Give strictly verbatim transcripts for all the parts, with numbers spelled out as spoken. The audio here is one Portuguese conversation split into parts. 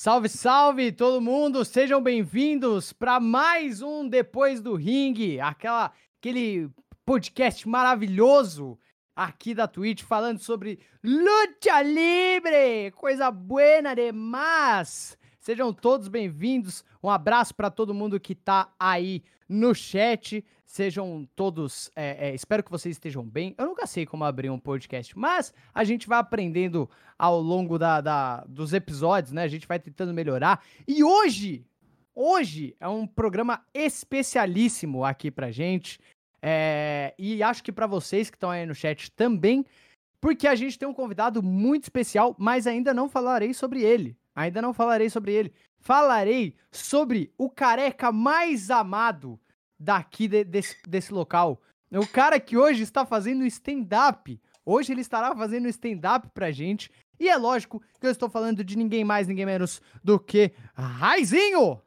Salve, salve todo mundo, sejam bem-vindos para mais um Depois do Ringue, aquela, aquele podcast maravilhoso aqui da Twitch falando sobre luta livre, coisa buena demais. Sejam todos bem-vindos, um abraço para todo mundo que tá aí no chat, sejam todos, é, é, espero que vocês estejam bem. Eu nunca sei como abrir um podcast, mas a gente vai aprendendo ao longo da, da, dos episódios, né? A gente vai tentando melhorar. E hoje, hoje é um programa especialíssimo aqui pra gente, é, e acho que pra vocês que estão aí no chat também, porque a gente tem um convidado muito especial, mas ainda não falarei sobre ele. Ainda não falarei sobre ele. Falarei sobre o careca mais amado daqui de, desse, desse local. O cara que hoje está fazendo stand-up. Hoje ele estará fazendo stand-up pra gente. E é lógico que eu estou falando de ninguém mais, ninguém menos do que Raizinho!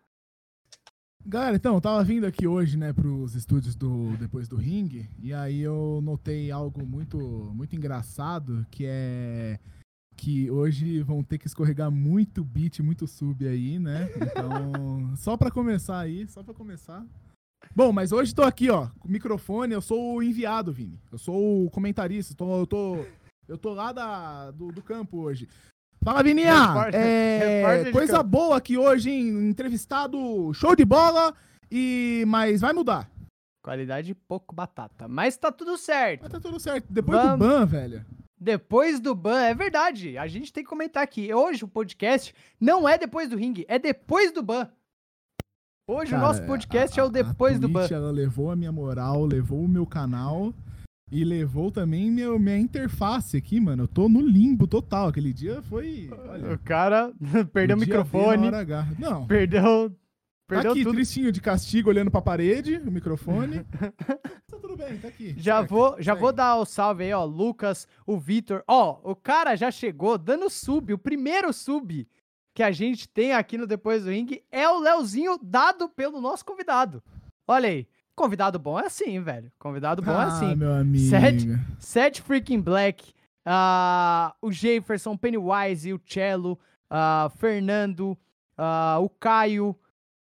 Galera, então, eu tava vindo aqui hoje, né, pros estúdios do Depois do Ringue, e aí eu notei algo muito, muito engraçado, que é que hoje vão ter que escorregar muito beat, muito sub aí, né? Então, só pra começar aí, só pra começar. Bom, mas hoje tô aqui, ó, com o microfone, eu sou o enviado, Vini. Eu sou o comentarista, tô, eu tô eu tô lá da, do, do campo hoje. Fala, Vininha! Repórter- É, repórter de coisa campo. boa aqui hoje, hein? Entrevistado, show de bola, e mas vai mudar. Qualidade pouco batata, mas tá tudo certo. Mas tá tudo certo. Depois Vamos. do ban, velho. Depois do ban, é verdade, a gente tem que comentar aqui. Hoje o podcast não é depois do ringue, é depois do ban. Hoje Cara, o nosso podcast a- é o depois a do ban. Twitch, ela levou a minha moral, levou o meu canal e levou também meu, minha interface aqui, mano. Eu tô no limbo total. Aquele dia foi. Olha, O cara perdeu o podia ver na microfone, hora H. Não, perdeu, tá perdeu aqui, tudo. tristinho de castigo, olhando pra parede, o microfone. Tá tudo bem, tá aqui. Já certo, vou, já segue. vou dar o salve aí, ó, Lucas, o Vitor. Ó, o cara já chegou dando sub, o primeiro sub que a gente tem aqui no Depois do Ringue é o Leozinho dado pelo nosso convidado. Olha aí, convidado bom é assim, velho. Convidado bom é Ah, assim. meu amigo. Sete, Sete Freaking Black, ah, o Jefferson, Pennywise, o Cello, ah, Fernando, ah, o Caio,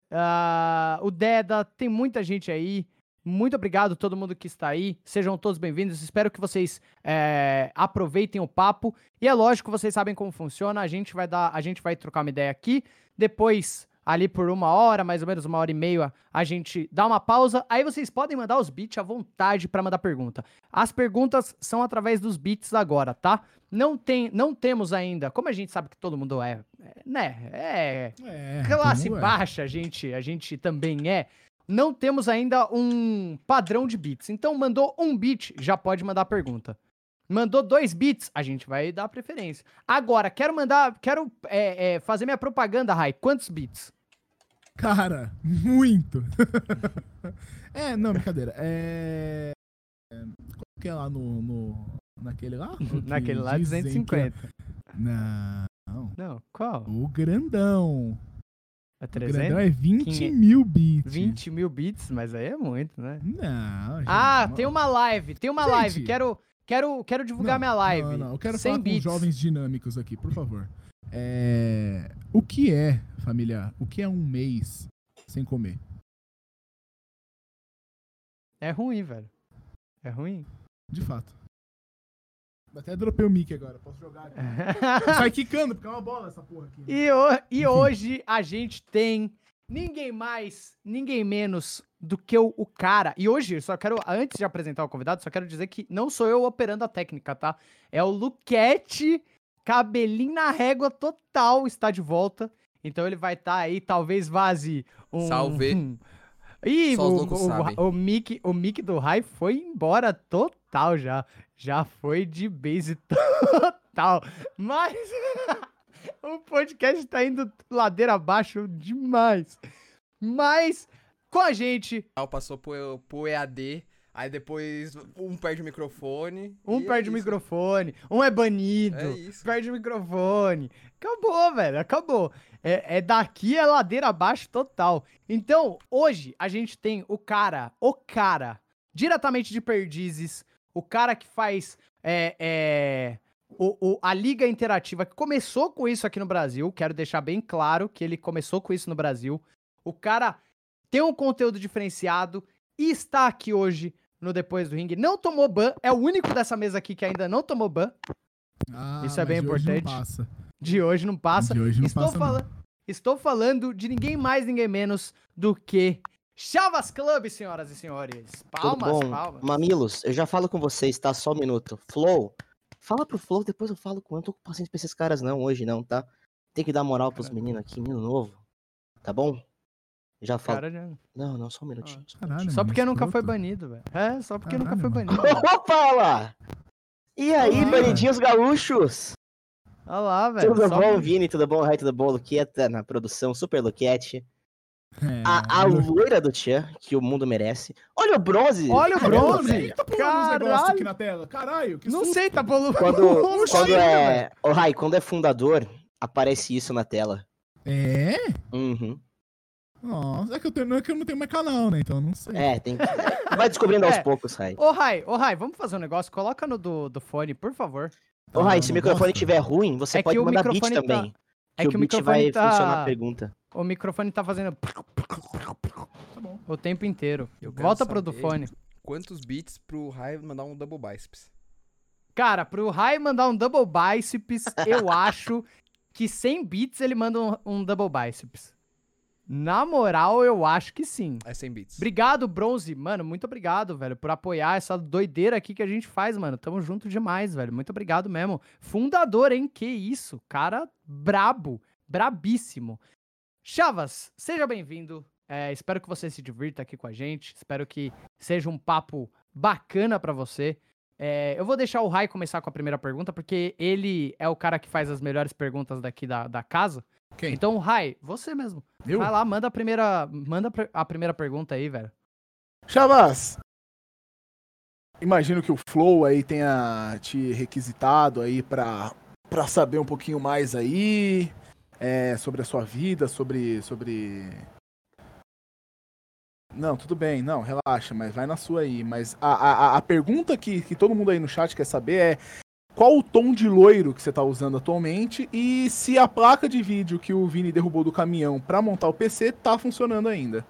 ah, o Deda, tem muita gente aí. Muito obrigado a todo mundo que está aí. Sejam todos bem-vindos. Espero que vocês é, aproveitem o papo. E é lógico, vocês sabem como funciona. A gente vai dar, a gente vai trocar uma ideia aqui. Depois, ali por uma hora, mais ou menos uma hora e meia, a gente dá uma pausa. Aí vocês podem mandar os beats à vontade para mandar pergunta. As perguntas são através dos beats agora, tá? Não tem, não temos ainda. Como a gente sabe que todo mundo é, é né? É É, classe como é? baixa, a gente, a gente também é. Não temos ainda um padrão de beats. Então, mandou um beat, já pode mandar pergunta. Mandou dois beats, a gente vai dar preferência. Agora, quero mandar, quero é, é, fazer minha propaganda, Rai. Quantos beats? Cara, muito. É, não, brincadeira. É. Qual que é lá no. no... Naquele lá? O que Naquele lá, dizem duzentos e cinquenta. que é- Não. Não, qual? O grandão. É O trezentos? grandão é vinte quinhentos? mil bits. vinte mil beats, mas aí é muito, né? Não, gente. Ah, não. tem uma live, tem uma Gente. live. Quero, quero, quero divulgar Não, minha live. Não, não. Eu quero cem falar com os beats. jovens dinâmicos aqui, por favor. É... O que é, família? O que é um mês sem comer? É ruim, velho. É ruim. De fato. Até dropei o mic agora. Posso jogar aqui. Sai quicando, porque é uma bola essa porra aqui. E, ho- e hoje a gente tem ninguém mais, ninguém menos do que o, o cara. E hoje, eu só quero, antes de apresentar o convidado, só quero dizer que não sou eu operando a técnica, tá? É o Luquete, cabelinho na régua total, está de volta. Então ele vai estar aí, talvez vaze um... Salve. um- Ih, Só os o, loucos o, sabem. o, mic, o mic do Rai foi embora total já. Já foi de base total. Mas o podcast tá indo ladeira abaixo demais. Mas com a gente, Passou pro, pro E A D, aí depois um perde o microfone. um e é perde o isso. microfone, um é banido, É isso. perde o microfone. Acabou, velho, acabou. É, é daqui é ladeira abaixo total. Então, hoje a gente tem o cara, o cara, diretamente de Perdizes, o cara que faz é, é, O, o- a Liga Interativa, que começou com isso aqui no Brasil, quero deixar bem claro que ele começou com isso no Brasil. O cara tem um conteúdo diferenciado e está aqui hoje no Depois do Ringue. Não tomou ban, é o único dessa mesa aqui que ainda não tomou ban. Ah, Isso é bem mas de hoje não importante. passa. De hoje não passa. De hoje não estou, passa, fala- não. estou falando de ninguém mais, ninguém menos do que Chavas Club, senhoras e senhores. Palmas, Tudo bom? palmas. Mamilos, eu já falo com vocês, tá? Só um minuto. Flow, fala pro Flow, depois eu falo com ele. Não tô com paciência pra esses caras não, hoje não, tá? Tem que dar moral pros meninos aqui, menino novo. Tá bom? Já falo. Cara, já- Não, não, só um minutinho. Só, um Caralho, minutinho. Só mano, porque nunca escroto. foi banido, velho. É, só porque nunca foi Caralho, banido. Opa lá! E aí, Olá. banidinhos gaúchos? Olha lá, velho. Tudo só- bom, Vini? Tudo bom, Rai? Tudo bom, Luqueta? Na produção, Super Luquete. É, A, a loira do Tchan, que o mundo merece. Olha o bronze! Olha o Caramba, bronze! velho, tá pulando uns negócios aqui Caralho! na tela. Caralho, que Não susto. sei, tá poluindo. Quando, Oxi, quando velho. é... Ô, Rai, quando é fundador, aparece isso na tela. É? Uhum. Nossa, é que eu, tenho, não é que eu não tenho mais canal, né? Então eu não sei. É, tem que... Vai descobrindo aos É. poucos, Rai. Ô, Rai, ô, Rai, vamos fazer um negócio? Coloca no do, do fone, por favor. Ô, Rai, Ah, se o não microfone gosta? estiver ruim, você É que pode o mandar beat microfone tá- também. é que que o o beat microfone vai tá- funcionar a pergunta. O microfone tá fazendo Tá bom. o tempo inteiro. Eu quero Volta pro do saber fone. Quantos beats pro Rai mandar um double biceps? Cara, pro Rai mandar um double biceps, eu acho que cem bits ele manda um, um double biceps. Na moral, eu acho que sim. É cem beats. Obrigado, Bronze. Mano, muito obrigado, velho, por apoiar essa doideira aqui que a gente faz, mano. Tamo junto demais, velho. Muito obrigado mesmo. Fundador, hein? Que isso. Cara brabo. Brabíssimo. Chavas, seja bem-vindo. É, espero que você se divirta aqui com a gente. Espero que seja um papo bacana pra você. É, eu vou deixar o Rai começar com a primeira pergunta, porque ele é o cara que faz as melhores perguntas daqui da, da casa. Quem? Então, Rai, você mesmo. Eu? Vai lá, manda a primeira, manda a primeira pergunta aí, velho. Chavas, imagino que o Flow aí tenha te requisitado aí pra, pra saber um pouquinho mais aí é, sobre a sua vida, sobre, sobre... Não, tudo bem, não, relaxa, mas vai na sua aí. Mas a, a, a pergunta que, que todo mundo aí no chat quer saber é qual o tom de loiro que você tá usando atualmente e se a placa de vídeo que o Vini derrubou do caminhão pra montar o P C tá funcionando ainda.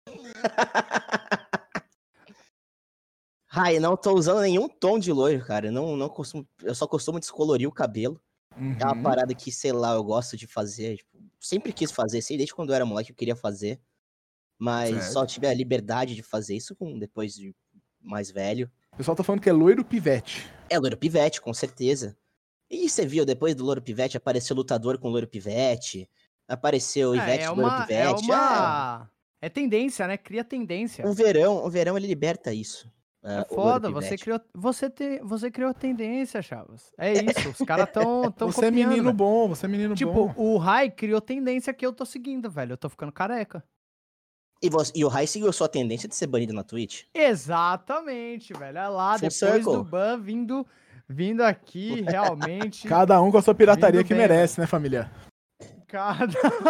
Rai, não tô usando nenhum tom de loiro, cara. Eu, não, não costumo, eu só costumo descolorir o cabelo. Uhum. É uma parada que, sei lá, eu gosto de fazer. Tipo, sempre quis fazer, sei, desde quando eu era moleque eu queria fazer. Mas Certo. só tive a liberdade de fazer isso com, depois de mais velho. O pessoal tá falando que é loiro pivete. É loiro pivete, com certeza. E você viu, depois do loiro pivete, apareceu lutador com loiro pivete. Apareceu Ivete é, é loiro uma, é pivete. uma... É tendência, né? Cria tendência. É, o verão, o verão ele liberta isso. É ah, o loiro foda, você pivete. criou, você, te, você criou tendência, Chavas. É isso, os caras tão, tão Você é copiando, menino velho. bom, você é menino Tipo, bom. o Rai criou tendência que eu tô seguindo, velho. Eu tô ficando careca. E, você, e o Rai seguiu sua tendência de ser banido na Twitch? Exatamente, velho. Olha lá, Full depois circle. do ban vindo, vindo aqui, realmente. Cada um com a sua pirataria Vindo que bem, merece, né, família? Cada...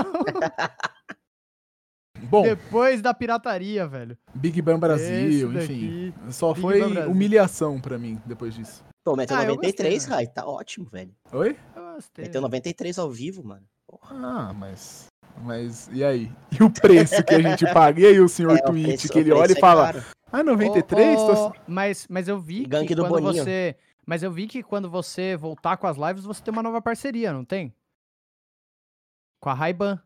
Bom, Depois da pirataria, velho. Big Bang Brasil, Esse enfim. daqui, Só Big foi Bang Brasil. humilhação pra mim depois disso. Pô, meteu Ah, eu noventa e três, gostei, né? Rai. Tá ótimo, velho. Oi? Eu gostei. Meteu noventa e três ao vivo, mano. Ah, mas. Mas e aí? E o preço que a gente paga? E aí o senhor É, o Twitch preço- que o ele preço olha e é fala: caro. Ah, noventa e três? Ô, Tô- ô, mas, mas eu vi Gangue que do quando Boninho. você... Mas eu vi que quando você voltar com as lives, você tem uma nova parceria, não tem? Com a Ray-Ban.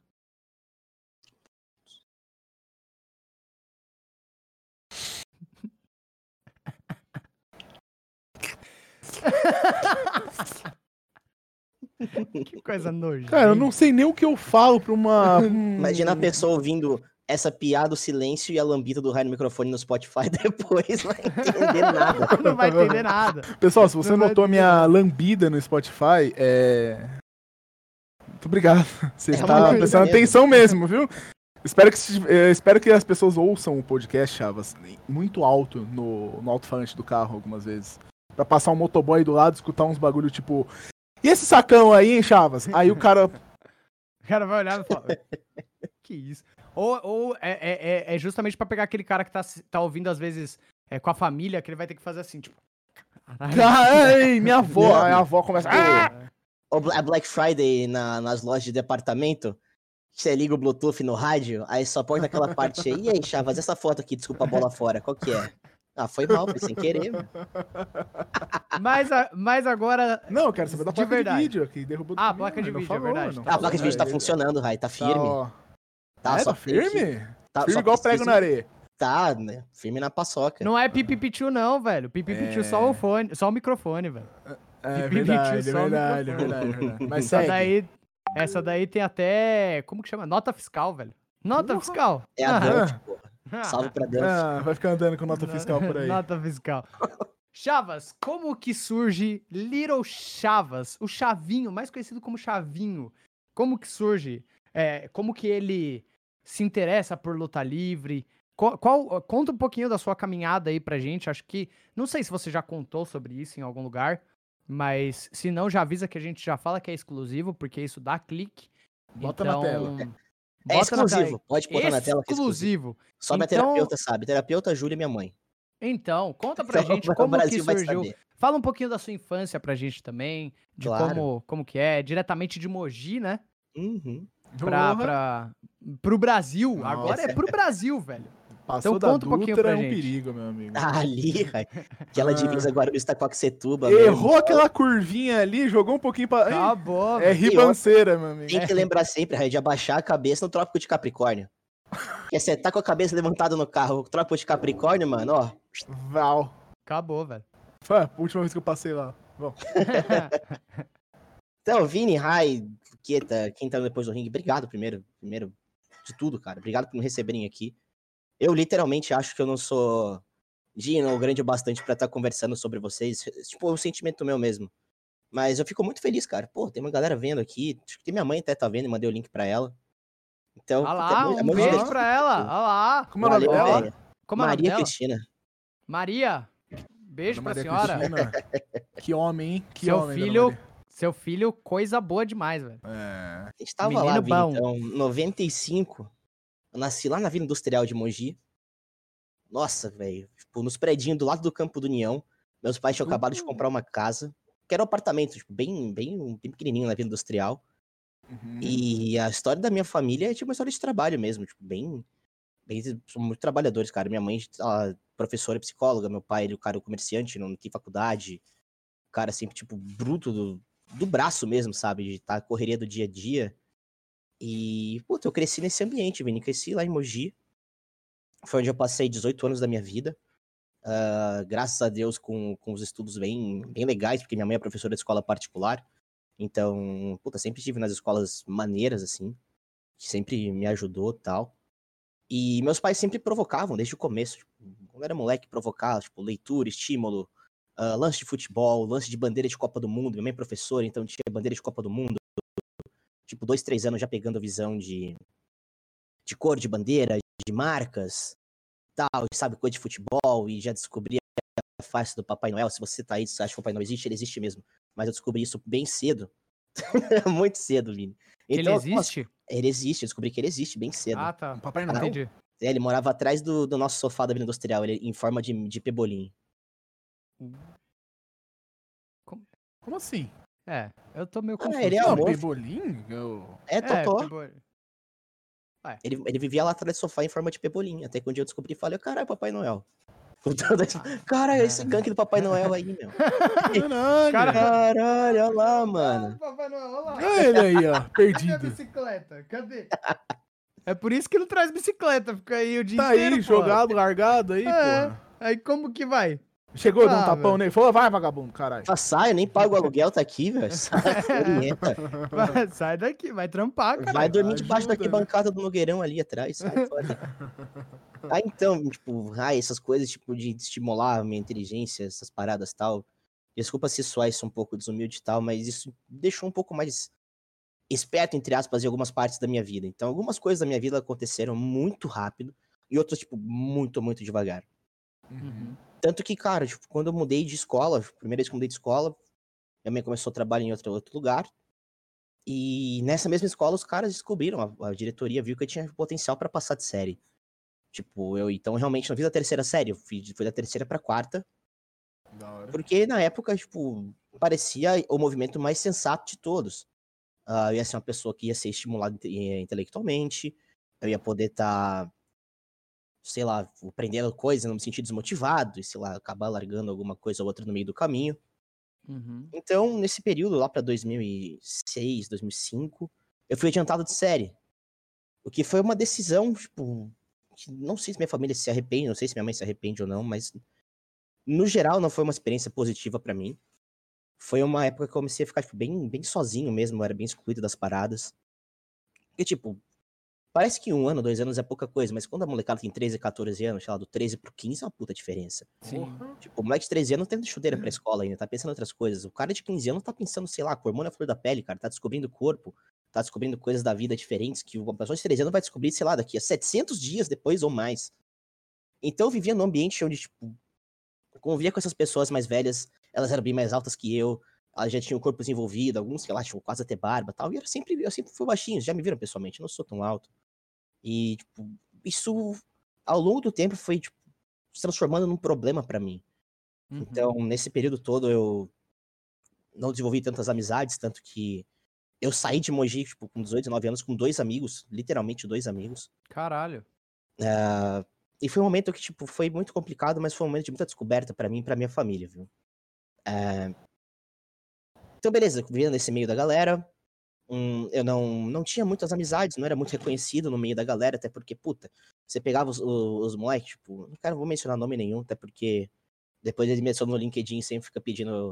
Que coisa nojenta. Cara, eu não sei nem o que eu falo pra uma. Imagina a um- pessoa ouvindo essa piada, o silêncio e a lambida do Rai no microfone no Spotify depois, vai entender nada. Não vai entender nada. Pessoal, se você Não vai notou a minha lambida no Spotify, é. Muito obrigado. Você É está uma lambida prestando mesmo. atenção mesmo, viu? Espero que, se- eh, espero que as pessoas ouçam o podcast, Chavas, muito alto no, no alto-falante do carro algumas vezes. Pra passar um motoboy do lado, escutar uns bagulho tipo. E esse sacão aí, hein, Chavas? Aí o cara. O cara vai olhar e fala, que isso? Ou, ou é, é- é- é justamente pra pegar aquele cara que tá, tá ouvindo, às vezes, é, com a família, que ele vai ter que fazer assim, tipo... Ai, minha avó. Aí a avó começa. Ah! O Bla- a Black Friday na- nas lojas de departamento, você liga o Bluetooth no rádio, aí só põe naquela parte aí. E aí, Chavas, essa foto aqui, desculpa a bola fora, qual que é? Ah, foi mal, foi sem querer. Mano. Mas, a- mas agora. Não, eu quero saber da De placa de, verdade. vídeo aqui. Derrubou do Ah, caminho, placa de ele não vídeo, é falou, verdade. não Ah, Ah, a placa de falou, vídeo tá ele- funcionando, Rai, tá Tá, firme. ó. Tá, É, só tá tem que- firme? Tá, firme só igual prego precisa- na areia. Tá, né? Firme na paçoca. Não é pipipichu, não, velho. Pipipichu É. só o fone, só o microfone, velho. É Pipi verdade, tio, é só o verdade, é microfone. verdade, é verdade. Mas Essa segue. daí, essa daí tem até. Como que chama? Nota fiscal, velho. Nota Porra. fiscal. É a Ah. Dante, porra. Salve pra Dante. Ah, vai ficar andando com nota fiscal por aí. Nota fiscal. Chavas, como que surge Little Chavas, o Chavinho, mais conhecido como Chavinho? Como que surge? É, como que ele se interessa por luta livre? Qual, qual- conta um pouquinho da sua caminhada aí pra gente. Acho que, não sei se você já contou sobre isso em algum lugar, mas se não, já avisa que a gente já fala que é exclusivo, porque isso dá clique. Bota na tela. É bota na tela aí. exclusivo, pode botar na tela que é exclusivo. Exclusivo. Só minha Então- terapeuta sabe. Terapeuta, Júlia e minha mãe. Então, conta pra Então, gente o como que Brasil vai surgiu. saber. Fala um pouquinho da sua infância pra gente também, de Claro. como, como que é, diretamente de Mogi, né? Uhum. Pra, Porra, pra, pro Brasil. Nossa. Agora é pro Brasil, velho. Passou então da conta um pouquinho Dutra, pra é um gente. perigo, meu amigo. Ali, Rai. Aquela Ah. divisa Guarulhos Itacoaxetuba. Errou aquela curvinha ali, jogou um pouquinho pra... Ih, Acabou, é velho. ribanceira, meu amigo. Tem que lembrar sempre, Rai, de abaixar a cabeça no Trópico de Capricórnio. Porque você tá com a cabeça levantada no carro, o Trópico de Capricórnio, mano, ó. Val. Acabou, velho. Foi a última vez que eu passei lá. Bom, Então, Vini, Rai, Keta, quem tá depois do ringue, obrigado primeiro, primeiro de tudo, cara. Obrigado por me receberem aqui. Eu literalmente acho que eu não sou digno ou grande o bastante pra estar conversando sobre vocês. Tipo, é um sentimento meu mesmo. Mas eu fico muito feliz, cara. Pô, tem uma galera vendo aqui. Acho que tem minha mãe até tá vendo e mandei o link pra ela. Então, Olha puta, lá, é muito- é um muito beijo divertido. pra ela. Olha lá. como é o nome Valeu, dela? velho. Como é o nome Maria dela? Cristina. Maria. Beijo pra Maria senhora. Cristina. Que homem, hein? Que Seu homem, dona filho, Maria. seu filho, coisa boa demais, velho. É. A gente tava Menino lá, Vini, bom. então, noventa e cinco. Eu nasci lá na Vila Industrial de Mogi. Nossa, velho. Tipo, nos predinhos do lado do Campo do União. Meus pais tinham acabado de Uhum. comprar uma casa. Que era um apartamento, tipo, bem, bem, bem pequenininho na Vila Industrial. Uhum. E a história da minha família é tipo uma história de trabalho mesmo, tipo, bem, bem, são muito trabalhadores, cara. Minha mãe, ela, é professora e psicóloga, meu pai, ele, o cara, comerciante, não tem faculdade. O cara sempre, tipo, bruto do, do braço mesmo, sabe? De estar correria do dia a dia. E, puta, eu cresci nesse ambiente, Vini. Cresci lá em Mogi. Foi onde eu passei dezoito anos da minha vida. Ah, graças a Deus, com, com os estudos bem, bem legais, porque minha mãe é professora de escola particular. Então, puta, sempre estive nas escolas maneiras, assim, que sempre me ajudou e tal. E meus pais sempre provocavam, desde o começo, tipo, quando eu era moleque, provocava, tipo, leitura, estímulo, ah, lance de futebol, lance de bandeira de Copa do Mundo. Minha mãe é professora, então tinha bandeira de Copa do Mundo. Tipo, dois, três anos já pegando a visão de, de cor de bandeira, de marcas, tal, sabe, coisa de futebol, e já descobri a face do Papai Noel. Se você tá aí, você acha que o Papai Noel existe, ele existe mesmo. Mas eu descobri isso bem cedo. Muito cedo, Vini. Que ele Então, nossa, existe? ele existe, eu descobri que ele existe bem cedo. Ah, tá. Papai Ah, não. não? Entendi. É, ele morava atrás do, do nosso sofá da Vila Industrial, ele, em forma de, de pebolim. Como assim? É, eu tô meio Ah, confuso. ele é Não, amor. Pebolim? Eu... É, É, Totó. tipo, Ele, ele vivia lá atrás do sofá em forma de pebolim. Até que um dia eu descobri e falei, caralho, Papai Noel. Com toda essa- Caralho, esse gank do Papai Noel aí, meu. Caralho. Cara- Caralho, olha lá, mano. Papai Noel, olha lá. Olha ele aí, ó. Cadê a Perdido. bicicleta? Cadê? É por isso que não traz bicicleta, fica aí o dia Tá inteiro, aí, pô. jogado, largado aí, É. porra. Aí como que vai? Chegou, deu um Ah, tapão velho. nele. Falou, vai, vagabundo, caralho. Só sai, eu nem pago o aluguel, tá aqui, velho. Sai, orienta. Vai, sai daqui, vai trampar, cara. Vai dormir debaixo da ajuda, né? arquibancada do Nogueirão ali atrás, sai fora. Ah, então, tipo, ah, essas coisas, tipo, de estimular a minha inteligência, essas paradas e tal. Desculpa se soar isso um pouco desumilde e tal, mas isso deixou um pouco mais esperto, entre aspas, em algumas partes da minha vida. Então, algumas coisas da minha vida aconteceram muito rápido e outras, tipo, muito, muito devagar. Uhum. Tanto que, cara, tipo, quando eu mudei de escola, primeira vez que eu mudei de escola, minha mãe começou a trabalhar em outro, outro lugar. E nessa mesma escola, os caras descobriram, a, a diretoria viu que eu tinha potencial pra passar de série. Tipo, eu então realmente não fiz a terceira série, eu fui, fui da terceira pra quarta. Da hora. Porque na época, tipo, parecia o movimento mais sensato de todos. Uh, eu ia ser uma pessoa que ia ser estimulada inte- intelectualmente, eu ia poder estar, sei lá, aprendendo coisas, não me sentir desmotivado, e sei lá, acabar largando alguma coisa ou outra no meio do caminho. Uhum. Então, nesse período, lá pra dois mil e seis, dois mil e cinco, eu fui adiantado de série. O que foi uma decisão, tipo, que não sei se minha família se arrepende, não sei se minha mãe se arrepende ou não, mas no geral não foi uma experiência positiva pra mim. Foi uma época que eu comecei a ficar, tipo, bem, bem sozinho mesmo, eu era bem excluído das paradas. Porque, tipo, parece que um ano, dois anos é pouca coisa, mas quando a molecada tem treze, quatorze anos, sei lá, do treze pro quinze é uma puta diferença. Sim. Tipo, o moleque de treze anos tá tendo chuteira pra escola ainda, tá pensando em outras coisas. O cara de quinze anos tá pensando, sei lá, com hormônio à flor da pele, cara, tá descobrindo o corpo, tá descobrindo coisas da vida diferentes que uma pessoa de treze anos vai descobrir, sei lá, daqui a setecentos dias depois ou mais. Então eu vivia num ambiente onde, tipo, eu convivia com essas pessoas mais velhas, elas eram bem mais altas que eu, elas já tinham o corpo desenvolvido, alguns, sei lá, tinham quase até barba e tal, e eu sempre, eu sempre fui baixinho, já me viram pessoalmente, eu não sou tão alto. E, tipo, isso, ao longo do tempo, foi, tipo, se transformando num problema pra mim. Uhum. Então, nesse período todo, eu não desenvolvi tantas amizades, tanto que eu saí de Mogi, tipo, com dezoito, dezenove anos, com dois amigos, literalmente dois amigos. Caralho. Uh, e foi um momento que, tipo, foi muito complicado, mas foi um momento de muita descoberta pra mim e pra minha família, viu? Uh, então, beleza, vivendo nesse meio da galera, um, eu não, não tinha muitas amizades, não era muito reconhecido no meio da galera, até porque, puta, você pegava os, os, os moleques, tipo, não quero, vou mencionar nome nenhum, até porque depois ele me adiciona no LinkedIn e sempre fica pedindo.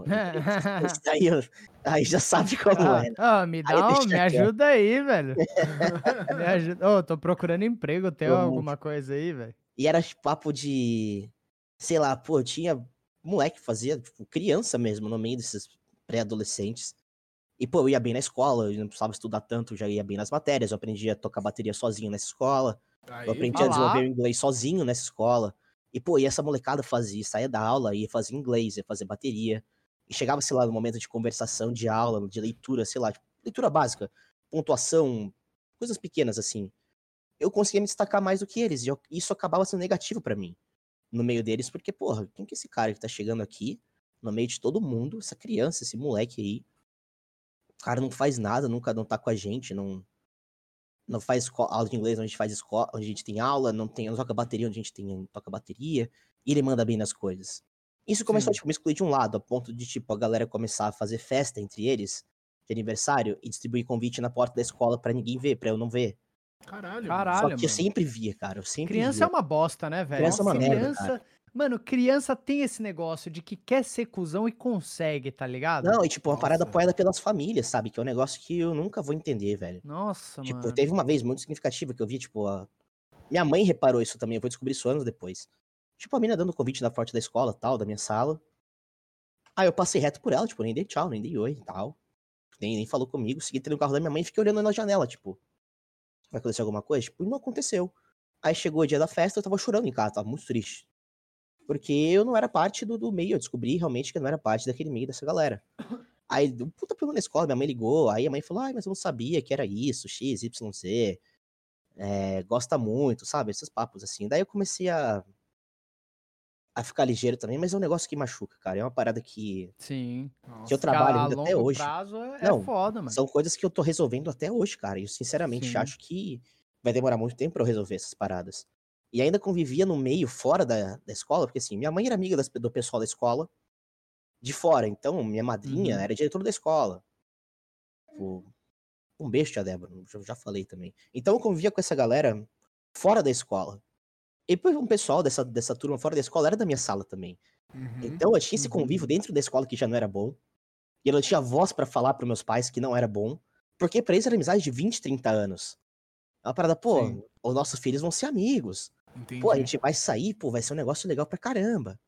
aí, eu, aí já sabe como ah, é. Né? ah, me Aí dá um, me deixa quieto. ajuda aí, velho. Me ajuda. Ô, tô procurando emprego, tem Eu- alguma coisa aí, velho? E era tipo, papo de. Sei lá, pô, tinha moleque que fazia, tipo, criança mesmo, no meio desses pré-adolescentes. E, pô, eu ia bem na escola, eu não precisava estudar tanto, já ia bem nas matérias, eu aprendi a tocar bateria sozinho nessa escola. Aí, Eu aprendi Ah a lá. desenvolver o inglês sozinho nessa escola. E, pô, e essa molecada fazia, saía da aula, ia fazer inglês, ia fazer bateria. E chegava, sei lá, no momento de conversação, de aula, de leitura, sei lá, tipo, leitura básica, pontuação, coisas pequenas assim. Eu conseguia me destacar mais do que eles, e eu, isso acabava sendo negativo pra mim, no meio deles, porque, porra, quem que é esse cara que tá chegando aqui, no meio de todo mundo, essa criança, esse moleque aí, o cara não faz nada, nunca não tá com a gente, não não faz aula de inglês onde a gente faz escola, onde a gente tem aula, não tem, não toca bateria onde a gente tem, toca bateria, e ele manda bem nas coisas. Isso começou Sim. tipo, a me excluir de um lado, a ponto de tipo a galera começar a fazer festa entre eles de aniversário e distribuir convite na porta da escola pra ninguém ver, pra eu não ver. caralho, Caralho, Só que eu mano. sempre via, cara, eu sempre Criança via. é uma bosta, né, velho? Criança é uma merda, Criança, mano, criança tem esse negócio de que quer ser cuzão e consegue, tá ligado? Não, e tipo, uma parada Nossa. apoiada pelas famílias, sabe? Que é um negócio que eu nunca vou entender, velho. Nossa, Tipo, mano. teve uma vez muito significativa que eu vi, tipo, a... minha mãe reparou isso também, eu vou descobrir isso anos depois. Tipo, a mina dando convite na porta da escola, tal, da minha sala. Aí eu passei reto por ela, tipo, nem dei tchau, nem dei oi e tal. Nem, nem falou comigo, segui no carro da minha mãe e fiquei olhando na janela, tipo, vai acontecer alguma coisa? Tipo, e não aconteceu. Aí chegou o dia da festa, eu tava chorando em casa, tava muito triste. Porque eu não era parte do, do meio, eu descobri realmente que eu não era parte daquele meio dessa galera. Aí, um puta problema na escola, minha mãe ligou, aí a mãe falou, ai, mas eu não sabia que era isso, X, Y, Z, é, gosta muito, sabe, esses papos assim. Daí eu comecei a, a ficar ligeiro também, mas é um negócio que machuca, cara, é uma parada que, Sim. que eu Nossa. trabalho A ainda até longo hoje. prazo é, é Não, foda, mano. são coisas que eu tô resolvendo até hoje, cara, e eu sinceramente Sim. acho que vai demorar muito tempo pra eu resolver essas paradas. E ainda convivia no meio, fora da, da escola, porque assim, minha mãe era amiga das, do pessoal da escola, de fora, então minha madrinha Uhum. era diretora da escola. Tipo, um beijo, tia Débora, eu já falei também. Então eu convivia com essa galera fora da escola. E depois um pessoal dessa, dessa turma fora da escola era da minha sala também. Uhum. Então eu tinha esse Uhum. convívio dentro da escola que já não era bom. E eu não tinha voz pra falar pros meus pais que não era bom. Porque pra eles era amizade de vinte, trinta anos. É uma parada, pô, Sim. os nossos filhos vão ser amigos. Entendi. Pô, a gente vai sair, pô, vai ser um negócio legal pra caramba.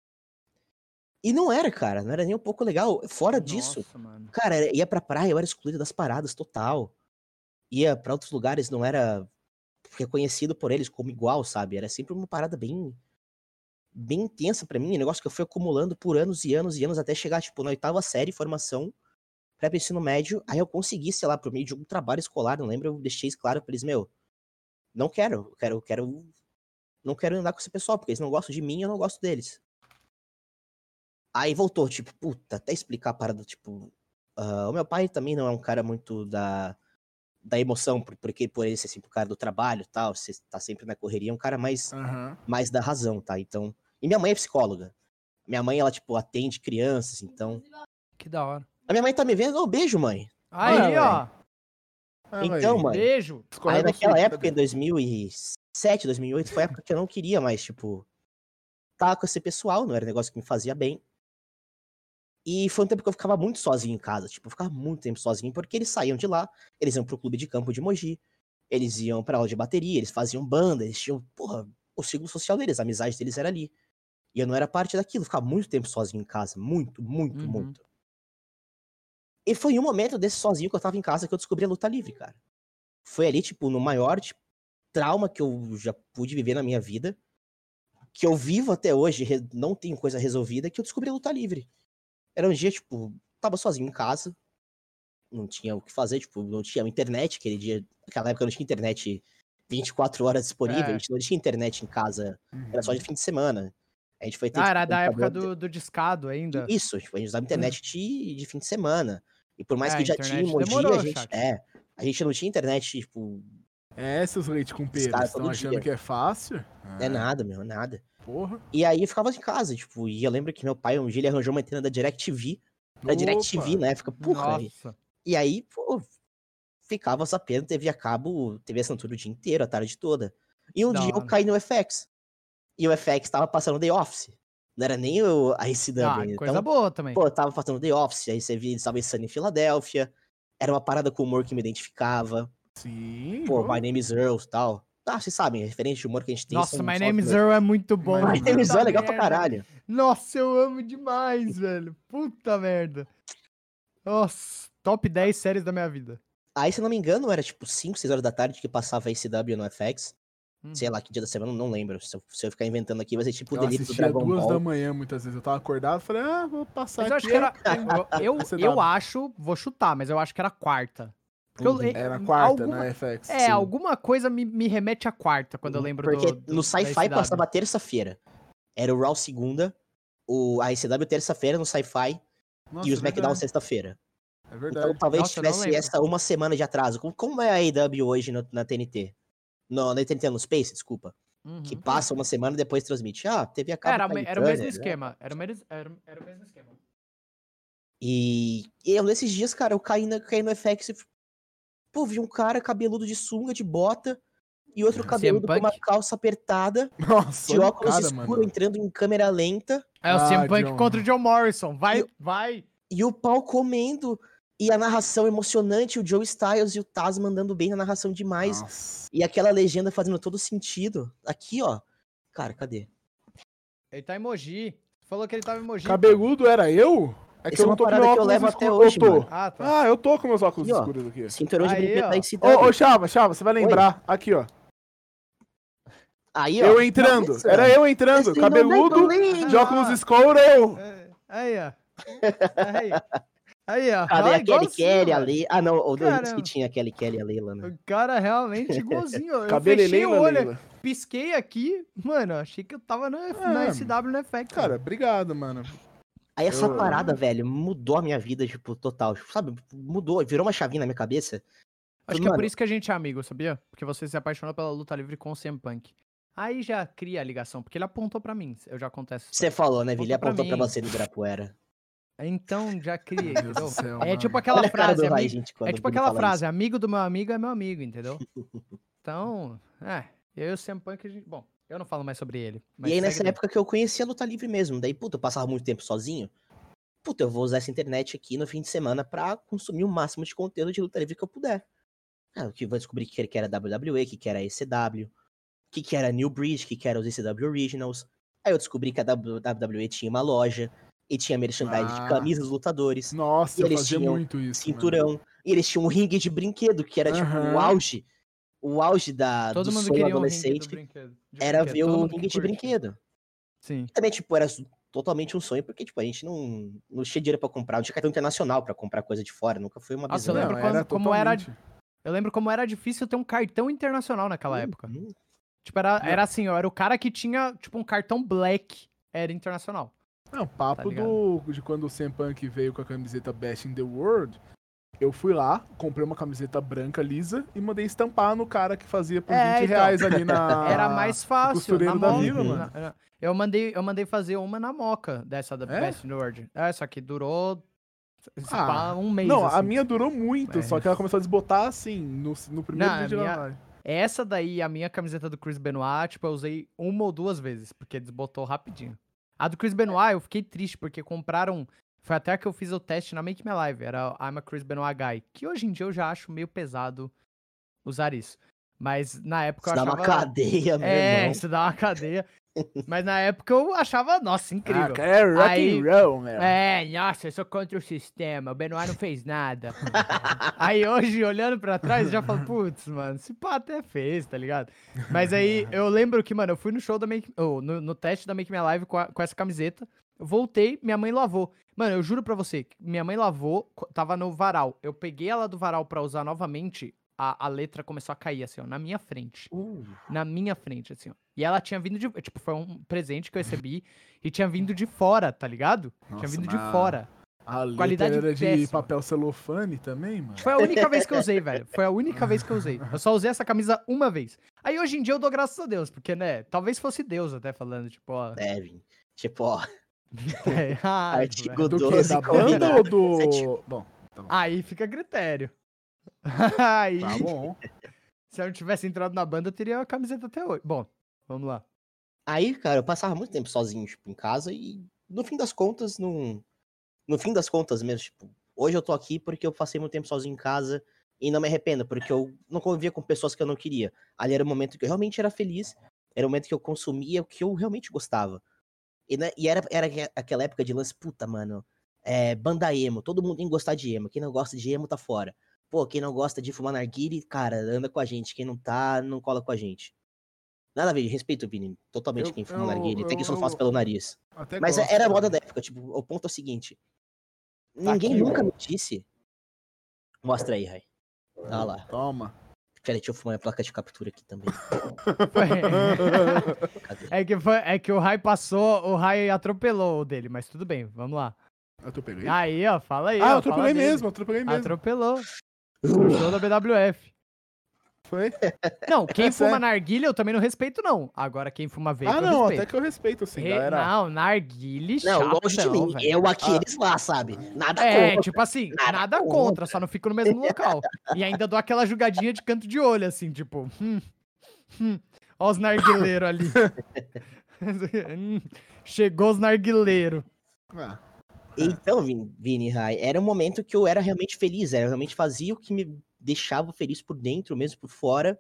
E não era, cara, não era nem um pouco legal. Fora disso, Nossa, mano. cara, era- ia pra praia, eu era excluído das paradas total. Ia pra outros lugares, não era reconhecido por eles como igual, sabe? Era sempre uma parada bem bem intensa pra mim, um negócio que eu fui acumulando por anos e anos e anos até chegar, tipo, na oitava série, formação, pré ensino médio, aí eu consegui, sei lá, por meio de um trabalho escolar, não lembro, eu deixei isso claro pra eles, meu, não quero, eu quero, eu quero, não quero andar com esse pessoal, porque eles não gostam de mim, eu não gosto deles. Aí voltou, tipo, puta, até explicar a parada, tipo... Uh, o meu pai também não é um cara muito da, da emoção, porque por ele ser sempre o cara do trabalho e tal, você tá sempre na correria, é um cara mais, Aham. mais da razão, tá? Então... E minha mãe é psicóloga. Minha mãe, ela, tipo, atende crianças, então... Que da hora. A minha mãe tá me vendo, ô, beijo, mãe. Aí, ó. Ah, Então, vai. mãe... Beijo. Aí Escorrega o naquela suco, época, cadê? em dois mil e sete, dois mil e oito, foi a época que eu não queria mais, tipo... Tava com esse pessoal, não era um negócio que me fazia bem. E foi um tempo que eu ficava muito sozinho em casa, tipo, eu ficava muito tempo sozinho, porque eles saíam de lá, eles iam pro clube de campo de Mogi, eles iam pra aula de bateria, eles faziam banda, eles tinham, porra, o ciclo social deles, a amizade deles era ali. E eu não era parte daquilo, eu ficava muito tempo sozinho em casa, muito, muito, Uhum. muito. E foi em um momento desse sozinho que eu tava em casa que eu descobri a luta livre, cara. Foi ali, tipo, no maior tipo, trauma que eu já pude viver na minha vida, que eu vivo até hoje, re- não tenho coisa resolvida, que eu descobri a luta livre. Era um dia, tipo, tava sozinho em casa, não tinha o que fazer, tipo, não tinha internet aquele dia. Naquela época não tinha internet vinte e quatro horas disponível, É. a gente não tinha internet em casa, era só de fim de semana. A gente foi ter, Ah, tipo, era da época computador- do, do discado ainda. Isso, tipo, a gente usava internet de, de fim de semana. E por mais É, que a já tinha internet emoji, demorou, a gente. chat. É, a gente não tinha internet, tipo, É, seus leite com pera, caras estão todo achando dia. que é fácil? é nada, meu, é nada. Porra. E aí eu ficava em casa, tipo, e eu lembro que meu pai um dia ele arranjou uma antena da DirecTV. Da DirecTV Opa. na época, porra. E, Nossa. e aí, pô, ficava sapendo, T V a cabo, T V assinatura o dia inteiro, a tarde toda. E um Da dia eu hora. caí no F X. E o F X tava passando The Office. Não era nem o, a S W Ah, ainda. coisa Então, boa também. pô, tava passando The Office, aí você via, eles estavam em Sunny em Filadélfia. Era uma parada com humor que me identificava. Sim. Pô, pô. My Name is Earl e tal. Ah, vocês sabem, referente de humor que a gente tem. Nossa, são My só Name os is meus- Earl é muito bom. My My Name is puta Earl é legal pra merda. caralho. Nossa, eu amo demais, velho. Puta merda. Nossa, top dez séries da minha vida. Aí, se eu não me engano, era tipo cinco, seis horas da tarde que passava a S W no F X. Uhum. Sei lá, que dia da semana, não lembro. Se eu, se eu ficar inventando aqui, vai ser tipo o Eu delírio do assistia Dragon duas Ball. da manhã muitas vezes. Eu tava acordado e falei, ah, vou passar Mas eu aqui. acho que era. é- Eu, eu, S eu W. acho, vou chutar, mas eu acho que era quarta. Porque eu, Uhum. le- Era quarta, alguma, na F X. É, Sim. alguma coisa me, me remete à quarta, quando eu lembro Porque do, do no da Sci-Fi S W. passava terça-feira. Era o Raw segunda, o, a S W terça-feira no Sci-Fi Nossa, e o é SmackDown verdade, sexta-feira. É verdade. Então talvez Nossa, eu não tivesse lembro. essa uma semana de atraso. Como, como é a A E W hoje no- na T N T? No, na T N T, no Space, desculpa. Uhum. Que passa uma semana e depois transmite. Ah, T V a cabo Era, tá o em me- era o mesmo Turner, né? esquema. Era o, mesmo, era, era o mesmo esquema. E, e eu, nesses dias, cara, eu caí, na, caí no F X e, pô, vi um cara cabeludo de sunga, de bota, e outro cabeludo com uma Punk? calça apertada, Nossa, de olha o óculos cara, escuro, mano. entrando em câmera lenta, É o Ah, C M Punk John. contra o John Morrison. Vai, E- vai. e o pau comendo, e a narração emocionante, o Joe Styles e o Taz mandando bem na narração demais, Nossa. e aquela legenda fazendo todo sentido. Aqui, ó. Cara, cadê? Ele tá emoji. Falou que ele tava emoji. Cabeludo era eu? É que Essa eu é não uma tô com parada meu que eu óculos levo até escuro. hoje, eu tô. mano. Ah, tá. Ah, eu tô com meus óculos Aqui, ó. escuros aqui. Cinturão de Aí, brinquedo ó. da Ô, I C W. ô, Chava, Chava, você vai lembrar. Aqui, ó. Aí, ó. Eu entrando. Nossa. Era eu entrando. Esse Cabeludo, não é de óculos escuros, eu. É, aí, ó. Aí, aí, ó. Cadê Ah, a Kelly igualzinho, Kelly, a velho. Leila? Ah, não, o Deus Caramba. que tinha a Kelly Kelly e a Leila, né? O cara realmente igualzinho. Eu Cabelo fechei o Leila, olho, Leila. pisquei aqui. Mano, achei que eu tava na, na É, S W no F X. Cara, obrigado, mano. Aí essa Eu- parada, velho, mudou a minha vida, tipo, total. Tipo, sabe, mudou, virou uma chavinha na minha cabeça. Acho que é por Mano, isso que a gente é amigo, sabia? Porque você se apaixonou pela luta livre com o C M Punk. Aí já cria a ligação, porque ele apontou pra mim. Eu já acontece. Você falou, né, Apontou Vili? pra Apontou pra mim. você no Ibirapuera. Então já criei, Meu Deus entendeu? do céu, É mano. tipo aquela Olha a cara frase, do Rai, amigo, gente, quando é tipo o Vili aquela fala frase, isso. amigo do meu amigo é meu amigo, entendeu? Então, é, eu e o C M Punk, a gente, bom, eu não falo mais sobre ele. Mas E aí, segue nessa daí. época que eu conhecia a luta livre mesmo. Daí, puta, eu passava muito tempo sozinho. Puta, eu vou usar essa internet aqui no fim de semana pra consumir o máximo de conteúdo de luta livre que eu puder. Ah, eu vou descobrir o que que era W W E, o que que era E C W, o que que era New Breed, o que que era os E C W Originals. Aí eu descobri que a W W E tinha uma loja e tinha merchandise de Ah. camisas dos lutadores, Nossa, E eu eles fazia tinham muito isso. mano. cinturão, e eles tinham um ringue de brinquedo, que era tipo Aham. o auge, o auge da, Todo do mundo sonho queria um ringue adolescente, do brinquedo. de era brinquedo, ver todo o mundo que ringue de curte. brinquedo. Sim. Também, tipo, era totalmente um sonho, porque, tipo, a gente não, não tinha dinheiro pra comprar, não tinha cartão internacional pra comprar coisa de fora, nunca foi uma Nossa, visão. eu lembro Não, quando- era como era- totalmente. Eu lembro como era difícil ter um cartão internacional naquela época. Uhum. Tipo, era, Não. era assim, eu era o cara que tinha, tipo, um cartão black, era internacional. Não, papo ligado? do, de quando o C M Punk veio com a camiseta Best in the World. Eu fui lá, comprei uma camiseta branca lisa e mandei estampar no cara que fazia por É, vinte então. reais ali na. Era mais fácil. costureiro na da Moca. vila, Uhum. mano. Na- na- Eu mandei, eu mandei fazer uma na Moca, dessa da É? Best in the World. É, só que durou se Ah, pá, um mês, Não, assim. a minha durou muito, É. só que ela começou a desbotar assim, no, no primeiro Não, a vídeo minha- da live. Essa daí, a minha camiseta do Chris Benoit, tipo, eu usei uma ou duas vezes, porque desbotou rapidinho. A do Chris Benoit, eu fiquei triste, porque compraram... Foi até que eu fiz o teste na Make Me Live, era I'm a Chris Benoit Guy, que hoje em dia eu já acho meio pesado usar isso. Mas na época Isso eu dá achava... uma cadeia, meu É, irmão. isso dá uma cadeia. Mas na época eu achava, nossa, incrível. Ah, cara, é rock Aí- and roll, meu. É, nossa, eu sou contra o sistema, o Benoit não fez nada. Aí hoje, olhando pra trás, eu já falo, putz, mano, esse pá até fez, tá ligado? Mas aí eu lembro que, mano, eu fui no show da Make... Oh, no, no teste da Make Me Live com, a- com essa camiseta, eu voltei, minha mãe lavou. Mano, eu juro pra você, que minha mãe lavou, co- tava no varal. Eu peguei ela do varal pra usar novamente, a, a letra começou a cair, assim, ó, na minha frente. Uh, Na minha frente, assim, ó. E ela tinha vindo de... Tipo, foi um presente que eu recebi e tinha vindo de fora, tá ligado? tinha Nossa, vindo de mas- fora. A letra Qualidade era de péssima. papel celofane também, mano. Foi a única vez que eu usei, velho. Foi a única vez que eu usei. Eu só usei essa camisa uma vez. Aí hoje em dia eu dou graças a Deus, porque, né, talvez fosse Deus até falando, tipo, ó. deve. Tipo, ó, tá errado, artigo velho. Do que? doze Da banda combinado. ou do... Sete. Bom, Aí fica a critério. Aí, tá bom. se eu não tivesse entrado na banda, eu teria a camiseta até hoje. Bom, vamos lá. Aí, cara, eu passava muito tempo sozinho, tipo, em casa e no fim das contas, não... no fim das contas mesmo, tipo, hoje eu tô aqui porque eu passei muito tempo sozinho em casa e não me arrependo, porque eu não convivia com pessoas que eu não queria. Ali era o momento que eu realmente era feliz, era o momento que eu consumia o que eu realmente gostava. E, né, e era, era aquela época de lance, puta, mano, é, banda emo, todo mundo tem que gostar de emo, quem não gosta de emo tá fora. Pô, quem não gosta de fumar narguile, cara, anda com a gente, quem não tá, não cola com a gente. Nada a ver, respeito, Vini, totalmente Eu- quem fuma eu- narguile, até que isso eu não eu- faço pelo nariz. Até Mas gosto, era a cara. moda da época, tipo, o ponto é o seguinte, ninguém aqui, nunca ó. me disse... Mostra aí, Rai. Ah lá. Toma. Peraí, deixa eu fumar minha placa de captura aqui também. Cadê? É que, foi, é que o Rai passou, o Rai atropelou o dele, mas tudo bem, vamos lá. Eu atropelei? Aí, ó, fala aí. Ah, ó, eu fala atropelei dele. mesmo, eu atropelei mesmo. Atropelou. No show da B W F. Foi? Não, quem É fuma sério. narguilha eu também não respeito, não. Agora quem fuma vape Ah, eu não, respeito. até que eu respeito, sim, Re- galera. Não, narguile Não, chatão, longe de mim. velho. Eu aqui, Ah. eles lá, sabe? Nada É, contra. tipo assim, Nada nada contra. contra, só não fico no mesmo local. E ainda dou aquela jogadinha de canto de olho, assim, tipo... Hum, hum. Ó os narguileiros ali. Hum, chegou os narguileiros. Ah, Então, Vini, Vini Rai, era um momento que eu era realmente feliz, era, eu realmente fazia o que me deixava feliz por dentro, mesmo por fora,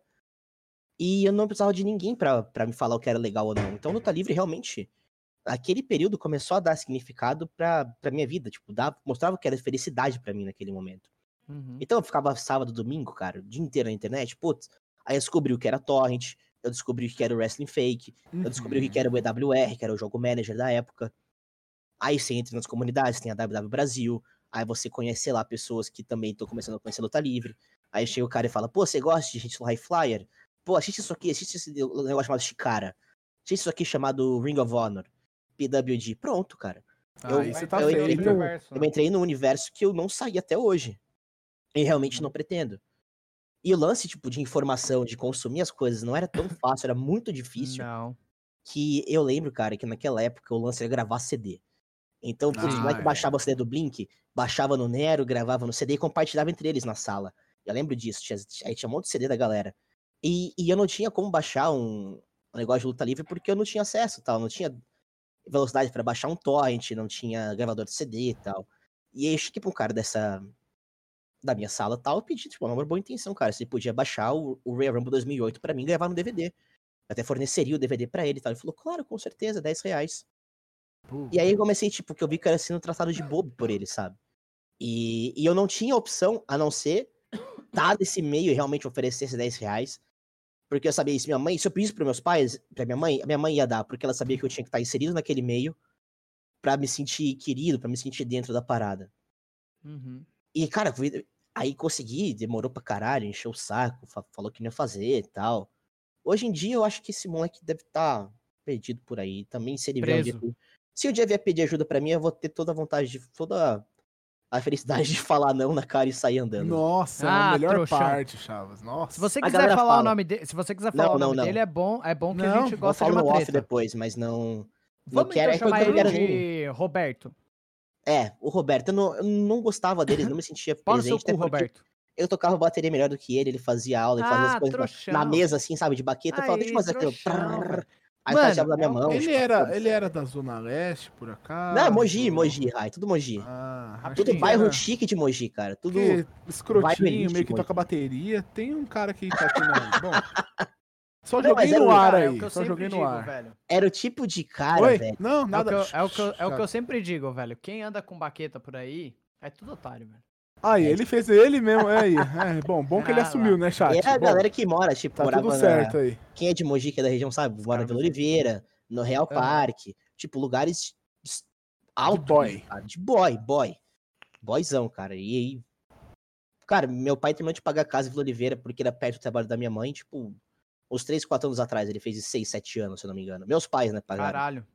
e eu não precisava de ninguém pra, pra me falar o que era legal ou não. Então, Luta Livre, realmente, aquele período começou a dar significado pra, pra minha vida, tipo, dava, mostrava o que era felicidade pra mim naquele momento. Uhum. Então, eu ficava sábado, domingo, cara, o dia inteiro na internet, putz, aí eu descobri o que era torrent, eu descobri o que era o Wrestling Fake, eu descobri o que era o E W R, que era o jogo manager da época. Aí você entra nas comunidades, tem a W W Brasil, aí você conhece, sei lá, pessoas que também estão começando a conhecer luta livre. Aí chega o cara e fala, pô, você gosta de gente no High Flyer? Pô, assiste isso aqui, assiste esse negócio chamado Chikara. Assiste isso aqui chamado Ring of Honor, P W G. Pronto, cara. Eu- aí você tá eu feito. entrei no- Universo, Eu né? entrei num universo que eu não saí até hoje. E realmente não pretendo. E o lance, tipo, de informação, de consumir as coisas, não era tão fácil, era muito difícil. Não. Que eu lembro, cara, que naquela época o lance era gravar C D. Então, putz, Ah, o moleque é. baixava o C D do Blink, baixava no Nero, gravava no C D e compartilhava entre eles na sala. Eu lembro disso, tinha, aí tinha um monte de C D da galera. E, e eu não tinha como baixar um, um negócio de luta livre porque eu não tinha acesso, tal, não tinha velocidade pra baixar um torrent, não tinha gravador de C D e tal. E aí eu cheguei pra um cara dessa, da minha sala tal, eu pedi, tipo, uma boa intenção, cara, se ele podia baixar o, o Royal Rumble dois mil e oito pra mim e gravar no D V D. Eu até forneceria o D V D pra ele e tal. Ele falou, claro, com certeza, dez reais. Pô, E aí eu comecei, tipo, que eu vi que eu era sendo tratado de bobo por ele, sabe? E, e eu não tinha opção a não ser estar nesse meio e realmente oferecer esses dez reais. Porque eu sabia isso, minha mãe, se eu pedisse pros meus pais, pra minha mãe, a minha mãe ia dar, porque ela sabia que eu tinha que estar inserido naquele meio pra me sentir querido, pra me sentir dentro da parada. Uhum. E, cara, fui- aí consegui, demorou pra caralho, encheu o saco, fa- falou que não ia fazer e tal. Hoje em dia eu acho que esse moleque deve estar perdido por aí. Também se ele vier um dia Preso. com, Se o dia vier pedir ajuda pra mim, eu vou ter toda a vontade de. toda a felicidade de falar não na cara e sair andando. Nossa, é Ah, a melhor trouxão. parte, Chavas. Nossa. Se você A quiser galera falar o fala. nome dele, se você quiser falar Não, o nome não, não. dele, é bom, é bom que Não, a gente eu Eu gosta de falo uma no off treta. depois, mas não. Não Vamos quero. então É que eu chamar não ele quero. de Roberto. É, o Roberto, eu não, eu não gostava dele, não me sentia Pau no seu presente, até cu, porque Roberto. eu tocava bateria melhor do que ele, ele fazia aula, ele fazia as Ah, coisas na, trouxão. na mesa, assim, sabe, de baqueta. Eu falava, deixa eu Aí, fazer aquilo. trouxão, velho. Aí Mano, fazia da minha é o- mão. Ele tipo, era, foda-se. ele era da Zona Leste, por acaso? Não, é Mogi, Mogi, Rai, tudo Mogi. Ah, acho Tudo que bairro era- chique de Mogi, cara. Tudo. que bairro escrotinho, elite, meio que Mogi. toca bateria. Tem um cara que tá aqui na... Bom, só Não, joguei mas era no o- ar Cara, é o aí, que eu só sempre joguei no digo, ar. velho. Era o tipo de cara, Oi? velho. Não, É o, nada. que eu, é, o que eu, é o que eu Chato. sempre digo, velho. Quem anda com baqueta por aí é tudo otário, velho. Aí, ele fez ele mesmo, é aí. É, bom, bom que ele Ah, assumiu, né, chat? E é a Bom, galera que mora, tipo, tá morava tudo na- certo aí. Quem é de Mogi, que é da região, sabe? Mora na caras Vila Oliveira, no Real Aham. Parque. Tipo, lugares s- altos. boy. Cara, de boy, boy. Boyzão, cara. E aí. Cara, meu pai terminou de pagar a casa em Vila Oliveira porque era perto do trabalho da minha mãe, tipo, uns três, quatro anos atrás. Ele fez seis, sete anos, se eu não me engano. Meus pais, né, pagaram. Caralho.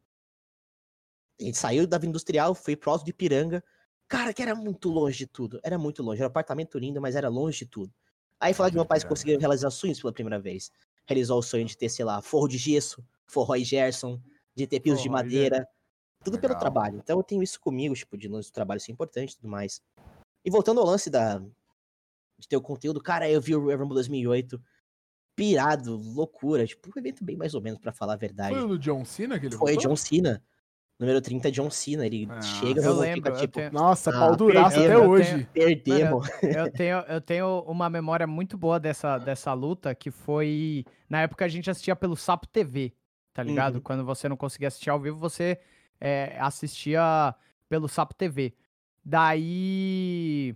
A gente saiu da Vila Industrial, foi pro Alto de Piranga. Cara, que era muito longe de tudo. Era muito longe. Era um apartamento lindo, mas era longe de tudo. Aí falar que meu pai conseguiu realizar sonhos pela primeira vez. Realizou o sonho de ter, sei lá, forro de gesso, forró e Gerson, de ter pisos de Forró e madeira. Tudo pelo Legal. trabalho. Então eu tenho isso comigo, tipo, de lance do trabalho ser importante e tudo mais. E voltando ao lance da, de ter o conteúdo, cara, eu vi o Royal Rumble dois mil e oito, pirado, loucura. Tipo, um evento bem mais ou menos, pra falar a verdade. Foi o do John Cena que ele Foi voltou? John Cena. Número trinta é John Cena. Ele Ah, chega Eu no lembro, fica eu tipo, tenho- Nossa, Ah, pau duraço perdeu, até eu hoje. tenho- perdemos. Eu tenho, eu tenho uma memória muito boa dessa, dessa luta, que foi... Na época a gente assistia pelo Sapo T V, tá ligado? Uhum. Quando você não conseguia assistir ao vivo, você é, assistia pelo Sapo T V. Daí...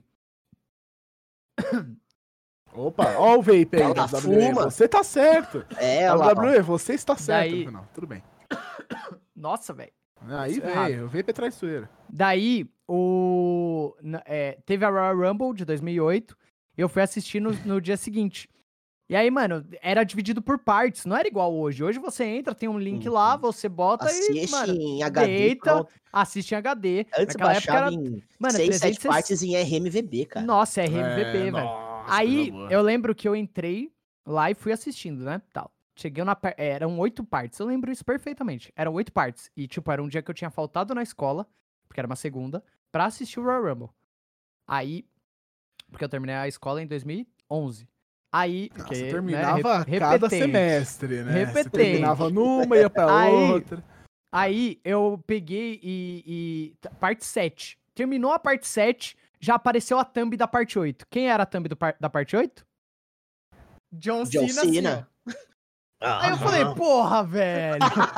Opa, ó o vape aí, Olha lá, W W E. fuma. Você tá certo. É, olha lá, ó. W W E, você está certo. Daí- Não, tudo bem. Nossa, velho. Aí Isso é errado. veio, o vape é traiçoeira. Daí, o... na- é, teve a Royal Rumble de dois mil e oito, e eu fui assistir no, no dia seguinte. E aí, mano, era dividido por partes, não era igual hoje. Hoje você entra, tem um link Uhum. lá, você bota e, Assiste mano, em H D. deita, pronto. assiste em H D. Antes Naquela época baixava era, em mano, seis, sete trezentos e partes em R M V B, cara. Nossa, é R M V B, É, velho. nossa, Aí, coisa boa. eu lembro que eu entrei lá e fui assistindo, né, tal. Cheguei na... par- é, eram oito partes, eu lembro isso perfeitamente. Eram oito partes. E, tipo, era um dia que eu tinha faltado na escola, porque era uma segunda, pra assistir o Royal Rumble. Aí, porque eu terminei a escola em dois mil e onze. Aí, Nossa, porque, né, terminava re- cada repetente. semestre, né? Você Repetente. terminava numa, ia pra Aí- outra. Aí, eu peguei e... e t- parte sete. Terminou a parte sete, já apareceu a thumb da parte oito. Quem era a thumb do par- da parte oito? John, John Cena, assim, Cena. ó. Aí eu falei, porra, velho.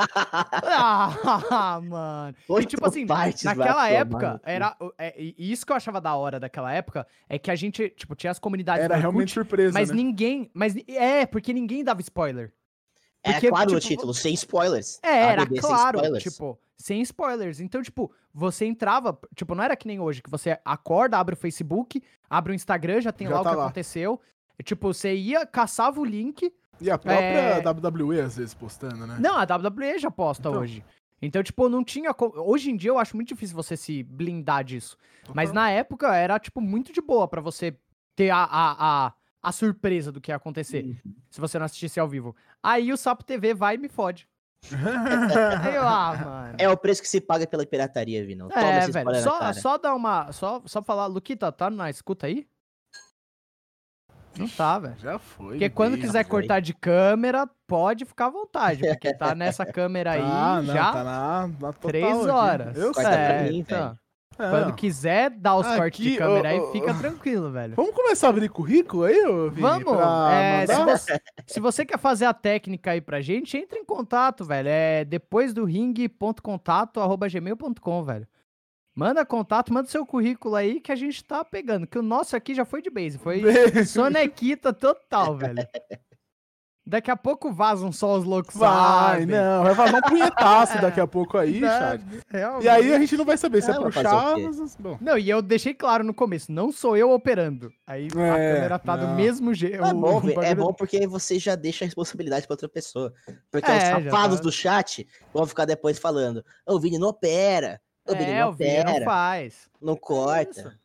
Ah, mano. E Oito tipo assim, partes, vai naquela tomar época, no cu. era. é, e e isso que eu achava da hora daquela época é que a gente, tipo, tinha as comunidades Era do realmente Orkut, surpresa, mas né? ninguém. Mas ni- é, porque ninguém dava spoiler. É Porque, claro no tipo, título, sem spoilers. É, era A B B sem claro, spoilers. tipo, sem spoilers. Então, tipo, você entrava, tipo, não era que nem hoje, que você acorda, abre o Facebook, abre o Instagram, já tem Já lá tá o que lá. aconteceu. E, tipo, você ia, caçava o link. E a própria É. W W E às vezes postando, né? Não, a W W E já posta Então. hoje. Então, tipo, não tinha. co- Hoje em dia eu acho muito difícil você se blindar disso. Mas Total. na época era, tipo, muito de boa pra você ter a, a, a, a surpresa do que ia acontecer. Uhum. Se você não assistisse ao vivo. Aí o Sapo T V vai e me fode. Aí eu, ah, mano. É o preço que se paga pela pirataria, Vinão. Toma É, esse velho. spoiler na Só, cara. só dar uma. Só, só falar, Luquita, tá na escuta aí? Não tá, velho. Já foi. Porque quando beijo. quiser foi. cortar de câmera, pode ficar à vontade. Porque tá nessa câmera aí Ah, não, já tá na, na total três aqui. horas. Eu Corta sei. pra É, mim, então. É, Quando não. quiser dar os cortes de Aqui, câmera ô, aí, ô, fica ô. tranquilo, velho. Vamos começar a abrir currículo aí, ô Vini? Vamos! Pra É, se, mandar? você, se você quer fazer a técnica aí pra gente, entre em contato, velho. É depois do ringue ponto contato arroba gmail ponto com, velho. Manda contato, manda seu currículo aí que a gente tá pegando. Que o nosso aqui já foi de base. Foi sonequita total, velho. Daqui a pouco vazam só os loucos. Vai, sabem. não, vai vazar um punhetaço daqui a pouco aí, Não, chat. realmente. E aí a gente não vai saber se é Ah, pro vai fazer o quê? Chavas. Bom, Não, e eu deixei claro no começo, não sou eu operando. Aí a É, câmera tá do não. mesmo jeito. É bom, velho, é bom porque aí você já deixa a responsabilidade pra outra pessoa. Porque É, os já safados tá. do chat vão ficar depois falando: "Ô, o Vini não opera, o Vini É, não o Vini não opera, faz. não corta." isso.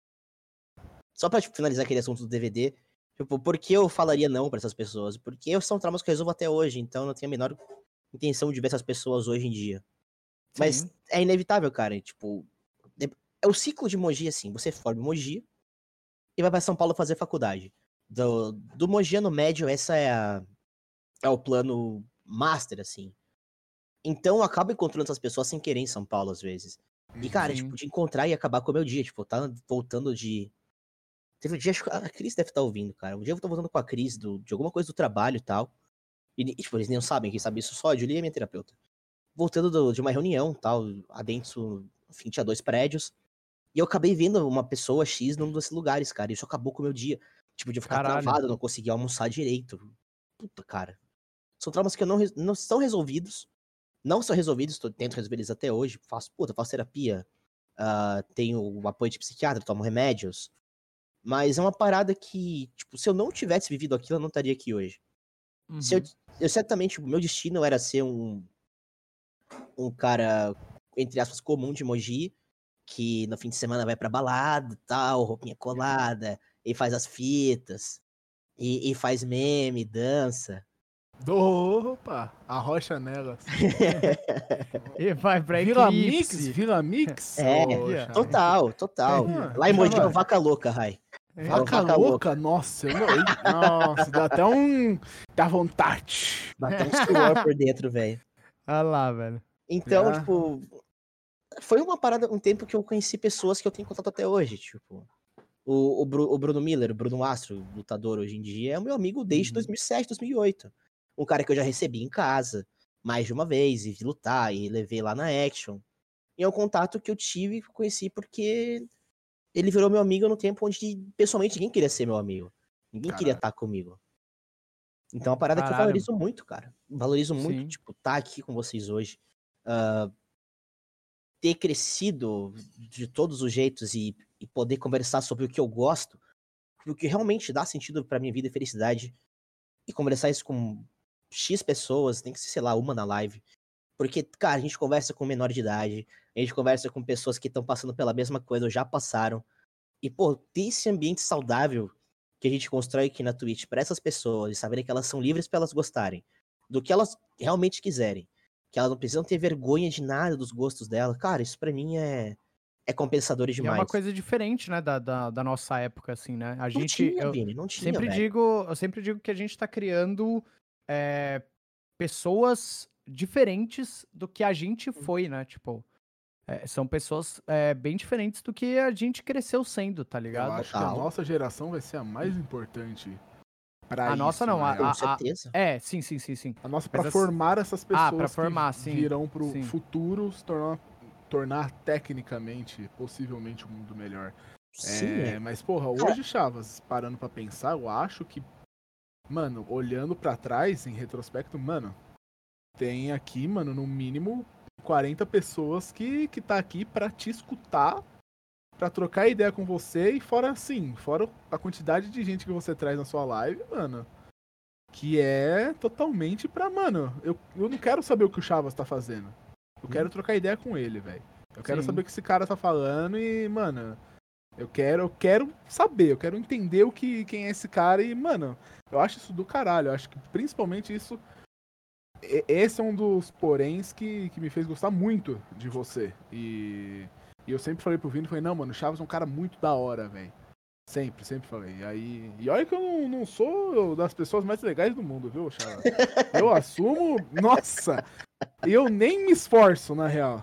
Só pra tipo, finalizar aquele assunto do D V D, tipo, por que eu falaria não pra essas pessoas? Porque são traumas que eu resolvo até hoje, então eu não tenho a menor intenção de ver essas pessoas hoje em dia. Mas Sim. é inevitável, cara. e, Tipo, é é o ciclo de Mogi, assim. Você forma em Mogi e vai pra São Paulo fazer faculdade. Do, do Mogi no médio, essa é, a, é o plano master, assim. Então eu acabo encontrando essas pessoas sem querer em São Paulo, às vezes. E, cara, Sim. tipo, de encontrar e acabar com o meu dia. Tipo, tá voltando de. Teve um dia, acho que a Cris deve estar ouvindo, cara. Um dia eu tô voltando com a Cris do, de alguma coisa do trabalho e tal. E, e, tipo, eles nem sabem, quem sabe isso só a Julia é minha terapeuta. Voltando do- de uma reunião tal, adentro, enfim, tinha dois prédios. E eu acabei vendo uma pessoa X num desses lugares, cara. E isso acabou com o meu dia. Tipo, de eu ficar Caralho. travado, não conseguir almoçar direito. Puta, cara. São traumas que eu não, res- não são resolvidos. Não são resolvidos, tô, tento resolver eles até hoje. Faço, puta, faço terapia. ah, tenho o apoio de psiquiatra, tomo remédios. Mas é uma parada que, tipo, se eu não tivesse vivido aquilo, eu não estaria aqui hoje. Se eu, Uhum. eu certamente, o meu destino era ser um, um cara, entre aspas, comum de Mogi, que no fim de semana vai pra balada e tal, roupinha colada, e faz as fitas, e, e faz meme, dança. opa, a rocha nelas. E vai pra Vila Mix? Eclipse. Vila Mix? É, Ô, Aqui, ó. Chave. Total, total. Ah, Lá em Mogi é o vai. Vaca Louca, Rai. É o Vaca, louca? Nossa, eu não... Nossa, dá até um... Dá vontade. Bateu um suor por dentro, velho. Olha lá, velho. Então, Ah. tipo, foi uma parada, um tempo que eu conheci pessoas que eu tenho contato até hoje, tipo. O, o, Bru- o Bruno Miller, o Bruno Astro, lutador hoje em dia, é o meu amigo desde Uhum. dois mil e sete, dois mil e oito. Um cara que eu já recebi em casa mais de uma vez e vi lutar e levei lá na Action. E é um contato que eu tive e conheci porque ele virou meu amigo no tempo onde pessoalmente ninguém queria ser meu amigo. Ninguém queria Caralho. estar comigo. Então é uma parada que eu Caralho. valorizo muito, cara. Valorizo muito, Sim. tipo, estar aqui com vocês hoje. ah, ter crescido de todos os jeitos e, e poder conversar sobre o que eu gosto, o que realmente dá sentido pra minha vida e felicidade, e conversar isso com X pessoas, tem que ser, sei lá, uma na live. Porque, cara, a gente conversa com menor de idade, a gente conversa com pessoas que estão passando pela mesma coisa ou já passaram. E, pô, ter esse ambiente saudável que a gente constrói aqui na Twitch pra essas pessoas e saberem que elas são livres pra elas gostarem do que elas realmente quiserem. Que elas não precisam ter vergonha de nada dos gostos dela. Cara, isso pra mim é, é compensador E é demais. uma coisa diferente, né, da, da, da nossa época, assim, né? A Não gente. tinha, eu Vini, não tinha, sempre velho. digo, eu sempre digo que a gente tá criando é, pessoas diferentes do que a gente foi, né? Tipo, é, são pessoas é, bem diferentes do que a gente cresceu sendo, tá Eu ligado? acho que a Total. nossa geração vai ser a mais importante pra A isso, nossa não, na a- real. Com a- certeza. É, sim, sim, sim, sim. A nossa Mas pra as- formar essas pessoas Ah, pra formar, que sim, virão pro sim. futuro se tornar, tornar tecnicamente, possivelmente, um mundo melhor. Sim, É, é. mas, porra, hoje, Chavas, parando pra pensar, eu acho que, mano, olhando pra trás, em retrospecto, mano, tem aqui, mano, no mínimo quarenta pessoas que, que tá aqui pra te escutar, pra trocar ideia com você, e fora assim, fora a quantidade de gente que você traz na sua live, mano, que é totalmente pra, mano, eu, eu não quero saber o que o Chavas tá fazendo. Eu quero trocar ideia com ele, velho. Eu quero Sim. saber o que esse cara tá falando e, mano, eu quero, eu quero saber, eu quero entender o que, quem é esse cara e, mano, eu acho isso do caralho. Eu acho que principalmente isso. e- Esse é um dos poréns que, que me fez gostar muito de você. E, e eu sempre falei pro Vini, falei, não, mano, o Chaves é um cara muito da hora, velho. Sempre, sempre falei. E aí, e olha que eu não, não sou das pessoas mais legais do mundo, viu, Chaves? Eu assumo, nossa, eu nem me esforço, na real.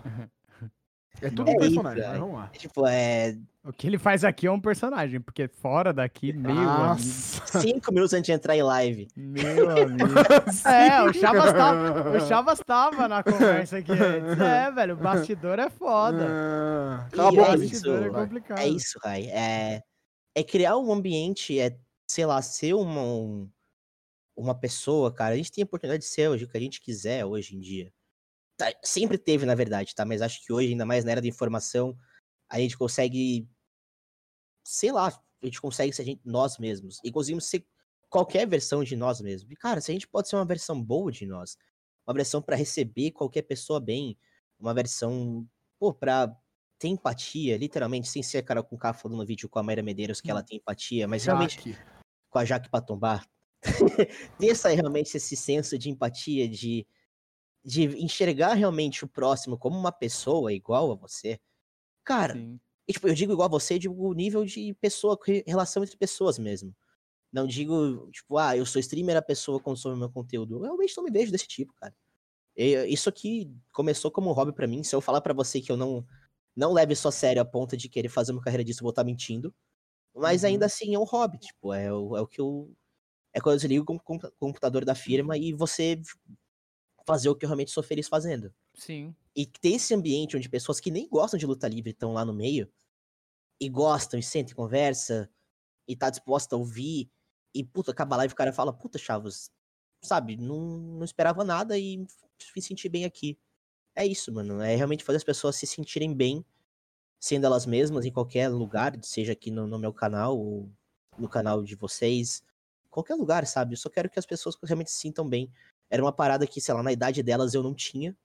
É tudo um É isso, personagem, mas velho. vamos lá. Tipo, é. O que ele faz aqui é um personagem, porque fora daqui, meu amigo. Nossa. Cinco minutos antes de entrar em live. Meu amigo. É, o Chavas, tava, o Chavas tava na conversa aqui antes. É, velho, o bastidor é foda. Ah, E cala a é boca, O Vini. isso, bastidor é vai. complicado. É isso, Rai. É, é criar um ambiente, é, sei lá, ser uma, um, uma pessoa, cara, a gente tem a oportunidade de ser hoje o que a gente quiser hoje em dia. Tá, sempre teve, na verdade, tá? Mas acho que hoje, ainda mais na era da informação, a gente consegue, sei lá, a gente consegue ser a gente, nós mesmos. E conseguimos ser qualquer versão de nós mesmos. E, cara, se a gente pode ser uma versão boa de nós, uma versão pra receber qualquer pessoa bem, uma versão, pô, pra ter empatia, literalmente, sem ser a cara com K falando no vídeo com a Mayra Medeiros que ela tem empatia, mas realmente Jaque. com a Jaque Patombá, ter essa, realmente esse senso de empatia, de, de enxergar realmente o próximo como uma pessoa igual a você. Cara, Sim. e, tipo, eu digo igual a você, eu digo o nível de pessoa, relação entre pessoas mesmo. Não digo, tipo, ah, eu sou streamer, a pessoa consome meu conteúdo. Eu realmente não me vejo desse tipo, cara. Eu, isso aqui começou como um hobby pra mim. Se eu falar pra você que eu não, não leve isso a sério a ponto de querer fazer uma carreira disso, eu vou estar mentindo. Mas Uhum. ainda assim é um hobby, tipo, é o, é o que eu... É quando eu desligo o com- computador da firma e você fazer o que eu realmente sou feliz fazendo. Sim. E ter esse ambiente onde pessoas que nem gostam de luta livre estão lá no meio, e gostam, e sentem e conversa, e tá disposta a ouvir, e puta, acaba a live e o cara fala, puta, Chavos, sabe, não, não esperava nada e me fiz sentir bem aqui. É isso, mano, é realmente fazer as pessoas se sentirem bem, sendo elas mesmas em qualquer lugar, seja aqui no, no meu canal, ou no canal de vocês, qualquer lugar, sabe? Eu só quero que as pessoas realmente se sintam bem. Era uma parada que, sei lá, na idade delas eu não tinha.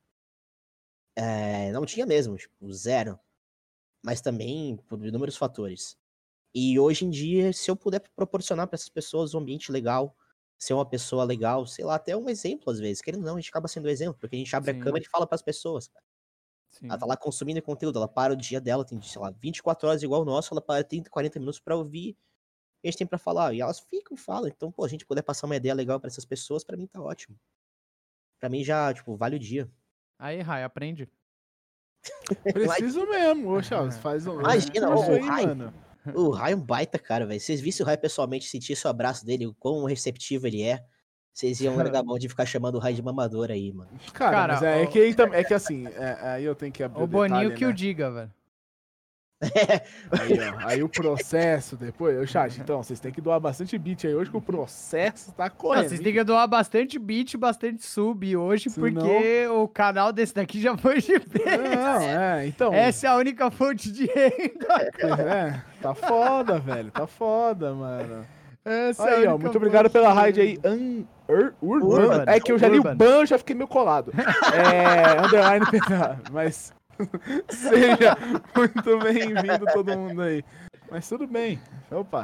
É, não tinha mesmo, tipo, zero. Mas também por inúmeros fatores. E hoje em dia, se eu puder proporcionar para essas pessoas um ambiente legal, ser uma pessoa legal, sei lá, até um exemplo às vezes. Querendo ou não, a gente acaba sendo um exemplo, porque a gente abre Sim. a câmera e fala para as pessoas, cara. Sim. Ela tá lá consumindo conteúdo, ela para o dia dela, tem, sei lá, vinte e quatro horas igual o nosso, ela para trinta, quarenta minutos para ouvir o que a gente tem para falar. E elas ficam e falam. Então, pô, a gente puder passar uma ideia legal para essas pessoas, para mim tá ótimo. Para mim já, tipo, vale o dia. Aí, Rai, aprende. Preciso mesmo, ô Charles, faz um Imagina, um curso o aí, Rai. mano. O Rai é um baita cara, velho. Vocês vissem o Rai pessoalmente, sentissem o abraço dele, o quão receptivo ele é. Vocês iam largar a mão de ficar chamando o Rai de mamador aí, mano. Cara, Cara, mas é, é ó- que, aí tam- é que assim, é- aí eu tenho que abrir O o, Boninho detalhe, que né? o diga, velho. Aí, ó, aí o processo depois, ô chat, então, vocês têm que doar bastante bit aí hoje que o processo tá Não, correndo. vocês têm que doar bastante bit, bastante sub hoje, Senão- porque o canal desse daqui já foi de vez. Não, é, então. Essa é a única fonte de renda. É, tá foda, velho, tá foda, mano. Essa é a Aí, ó, única muito obrigado fonte pela de raid aí, renda. un, ur, urban. Urban, É que eu já li Urban. o ban, já fiquei meio colado. É, underline P K, mas seja muito bem-vindo todo mundo aí. Mas tudo bem, opa.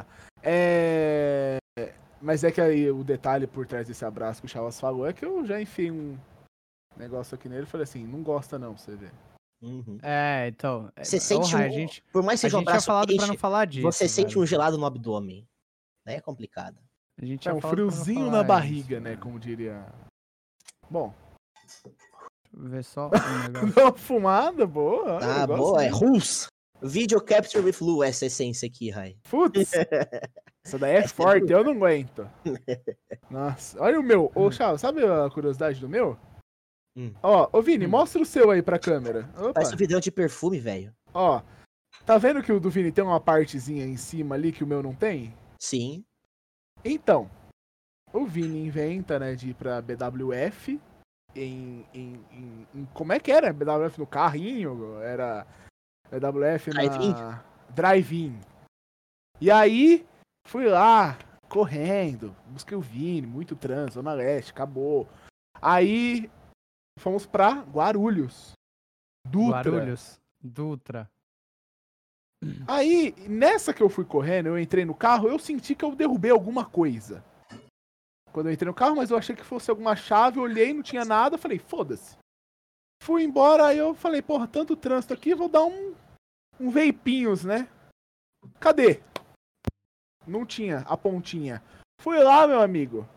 É, mas é que aí o detalhe por trás desse abraço que o Chavas falou é que eu já enfiei um negócio aqui nele e falei assim, não gosta não, você vê. Uhum. É, então. é, Você ô, sente Rai, um, a gente, por mais que a seja um gente tinha abraço falado quente, pra não falar disso. você sente velho. um gelado no abdômen. Daí é complicado. A gente É tinha um falado pra não friozinho falar na barriga, isso, né, velho. como diria. Bom, Deixa eu ver só um negócio. dá uma fumada, boa. Ah, eu gosto boa, é disso. Rules. Video Capture with Lu, essa essência aqui, Rai. Putz, essa daí é forte, eu não aguento. Nossa, olha o meu. Ô, Charles, sabe a curiosidade do meu? Hum. Ó, ô Vini, Hum. mostra o seu aí pra câmera. Opa, Parece um vidrão de perfume, velho. ó. Tá vendo que o do Vini tem uma partezinha em cima ali que o meu não tem? Sim. Então, o Vini inventa, né, de ir pra B W F em, em, em- em- como é que era? B W F no carrinho? Era B W F Drive-in? na drive-in. E aí, fui lá, correndo, busquei o Vini, muito trânsito, Zona Leste, acabou. Aí, fomos pra Guarulhos. Dutra. Guarulhos. Dutra. Aí, nessa que eu fui correndo, eu entrei no carro, eu senti que eu derrubei alguma coisa. Quando eu entrei no carro, mas eu achei que fosse alguma chave, eu olhei, não tinha nada, eu falei, foda-se. Fui embora, aí eu falei, porra, tanto trânsito aqui, vou dar um, um veipinhos, né? Cadê? Não tinha a pontinha. Fui lá, meu amigo.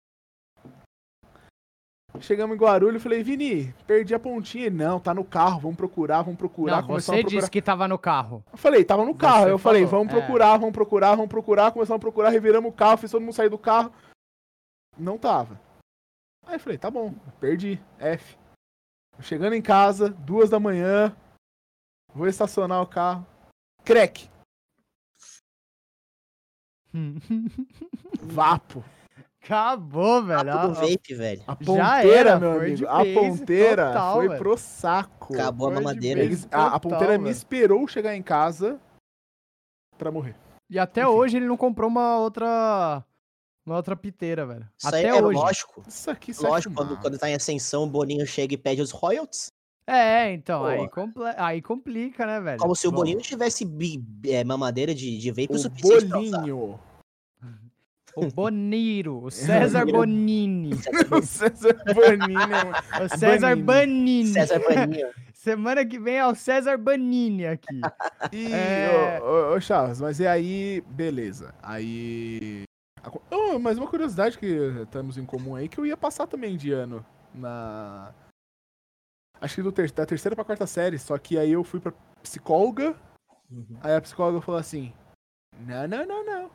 Chegamos em Guarulhos, falei, Vini, perdi a pontinha. Ele, não, tá no carro, vamos procurar, vamos procurar. Não, Começamos você a procurar. disse que tava no carro. Eu falei, tava no carro. Você Aí eu falei, falou, vamos é. procurar, vamos procurar, vamos procurar. Começamos a procurar, reviramos o carro, fiz todo mundo sair do carro. Não tava. Aí eu falei, tá bom, perdi. F. Chegando em casa, duas da manhã, vou estacionar o carro. Crack. Vapo. Acabou, velho. Papo do A- a- vape, velho. A Já ponteira, era, meu foi amigo. de A vez, ponteira total, foi velho. pro saco. Acabou a Foi de mamadeira. vez. Eles- a, a Total, ponteira me velho. esperou chegar em casa pra morrer. E até Enfim. hoje ele não comprou uma outra. Uma outra piteira, velho. Isso Até aí é hoje. lógico. Isso aqui sai Lógico, quando, fumado. quando tá em ascensão, o Boninho chega e pede os royalties. É, então, aí, Pô. comple... aí complica, né, velho? Como se o Bom, Boninho tivesse bi- é, mamadeira de, de vape o O suficiente pra usar. bolinho. O Boniro, o César Bonini. O César Bonini. é um- O César Banini. César Boninho. Semana que vem é o César Banini aqui. E, É. ô, ô, ô, Charles, mas e aí, beleza. Aí. Aco- Oh, mas uma curiosidade que estamos em comum aí, que eu ia passar também de ano na. Acho que do ter... da terceira pra quarta série, só que aí eu fui pra psicóloga, Uhum. aí a psicóloga falou assim: não, não, não, não.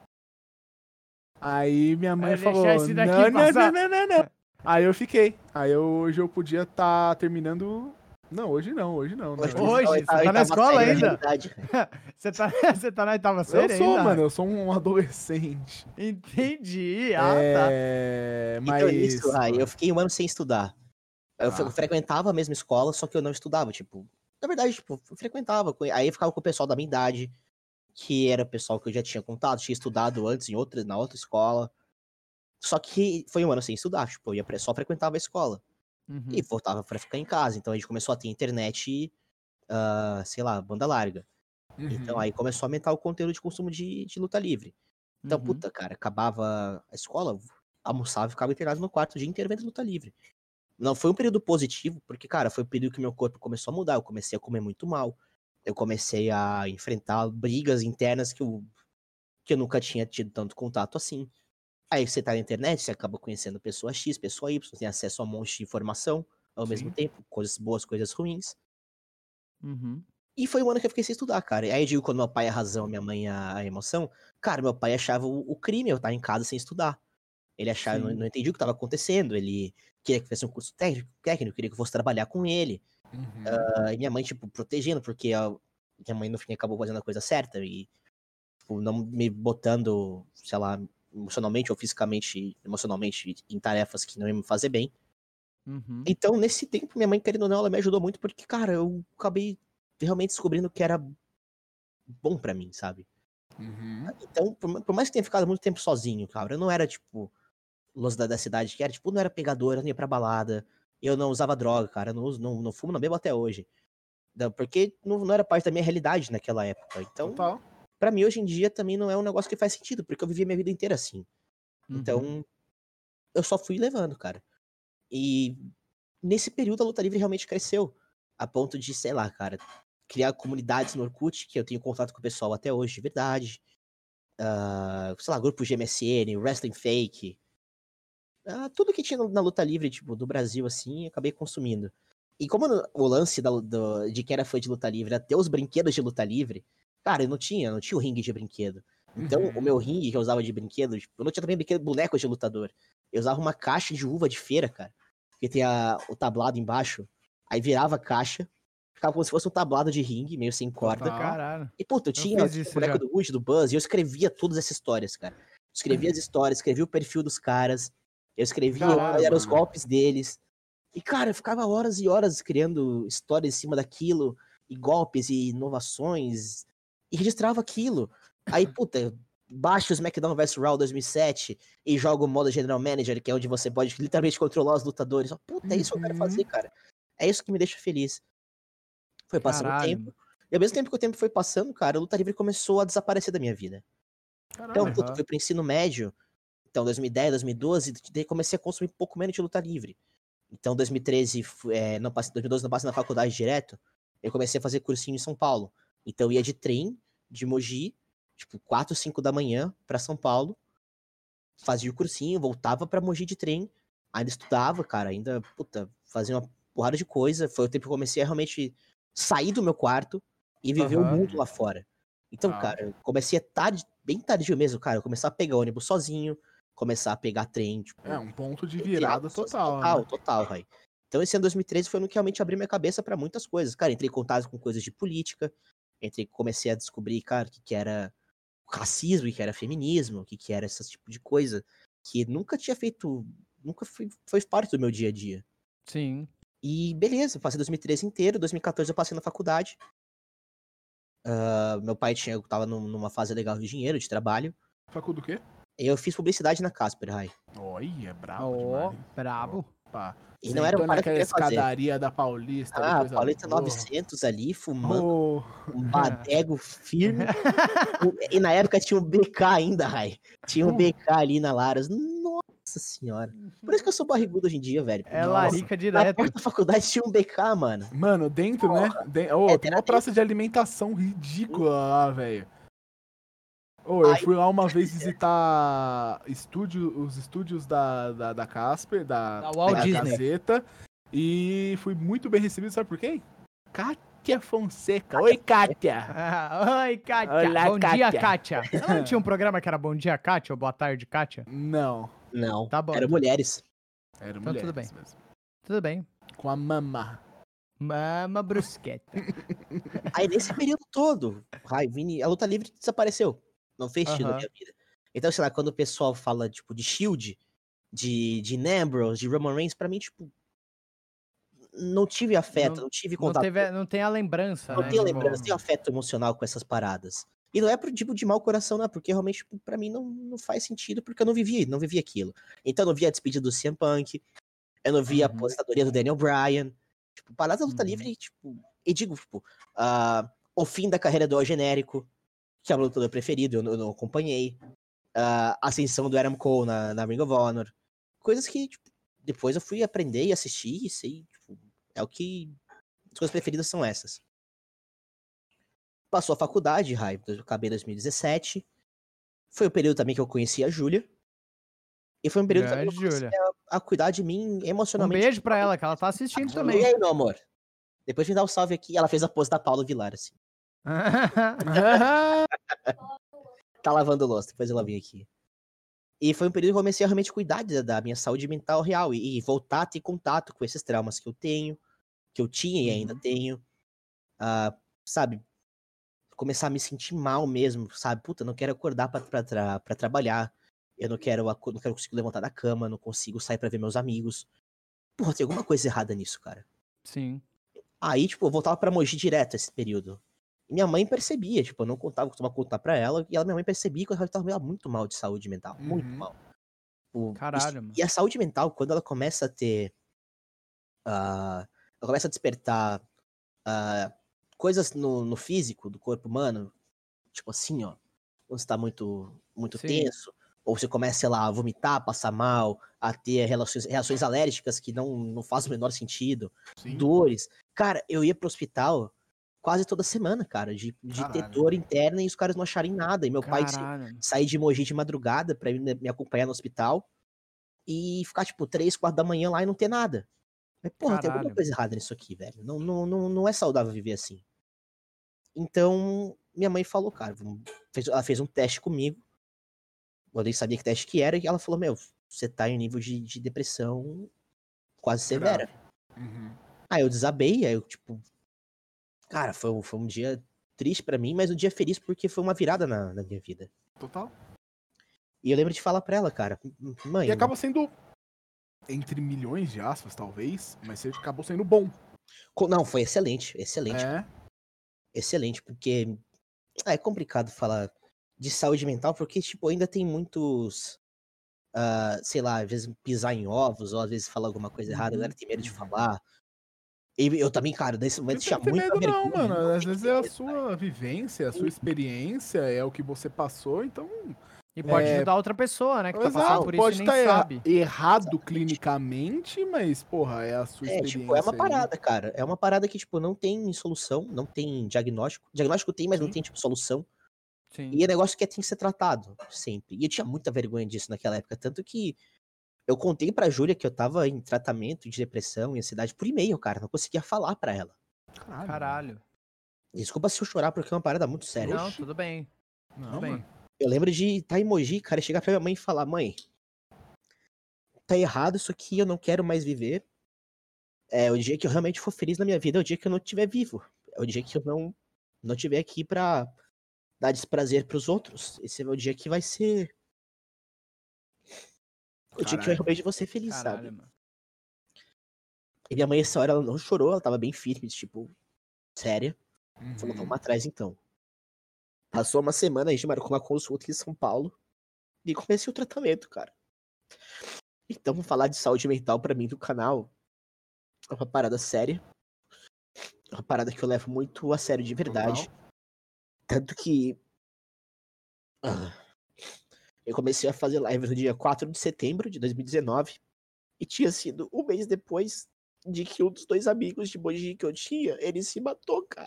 Aí minha mãe Vai falou: deixar esse daqui não, não, passar. não, não, não, não. Aí eu fiquei. Aí eu- hoje eu podia estar terminando. Não, hoje não, hoje não. Né? Hoje, Hoje, a você oitava- tá na oitava escola série é ainda? realidade. Você tá, você tá na oitava série Eu sou, ainda? mano, eu sou um adolescente. Entendi. Ah, tá. é... Mas. Então, isso, aí eu fiquei um ano sem estudar. Eu fre- Ah. frequentava a mesma escola, só que eu não estudava, tipo... Na verdade, tipo, eu frequentava. com- Aí eu ficava com o pessoal da minha idade, que era o pessoal que eu já tinha contato, tinha estudado antes em outra, na outra escola. Só que foi um ano sem estudar, tipo, eu ia pre- só frequentava a escola. Uhum. E voltava pra ficar em casa. Então a gente começou a ter internet, ah, sei lá, banda larga. Uhum. Então aí começou a aumentar o conteúdo de consumo de, de luta livre. Então, Uhum. puta, cara, acabava a escola, almoçava e ficava internado no quarto o dia inteiro vendo luta livre. Não foi um período positivo, porque, cara, foi um período que meu corpo começou a mudar. Eu comecei a comer muito mal. Eu comecei a enfrentar brigas internas que eu, que eu nunca tinha tido tanto contato assim. Aí você tá na internet, você acaba conhecendo pessoa X, pessoa Y, tem acesso a um monte de informação ao mesmo Sim. tempo, coisas boas, coisas ruins. Uhum. E foi um ano que eu fiquei sem estudar, cara. Aí eu digo quando meu pai é a razão, minha mãe é a emoção. Cara, meu pai achava o, o crime eu estar em casa sem estudar. Ele achava, não, Sim. não entendia o que estava acontecendo. Ele queria que eu fizesse um curso técnico, técnico, queria que eu fosse trabalhar com ele. Uhum. Ah, e minha mãe, tipo, protegendo, porque a, minha mãe no fim acabou fazendo a coisa certa e, tipo, não me botando, sei lá, emocionalmente ou fisicamente, emocionalmente em tarefas que não iam me fazer bem. Uhum. Então, nesse tempo, minha mãe, querendo ou não, ela me ajudou muito, porque, cara, eu acabei realmente descobrindo que era bom pra mim, sabe? Uhum. Então, por, ma- por mais que tenha ficado muito tempo sozinho, cara, eu não era, tipo, los da, da cidade, que era, tipo, não era pegador, eu não ia pra balada, eu não usava droga, cara, eu não, uso, não, não fumo, não bebo até hoje. Não, porque não, não era parte da minha realidade naquela época. Então, Total. pra mim, hoje em dia, também não é um negócio que faz sentido, porque eu vivi minha vida inteira assim. Uhum. Então, eu só fui levando, cara. E nesse período a luta livre realmente cresceu. A ponto de, sei lá, cara, criar comunidades no Orkut, que eu tenho contato com o pessoal até hoje, de verdade. Ah, sei lá, grupos de M S N, Wrestling Fake. Ah, tudo que tinha na luta livre, tipo, do Brasil, assim, eu acabei consumindo. E como no- o lance da, do- de quem era fã de luta livre, até os brinquedos de luta livre, cara, eu não tinha, não tinha o ringue de brinquedo. Então, Uhum. o meu ringue que eu usava de brinquedo, tipo, eu não tinha também brinquedo boneco de lutador. Eu usava uma caixa de uva de feira, cara. Que tem a, o tablado embaixo. Aí virava a caixa. Ficava como se fosse um tablado de ringue, meio sem corda. Total. Caralho. E, puta, eu tinha fiz tinha isso o boneco já. do Woody, do Buzz, e eu escrevia todas essas histórias, cara. Escrevia as histórias, escrevia o perfil dos caras. Eu escrevia Caralho, quais eram os mano. golpes deles. E, cara, eu ficava horas e horas criando histórias em cima daquilo. E golpes e inovações. E registrava aquilo. Aí, puta, baixa o SmackDown versus. Raw dois mil e sete e joga o modo General Manager, que é onde você pode literalmente controlar os lutadores. Puta, é isso que eu quero Uhum. fazer, cara. É isso que me deixa feliz. Foi passando o Caralho. tempo. E ao mesmo tempo que o tempo foi passando, cara, a luta livre começou a desaparecer da minha vida. Então, Caralho. puta, Aham. fui pro ensino médio. Então, dois mil e dez, dois mil e doze, daí comecei a consumir um pouco menos de luta livre. Então, dois mil e treze, fu- é, não passei, dois mil e doze não passei na faculdade direto. Eu comecei a fazer cursinho em São Paulo. Então, eu ia de trem, de Mogi, tipo, quatro, cinco da manhã pra São Paulo. Fazia o cursinho, voltava pra Mogi de trem. Ainda estudava, cara, ainda, puta, fazia uma porrada de coisa. Foi o tempo que eu comecei a realmente sair do meu quarto e viver o Aham. mundo lá fora. Então, Ah. cara, eu comecei a tarde, bem tardio mesmo, cara. Eu começar a pegar ônibus sozinho, começar a pegar trem, tipo. É um ponto de entre virada aspas, sozinho, total. Total, né? total, velho. Então, esse ano dois mil e treze foi no que realmente abriu minha cabeça pra muitas coisas. Cara, entrei em contato com coisas de política, entrei, comecei a descobrir, cara, o que, que era racismo, o que, que era feminismo, o que, que era esse tipo de coisa. que nunca tinha feito, nunca foi, foi parte do meu dia a dia. Sim. E beleza, eu passei dois mil e treze inteiro, dois mil e quatorze eu passei na faculdade. Uh, meu pai tinha, tava num- numa fase legal de dinheiro, de trabalho. Facu do quê? Eu fiz publicidade na Casper, Rai. Olha, é brabo Ó, demais. brabo. Pá. E não era um Sentou cara que naquela queria fazer. escadaria da Paulista. Ah, depois da Paulista porra. novecentos ali, fumando Oh, um badego firme. E na época tinha o B K ainda, Rai. Tinha o Hum. B K ali na Laras. Nossa senhora. Por isso que eu sou barrigudo hoje em dia, velho. É Nossa. larica Na direto. porta da faculdade tinha um B K, mano. mano, dentro, né? De... Oh, É, tem era uma praça de alimentação ridícula lá, velho. Oh, eu Aí- fui lá uma vez visitar estúdio, os estúdios da, da, da Casper, da, Da Walt Disney. Gazeta, e fui muito bem recebido, sabe por quem? Kátia Fonseca. Oi, Kátia! Ah, oi, Kátia. Olá, Bom dia, Kátia. Kátia. Ela não tinha um programa que era Bom Dia, Kátia, ou Boa Tarde, Kátia? Não, Não, Tá bom. eram mulheres. era Então, mulher tudo bem. mesmo. Tudo bem. Com a mama. Mama brusqueta. Aí nesse período todo, Rai, Vini, a luta livre desapareceu. Não fez sentido na Aham. minha vida. Então, sei lá, quando o pessoal fala, tipo, de Shield, de, de Ambrose, de Roman Reigns, pra mim, tipo, não tive afeto, Não- não, tive Não, contato. teve, não tem a lembrança, Não né? tenho tipo, lembrança, não tenho afeto emocional com essas paradas. E não é pro tipo de mau coração, não, é porque realmente, tipo, pra mim, não, não faz sentido, porque eu não vivi, não vivi aquilo. Então eu não vi a despedida do C M Punk, eu não vi a Uhum. aposentadoria do Daniel Bryan, tipo, paradas da luta Uhum. livre, tipo, e digo, tipo, ah, o fim da carreira do Genérico, que é o meu lutador preferido, eu não, eu não acompanhei, ah, a ascensão do Adam Cole na, na Ring of Honor, coisas que, tipo, depois eu fui aprender e assistir e sei, tipo, é o que, as coisas preferidas são essas. Passou a faculdade, Rai, eu acabei em dois mil e dezessete. Foi o período também que eu conheci a Júlia. E foi um período também que eu Grande, comecei Júlia. a, a cuidar de mim Um emocionalmente. beijo pra ela, que ela tá assistindo E também. aí, meu amor? Depois me dá um salve aqui. Ela fez a pose da Paula Vilar, assim. Tá lavando louça, depois ela vem aqui. E foi um período que eu comecei a realmente cuidar da, da minha saúde mental real. E, e voltar a ter contato com esses traumas que eu tenho, que eu tinha e ainda tenho. Ah, sabe? Começar a me sentir mal mesmo, sabe? Puta, eu não quero acordar pra, pra, tra- pra trabalhar. Eu não quero, aco- não quero conseguir levantar da cama, não consigo sair pra ver meus amigos. Porra, tem alguma coisa errada nisso, cara. Sim. Aí, tipo, eu voltava pra Mogi direto esse período. E minha mãe percebia, tipo, eu não contava, costumava contar pra ela, e ela, minha mãe percebia que eu tava meio- muito mal de saúde mental, muito Uhum. mal. O- Caralho, isso- mano. E a saúde mental, quando ela começa a ter, ah, ela começa a despertar ah, coisas no, no físico do corpo humano, tipo assim, ó, quando você tá muito, muito Sim. tenso, ou você começa, sei lá, a vomitar, passar mal, a ter relações, reações alérgicas que não, não fazem o menor sentido, Sim. dores. Cara, eu ia pro hospital quase toda semana, cara, de, de ter Caralho. dor interna e os caras não acharem nada. E meu pai sa- Caralho. sair de Mogi de madrugada pra ir me me acompanhar no hospital e ficar, tipo, três, quatro da manhã lá e não ter nada. Mas, porra, tem alguma Caralho. coisa errada nisso aqui, velho. Não, não, não, não é saudável viver assim. Então, minha mãe falou, cara, vamos- fez- ela fez um teste comigo. Eu nem sabia que teste que era, e ela falou, meu, você tá em nível de, de depressão quase severa. Uhum. Aí eu desabei, aí eu, tipo. Cara, foi, um- foi um dia triste pra mim, mas um dia feliz porque foi uma virada na, na minha vida. Total. E eu lembro de falar pra ela, cara, mãe. E acaba sendo, entre milhões de aspas, talvez, mas você acabou sendo bom. co- Não, foi excelente, excelente, É. excelente, porque ah, é complicado falar de saúde mental, porque, tipo, ainda tem muitos. ah, sei lá, às vezes pisar em ovos, ou às vezes falar alguma coisa errada, a Uhum, galera tem medo de uhum. falar. E eu também, cara, nesse Não momento tem tinha que ter muita medo, não, vergonha. mano. não Às tem que vezes ter é a medo, cara. sua vivência, a sua experiência, é o que você passou, então. E pode É, ajudar outra pessoa, né? Que tá Exato, passando por isso pode e nem estar erra- sabe. errado clinicamente, mas, porra, é a sua É, experiência. tipo, é uma aí. parada, cara. É uma parada que, tipo, não tem solução, não tem diagnóstico. Diagnóstico tem, mas não Sim. tem, tipo, solução. Sim. E é negócio que tem que ser tratado, sempre. E eu tinha muita vergonha disso naquela época. Tanto que eu contei pra Júlia que eu tava em tratamento de depressão e ansiedade por e-mail, cara. Não conseguia falar pra ela. Caralho. Caralho. Desculpa se eu chorar, porque é uma parada muito séria. Não, Oxi. tudo bem. Não, Tudo bem. mano. Eu lembro de estar em Mogi, cara, e chegar pra minha mãe e falar, mãe, tá errado isso aqui, eu não quero mais viver. É, o dia que eu realmente for feliz na minha vida é o dia que eu não estiver vivo. É o dia que eu não, não estiver aqui pra dar desprazer pros outros. Esse é o dia que vai ser O dia que eu Caralho. realmente vou ser feliz, Caralho, sabe? mano. E minha mãe, essa hora, ela não chorou, ela tava bem firme, tipo, séria. Uhum. Falou, vamos atrás então. Passou uma semana, a gente marcou uma consulta em São Paulo e comecei o tratamento, cara. Então, falar de saúde mental pra mim do canal é uma parada séria. É uma parada que eu levo muito a sério de verdade. Total. Tanto que ah, eu comecei a fazer live no dia quatro de setembro de dois mil e dezenove e tinha sido um mês depois de que um dos dois amigos de Mogi que eu tinha, ele se matou, cara.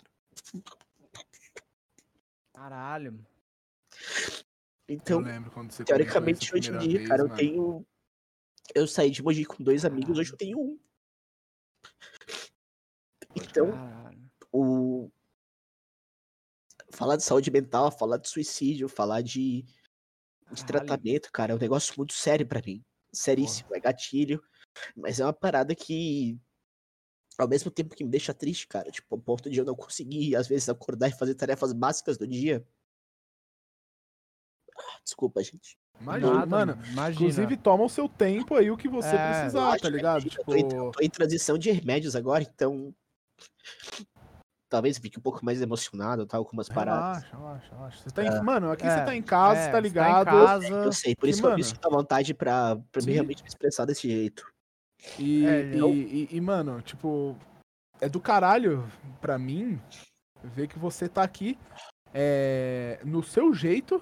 Caralho. mano. Então, eu lembro quando você teoricamente, comentou hoje isso a em primeira dia, vez, cara, eu mano. tenho. Eu saí de Mogi com dois amigos, hoje eu tenho um. Então, Caralho. o... falar de saúde mental, falar de suicídio, falar de, de Caralho. tratamento, cara, é um negócio muito sério pra mim. Seríssimo, é gatilho. Mas é uma parada que, ao mesmo tempo que me deixa triste, cara, tipo, ao ponto de eu não conseguir, às vezes, acordar e fazer tarefas básicas do dia. Ah, desculpa, gente. Imagina, Nada, mano. mano, imagina. Inclusive, toma o seu tempo aí, o que você É, precisar, Lógico, tá ligado? eu Tipo, tô, em, eu tô em transição de remédios agora, então talvez fique um pouco mais emocionado, tá? Algumas paradas. relaxa, relaxa, relaxa. Você tá em... Mano, aqui É, você tá em casa, é, tá você tá em ligado? casa. Eu sei, por Que, isso que eu mano, me sinto à vontade pra, pra sim. me realmente me expressar desse jeito. E, É, e, eu- e, e, mano, tipo, é do caralho pra mim ver que você tá aqui é, no seu jeito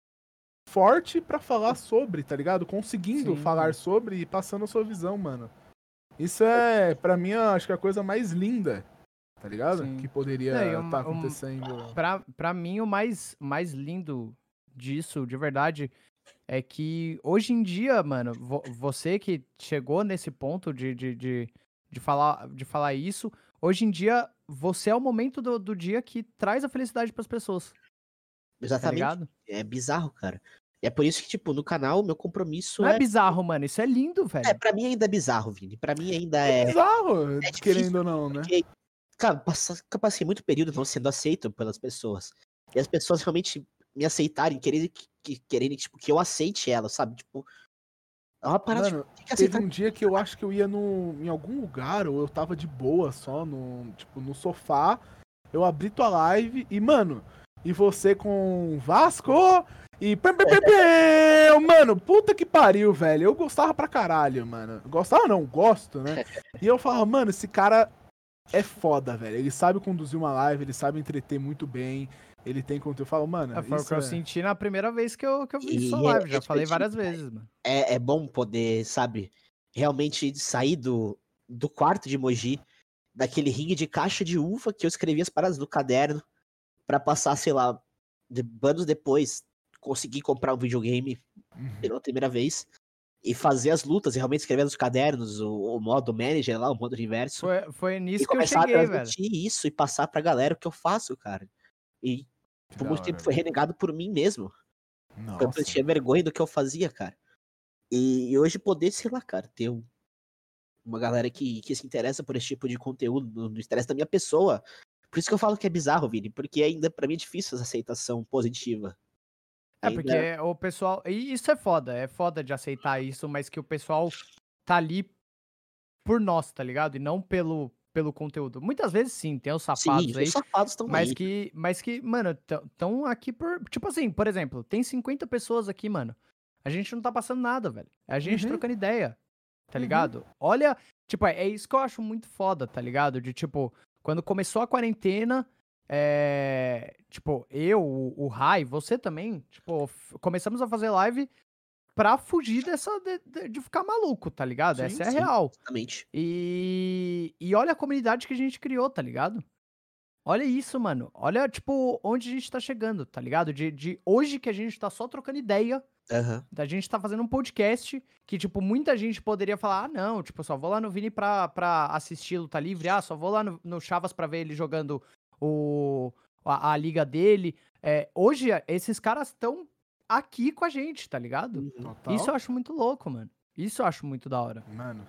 forte pra falar sobre, tá ligado? Conseguindo Sim, falar mano. sobre e passando a sua visão, mano. Isso é, pra mim, eu acho que é a coisa mais linda, tá ligado? Sim. Que poderia Não, e estar uma- um- acontecendo. Pra, pra mim, o mais, mais lindo disso, de verdade, é que hoje em dia, mano, vo- você que chegou nesse ponto de, de, de, de, falar, de falar isso, hoje em dia, você é o momento do, do dia que traz a felicidade pras pessoas, tá Exatamente. ligado? É bizarro, cara. E é por isso que, tipo, no canal, meu compromisso Não é é. bizarro, mano, isso é lindo, É, velho. pra mim ainda é bizarro, Vini. Pra mim ainda É é. bizarro, É difícil, querendo ou não, né? porque, cara, passa- eu passei muito período não sendo aceito pelas pessoas. E as pessoas realmente me aceitarem, querendo que, que, querendo, tipo, que eu aceite elas, sabe? Tipo, é uma parada Mano, tipo, tem que teve aceitar. um dia que eu acho que eu ia no, em algum lugar, ou eu tava de boa só, no, tipo, no sofá. Eu abri tua live e, mano, e você com Vasco e... pem, pem, pem, pem. Mano, puta que pariu, velho. Eu gostava pra caralho, mano. Gostava não, gosto, né? E eu falava, mano, esse cara é foda, velho. Ele sabe conduzir uma live, ele sabe entreter muito bem. Ele tem conteúdo. Eu falo, mano, É, foi o isso que eu é... senti na primeira vez que eu, que eu vi E sua é- live, é já falei divertido, várias cara. vezes, mano. É, é bom poder, sabe, realmente sair do, do quarto de Mogi, daquele ringue de caixa de uva que eu escrevi as paradas do caderno, pra passar, sei lá, de, anos depois, conseguir comprar um videogame Uhum. pela primeira vez e fazer as lutas, e realmente escrever nos cadernos, o, o modo manager lá, o modo universo, Foi, foi e nisso que eu começar cheguei, a velho. transmitir isso e passar pra galera o que eu faço, cara. E Que por da muito hora, tempo foi velho. renegado por mim mesmo. Porque Nossa. eu tinha vergonha do que eu fazia, cara. E, e hoje poder, sei lá, cara, ter um- uma galera que, que se interessa por esse tipo de conteúdo, não não interessa da minha pessoa. Por isso que eu falo que é bizarro, Vini, porque ainda pra mim é difícil essa aceitação positiva. É, Ainda- porque o pessoal. E isso é foda, é foda de aceitar isso, mas que o pessoal tá ali por nós, tá ligado? E não pelo, pelo conteúdo. Muitas vezes sim, tem os Sim, safados aí, os safados estão mas aí. que, mas que, mano, estão aqui por. Tipo assim, por exemplo, tem cinquenta pessoas aqui, mano. A gente não tá passando nada, velho. É a gente Uhum. trocando ideia, tá Uhum. ligado? Olha, tipo, é, é isso que eu acho muito foda, tá ligado? De tipo, quando começou a quarentena. É, tipo, eu, o, o Rai, você também, tipo, f- começamos a fazer live pra fugir dessa, de, de- de ficar maluco, tá ligado? Sim, Essa é a sim. real. Exatamente. E, e olha a comunidade que a gente criou, tá ligado? Olha isso, mano. Olha, tipo, onde a gente tá chegando, tá ligado? De, de hoje que a gente tá só trocando ideia, Aham. da gente tá fazendo um podcast que, tipo, muita gente poderia falar, ah, não, tipo, só vou lá no Vini pra, pra assistir Luta Livre, ah, só vou lá no, no Chavas pra ver ele jogando o, a, a liga dele. É, hoje, esses caras estão aqui com a gente, tá ligado? Uhum. Total. Isso eu acho muito louco, mano. Isso eu acho muito da hora. Mano,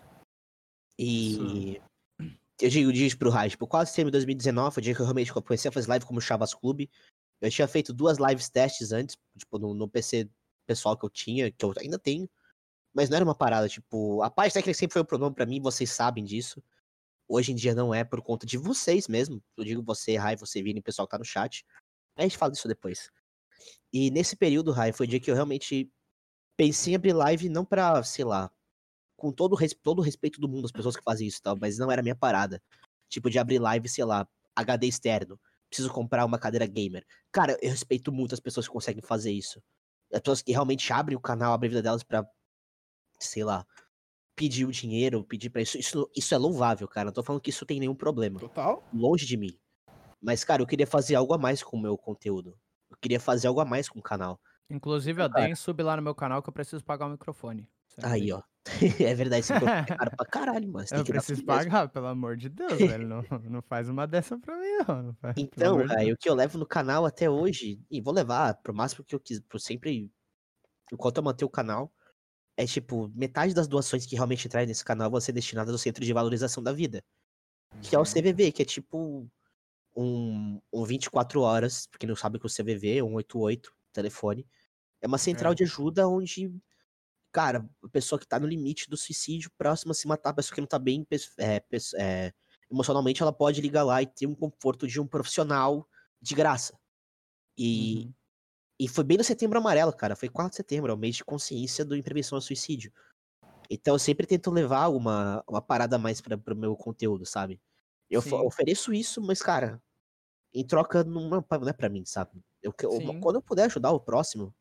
E eu digo disso pro Rai, tipo, quase setembro de dois mil e dezenove, foi o dia que eu realmente comecei a fazer live como Chavas Clube. Eu tinha feito duas lives testes antes, tipo, no, no P C pessoal que eu tinha, que eu ainda tenho. Mas não era uma parada, tipo, a parte técnica sempre foi um problema pra mim, vocês sabem disso. Hoje em dia não é por conta de vocês mesmo. Eu digo você, Rai, você, Vini, o pessoal que tá no chat. A gente fala disso depois. E nesse período, Rai, foi o dia que eu realmente pensei em abrir live não pra, sei lá, com todo, res- todo o respeito do mundo, as pessoas que fazem isso e tal, mas não era a minha parada. Tipo, de abrir live, sei lá, H D externo. Preciso comprar uma cadeira gamer. Cara, eu respeito muito as pessoas que conseguem fazer isso. As pessoas que realmente abrem o canal, abrem a vida delas pra, sei lá, pedir o dinheiro, pedir pra isso. Isso, isso é louvável, cara. Não tô falando que isso tem nenhum problema. Total. Longe de mim. Mas, cara, eu queria fazer algo a mais com o meu conteúdo. Eu queria fazer algo a mais com o canal. Inclusive, ó, deem sub lá no meu canal que eu preciso pagar o microfone. Sério Aí, mesmo. ó. É verdade, esse microfone é caro pra caralho, mano. Você tem Eu que dar preciso tudo mesmo. pagar, pelo amor de Deus, velho. Não, não faz uma dessa pra mim, não. não faz, pelo Então, amor de Rai, Deus. o que eu levo no canal até hoje, e vou levar pro máximo que eu quiser, por sempre, enquanto eu manter o canal, é tipo, metade das doações que realmente entrarem nesse canal vão ser destinadas ao Centro de Valorização da Vida, que é o C V V, que é tipo um, um vinte e quatro horas, pra quem não sabe o que é o C V V, um oito oito, telefone. É uma central É. de ajuda onde, cara, a pessoa que tá no limite do suicídio, próxima a se matar, a pessoa que não tá bem pes- é, pes- é, emocionalmente, ela pode ligar lá e ter um conforto de um profissional de graça. E, Uhum. e foi bem no Setembro Amarelo, cara. Foi quatro de setembro, é o mês de consciência do em prevenção ao suicídio. Então eu sempre tento levar uma, uma parada a mais para pro meu conteúdo, sabe? Eu fa- Sim. ofereço isso, mas, cara, em troca não é pra- não é pra mim, sabe? Eu, que- eu- Sim. quando eu puder ajudar o próximo,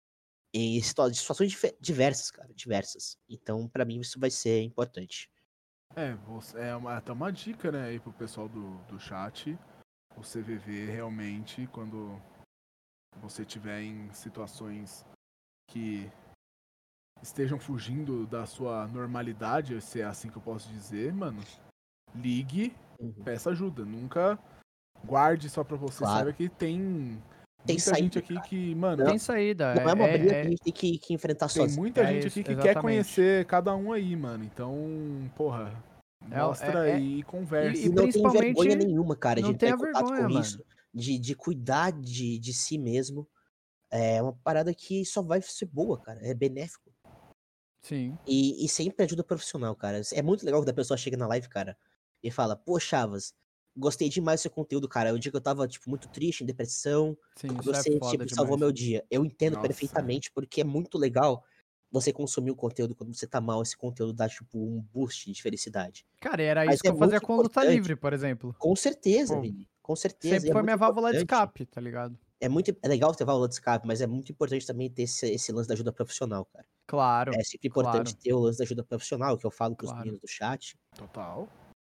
em situa- situações dife- diversas, cara, diversas. Então, pra mim, isso vai ser importante. É, você- é uma, até uma dica, né, aí pro pessoal do, do chat. O C V V realmente, quando você tiver em situações que estejam fugindo da sua normalidade, se é assim que eu posso dizer, mano, ligue, Uhum. peça ajuda. Nunca guarde só pra você. Claro. Saiba que tem Tem muita saída, gente aqui que, mano, Tem saída. Não é uma briga que a é, gente tem que, que enfrentar tem sozinho. muita É gente isso, aqui que quer exatamente. conhecer cada um aí, mano. Então, porra, É- mostra é- é- aí e conversa. e E não tem principalmente, vergonha nenhuma, cara, de não entrar tenha em contato vergonha, com mano. isso. De, de cuidar de, de si mesmo. É uma parada que só vai ser boa, cara. É benéfico. Sim. E, e sempre ajuda profissional, cara. É muito legal quando a pessoa chega na live, cara, e fala, pô, Chavas, gostei demais do seu conteúdo, cara. O dia que eu tava, tipo, muito triste, em depressão, Sim, isso você, é foda tipo, salvou demais. meu dia. Eu entendo Nossa. perfeitamente, porque é muito legal você consumir o conteúdo quando você tá mal. Esse conteúdo dá, tipo, um boost de felicidade. Cara, era Mas isso que é eu fazia muito com luta importante. livre, por exemplo. Com certeza, Pô, Vini. Com certeza. Sempre e é foi muito minha válvula de importante. escape, tá ligado? É muito é legal ter válvula de escape, mas é muito importante também ter esse, esse lance da ajuda profissional, cara. Claro. É sempre importante claro. ter o lance da ajuda profissional, que eu falo pros Claro. meninos do chat. Total.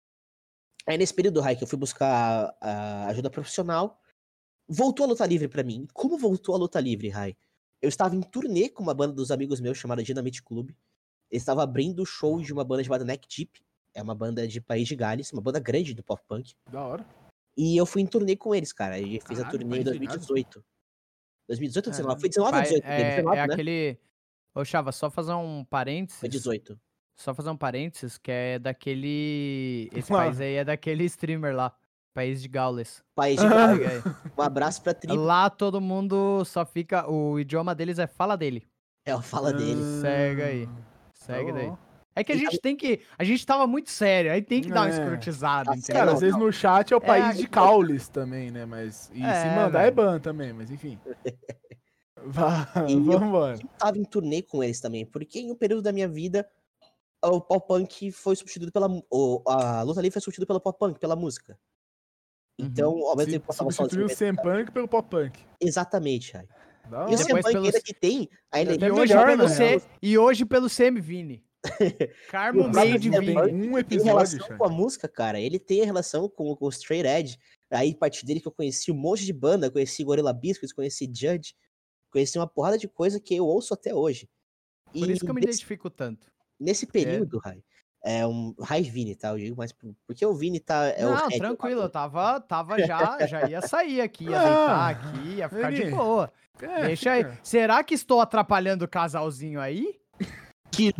Aí nesse período, Rai, que eu fui buscar a ajuda profissional, voltou a luta livre pra mim. Como voltou a luta livre, Rai? Eu estava em turnê com uma banda dos amigos meus chamada Dynamite Club. Eles estavam abrindo o show de uma banda chamada Neck Deep. É uma banda de País de Gales, uma banda grande do pop punk. Da hora. E eu fui em turnê com eles, cara. E fiz a Caralho, turnê em País de dois mil e dezoito. dois mil e dezoito ou dezenove? Foi dezenove ou Pai, dezoito? é, dezenove, é né? aquele... Ô, Chava, só fazer um parênteses. Foi dezoito. Só fazer um parênteses, que é daquele... Esse Ah. país aí é daquele streamer lá. País de Gaules. País de Pega Gales. aí. Um abraço pra tribo. Lá todo mundo só fica... O idioma deles é fala dele. É a fala dele. Segue aí. Ah, Segue tá daí. bom. É que a E gente tem que... A gente tava muito sério, aí tem que dar uma É. escrotizada, Tá entendeu? Cara, Não, às vezes não. no chat é o É, país de Caules também, né? Mas. E se É, mandar é velho. ban também, mas enfim. Vá, E eu- vambora. Eu tava em turnê com eles também, porque em um período da minha vida, o pop punk foi substituído pela... mu- o- a luta livre foi substituída pelo pop punk, pela música. Então, ao mesmo Se- tempo que eu tava Substituiu sozinho... o Sam Punk pelo Pop Punk. Exatamente, Rai. Da E o hora. Sam depois Punk pelos- ainda que tem a Até energia... E hoje, melhor, pelo né? C... e hoje pelo C M Vini. Carmo E o próprio Made Sam Vini. Punk Tem um tem episódio, relação Chay. com a música, cara. Ele tem a relação com, com o Straight Edge. Aí, a partir dele que eu conheci um monte de banda, conheci Gorilla Biscuits, conheci Judge, conheci uma porrada de coisa que eu ouço até hoje. Por E isso que eu me nesse, identifico tanto. nesse período, Rai, é um Rai Vini, tá? Eu digo mais pro- porque o Vini tá... É o Não, head, tranquilo, eu tava, tava já, já ia sair aqui, ia Ah, deitar aqui, ia ficar de Vini. boa. É, Deixa aí. fica. Será que estou atrapalhando o casalzinho aí? Que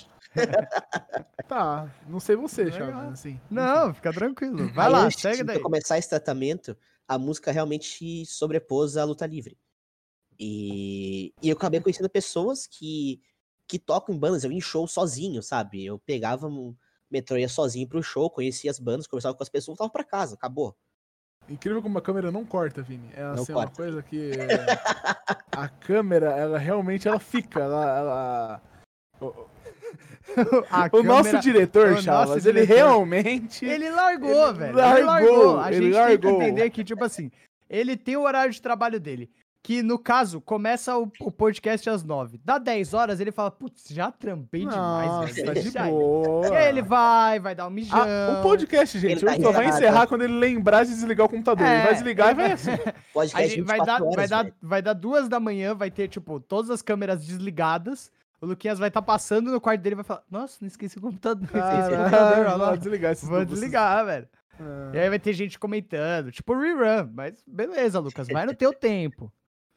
Tá. Tá. Não sei você, Legal. Chave, mas assim. Não, fica tranquilo. Vai Aí, lá, antes segue de daí. eu começar esse tratamento, a música realmente sobrepôs a luta livre. E, e eu acabei conhecendo pessoas que que tocam em bandas, eu ia em show sozinho, sabe? Eu pegava um metrô, ia sozinho pro show, conhecia as bandas, conversava com as pessoas, voltava pra casa, acabou. Incrível como a câmera não corta, Vini. É Não assim, uma corta. coisa que a câmera, ela realmente ela fica, ela, ela... A O nosso câmera- diretor, o Chavas, nosso ele diretor- realmente Ele largou, Ele velho. largou, ele largou. A ele gente largou. tem que entender que, tipo assim, ele tem o horário de trabalho dele. Que, no caso, começa o, o podcast às nove. Dá dez horas, ele fala, putz, já trampei demais, Nossa, velho. tá de deixa aí. boa. E aí ele vai, vai dar um mijão. Ah, o podcast, gente, Ele tá hoje só vai encerrado. encerrar quando ele lembrar de desligar o computador. É, ele vai desligar e ele vai vai- assim. A Podcast gente vai, dar, 24 vai, horas, dar, velho. vai dar duas da manhã, vai ter, tipo, todas as câmeras desligadas. O Luquinhas vai estar passando no quarto dele e vai falar, nossa, não esqueci o computador. Esqueci o computador, olha Caralho, lá. vou desligar esses Vou duplos. desligar, velho. Ah. E aí vai ter gente comentando, tipo rerun, mas beleza, Lucas, vai no teu tempo.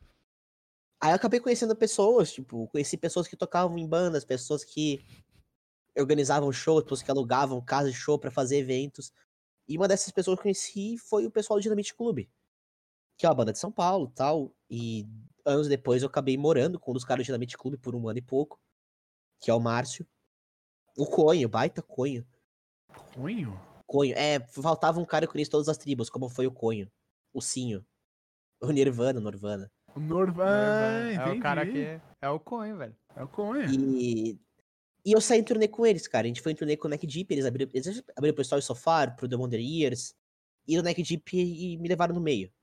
Aí eu acabei conhecendo pessoas, tipo, conheci pessoas que tocavam em bandas, pessoas que organizavam shows, pessoas que alugavam casa de show pra fazer eventos. E uma dessas pessoas que eu conheci foi o pessoal do Dinamite Clube, que é uma banda de São Paulo e tal. E anos depois eu acabei morando com um dos caras do Dinamite Clube por um ano e pouco, que é o Márcio. O Conho, baita Conho. Cunho? Conho, é, faltava um cara que conhecia todas as tribos, como foi o Conho. O Sinho. O Nirvana, Norvana. O Norvan, ah, é o cara entendi. que é o Coin, velho. É o Cunho. E, e eu saí em turnê com eles, cara. A gente foi em turnê com o Neck Deep, eles abriram, eles abriram pro Story So Far, pro The Wonder Years, e o Neck Deep e, e me levaram no meio.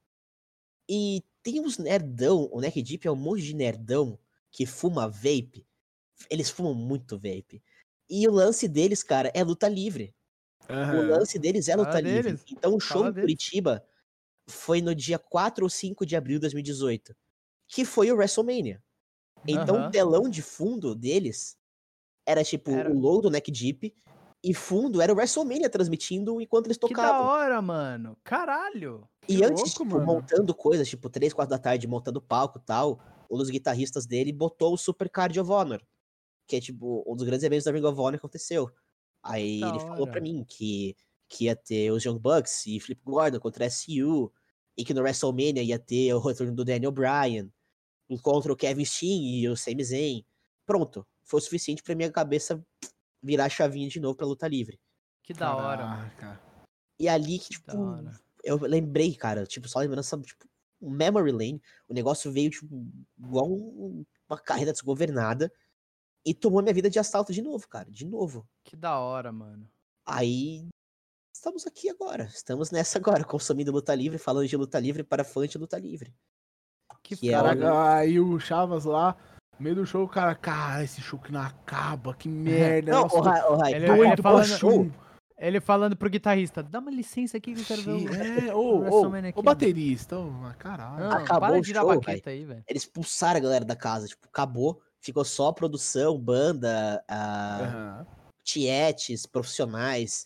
E tem uns nerdão, o Neck Deep é um monte de nerdão que fuma vape. Eles fumam muito vape. E o lance deles, cara, é luta livre. O Aham. lance deles é Fala luta livre. deles. Então o show Fala em deles. Curitiba foi no dia quatro ou cinco de abril de dois mil e dezoito, que foi o WrestleMania. Então Aham. o telão de fundo deles era tipo Era- o logo do Neck Deep e fundo era o WrestleMania transmitindo enquanto eles Que da tocavam. hora, mano. Caralho. E que antes, louco, tipo, mano. montando coisas, tipo, três, quatro da tarde, montando palco e tal, um dos guitarristas dele botou o Super Card of Honor, que é, tipo, um dos grandes eventos da Ring of Honor que aconteceu. Aí Da ele falou hora. pra mim que, que ia ter os Young Bucks e Flip Gordon contra S U, e que no WrestleMania ia ter o retorno do Daniel Bryan, contra o Kevin Steen e o Sami Zayn. Pronto, foi o suficiente pra minha cabeça virar a chavinha de novo pra luta livre. Que da hora, mano. Caraca. E ali que, Que tipo, da hora. eu lembrei, cara, tipo, só lembrança, tipo, um memory lane, o negócio veio, tipo, igual um- uma carreira desgovernada e tomou minha vida de assalto de novo, cara, de novo. Que da hora, mano. Aí, estamos aqui agora, estamos nessa agora, consumindo luta livre, falando de luta livre para fãs de luta livre. Que Que é foda. Caraca, aí o Chavas lá, no meio do show, o cara, cara, esse show que não acaba, que merda. Não, nossa, o Rai, o Rai, Ele- doido ele pra falando- show. Ele falando pro guitarrista, dá uma licença aqui que eu quero ver o... É, o ô, ô, WrestleMania aqui, ô, baterista, ô, ah, caralho. Não, Acabou para o de girar show, a baqueta aí, velho. Eles expulsaram a galera da casa, tipo, acabou, ficou só produção, banda, a... Aham. tietes, profissionais,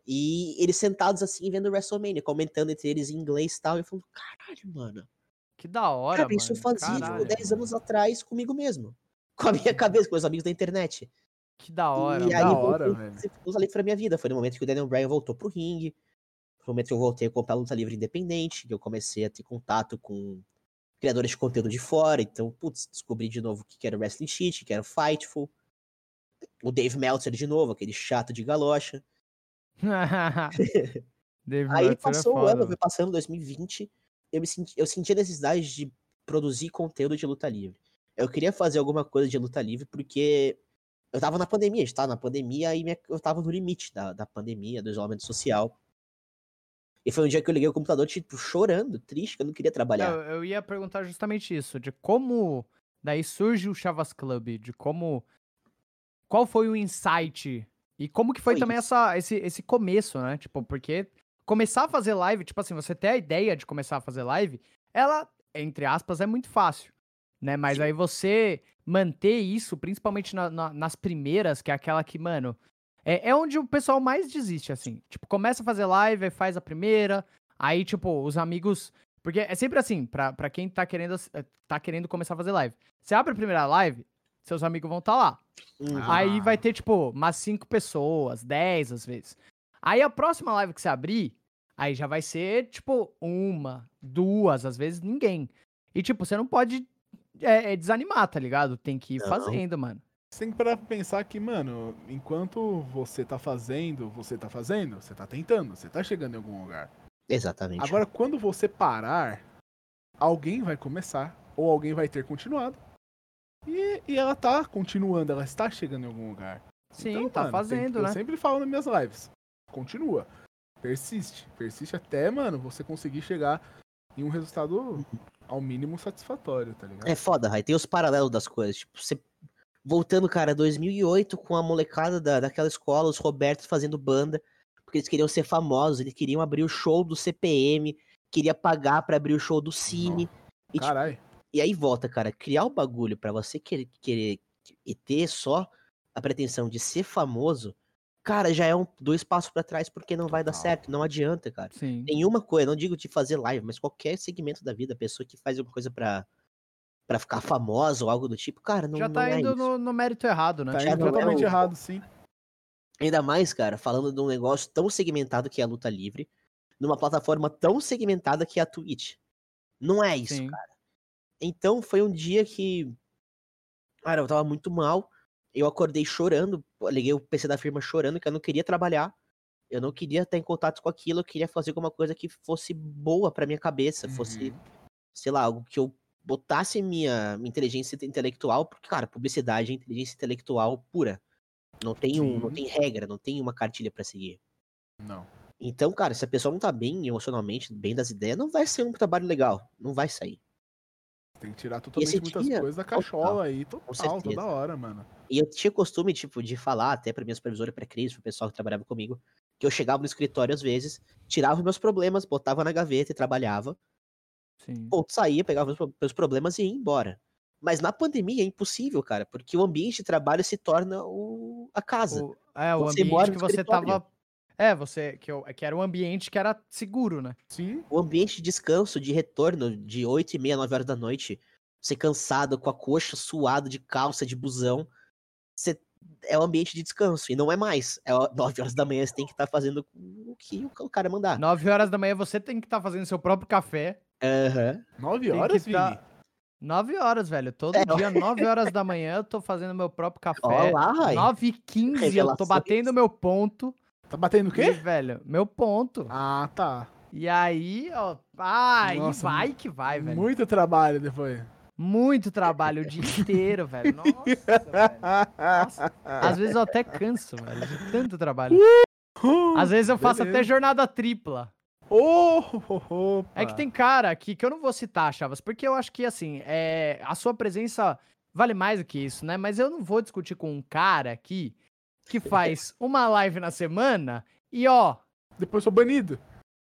e eles sentados assim vendo o WrestleMania, comentando entre eles em inglês e tal, e eu falando, caralho, mano. Que da hora, Cara, mano. isso eu fazia, tipo, Caralho. dez anos atrás comigo mesmo. Com a minha cabeça, com os amigos da internet. Que da hora, e mano. aí da voltou, hora, velho. luta livre pra minha vida. Foi no momento que o Daniel Bryan voltou pro ringue. Foi no momento que eu voltei a comprar luta livre independente, que eu comecei a ter contato com criadores de conteúdo de fora. Então, putz, descobri de novo o que era o Wrestling Cheat, que era o Fightful. O Dave Meltzer de novo, aquele chato de galocha. Dave Aí Meltzer é passou o foda, ano, mano. foi passando dois mil e vinte, eu, me senti, eu senti a necessidade de produzir conteúdo de luta livre. Eu queria fazer alguma coisa de luta livre porque eu tava na pandemia, a gente tava na pandemia e minha- eu tava no limite da, da pandemia, do isolamento social. E foi um dia que eu liguei o computador, tipo, chorando, triste, que eu não queria trabalhar. Eu, eu ia perguntar justamente isso, de como daí surge o Chavas Club, de como... Qual foi o insight e como que foi, Foi também isso. essa, esse, esse começo, né? Tipo, porque começar a fazer live, tipo assim, você ter a ideia de começar a fazer live, ela, entre aspas, é muito fácil, né? Mas Sim. aí você manter isso, principalmente na- na- nas primeiras, que é aquela que, mano, é, é onde o pessoal mais desiste, assim. Tipo, começa a fazer live, aí faz a primeira, aí, tipo, os amigos... Porque é sempre assim, pra, pra quem tá querendo, eh, tá querendo começar a fazer live. Você abre a primeira live, seus amigos vão estar lá. Uhum. Ah. Aí vai ter, tipo, umas cinco pessoas, dez às vezes. Aí a próxima live que você abrir, aí já vai ser, tipo, uma, duas, às vezes ninguém. E, tipo, você não pode é, é, desanimar, tá ligado? Tem que ir Não. fazendo, mano. Você tem que parar pra pensar que, mano, enquanto você tá fazendo, você tá fazendo, você tá tentando, você tá chegando em algum lugar. Exatamente. Agora, quando você parar, alguém vai começar, ou alguém vai ter continuado. E, e ela tá continuando, ela está chegando em algum lugar. Sim, Então, tá mano, fazendo, tem que- né? Eu sempre falo nas minhas lives. Continua. Persiste. Persiste até, mano, você conseguir chegar em um resultado ao mínimo satisfatório, tá ligado? É foda, Rai. Tem os paralelos das coisas. Tipo, você. Voltando, cara, dois mil e oito com a molecada da, daquela escola, os Robertos fazendo banda, porque eles queriam ser famosos, eles queriam abrir o show do C P M, queria pagar pra abrir o show do Cine. E, tipo, Caralho. e aí volta, cara, criar o bagulho pra você querer, querer e ter só a pretensão de ser famoso, cara, já é um dois passos pra trás, porque não vai dar Total. certo, não adianta, cara. Sim. Nenhuma coisa, não digo de fazer live, mas qualquer segmento da vida, a pessoa que faz alguma coisa pra, pra ficar famosa ou algo do tipo, cara, não, Já não tá é indo isso. no, no mérito errado, né? Tá Já indo não é totalmente o- errado, sim. Ainda mais, cara, falando de um negócio tão segmentado que é a luta livre, numa plataforma tão segmentada que é a Twitch. Não é isso, Sim. cara. Então foi um dia que, cara, eu tava muito mal. Eu acordei chorando, pô, liguei o P C da firma chorando, que eu não queria trabalhar. Eu não queria estar em contato com aquilo, eu queria fazer alguma coisa que fosse boa pra minha cabeça, fosse, Uhum. sei lá, algo que eu botasse minha, minha inteligência intelectual, porque, cara, publicidade é inteligência intelectual pura. Não tem, um, não Sim. tem regra, não tem uma cartilha pra seguir. Não. Então, cara, se a pessoa não tá bem emocionalmente, bem das ideias, não vai ser um trabalho legal. Não vai sair. Tem que tirar totalmente esse muitas dia, coisas da total, cachola aí, total, certeza. toda hora, mano. E eu tinha costume, tipo, de falar até pra minha supervisora, pra Cris, pro pessoal que trabalhava comigo, que eu chegava no escritório às vezes, tirava meus problemas, botava na gaveta e trabalhava. Sim. Ou saía, pegava os meus problemas e ia embora. Mas na pandemia é impossível, cara, porque o ambiente de trabalho se torna o... a casa. O, é, o Você ambiente mora no que você escritório. tava. É, você. Que, eu, que era um ambiente que era seguro, né? Sim. O ambiente de descanso, de retorno, de oito e meia, nove horas da noite, você cansado, com a coxa suado de calça, de busão, você é o ambiente de descanso, e não é mais. É nove horas da manhã, você tem que estar fazendo o que o cara mandar. nove horas da manhã você tem que estar fazendo seu próprio café. Aham. Nove Tem horas, que Vini? tá... nove horas, velho. Todo É, dia, nove horas da manhã, eu tô fazendo meu próprio café. Ó lá, Rai. nove e quinze eu tô Revelações. batendo meu ponto. Tá batendo o E, quê? velho, meu ponto. Ah, tá. E aí, ó. Ah, e Nossa, vai que vai, velho. Muito trabalho depois. Muito trabalho o dia inteiro, velho. Nossa, velho. Nossa. Às vezes eu até canso, velho, de tanto trabalho. Às vezes eu faço até Beleza. jornada tripla. Oh, oh, oh, É que tem cara aqui que eu não vou citar, Chavas, porque eu acho que, assim, é, a sua presença vale mais do que isso, né? Mas eu não vou discutir com um cara aqui que faz uma live na semana e, ó, Depois sou banido.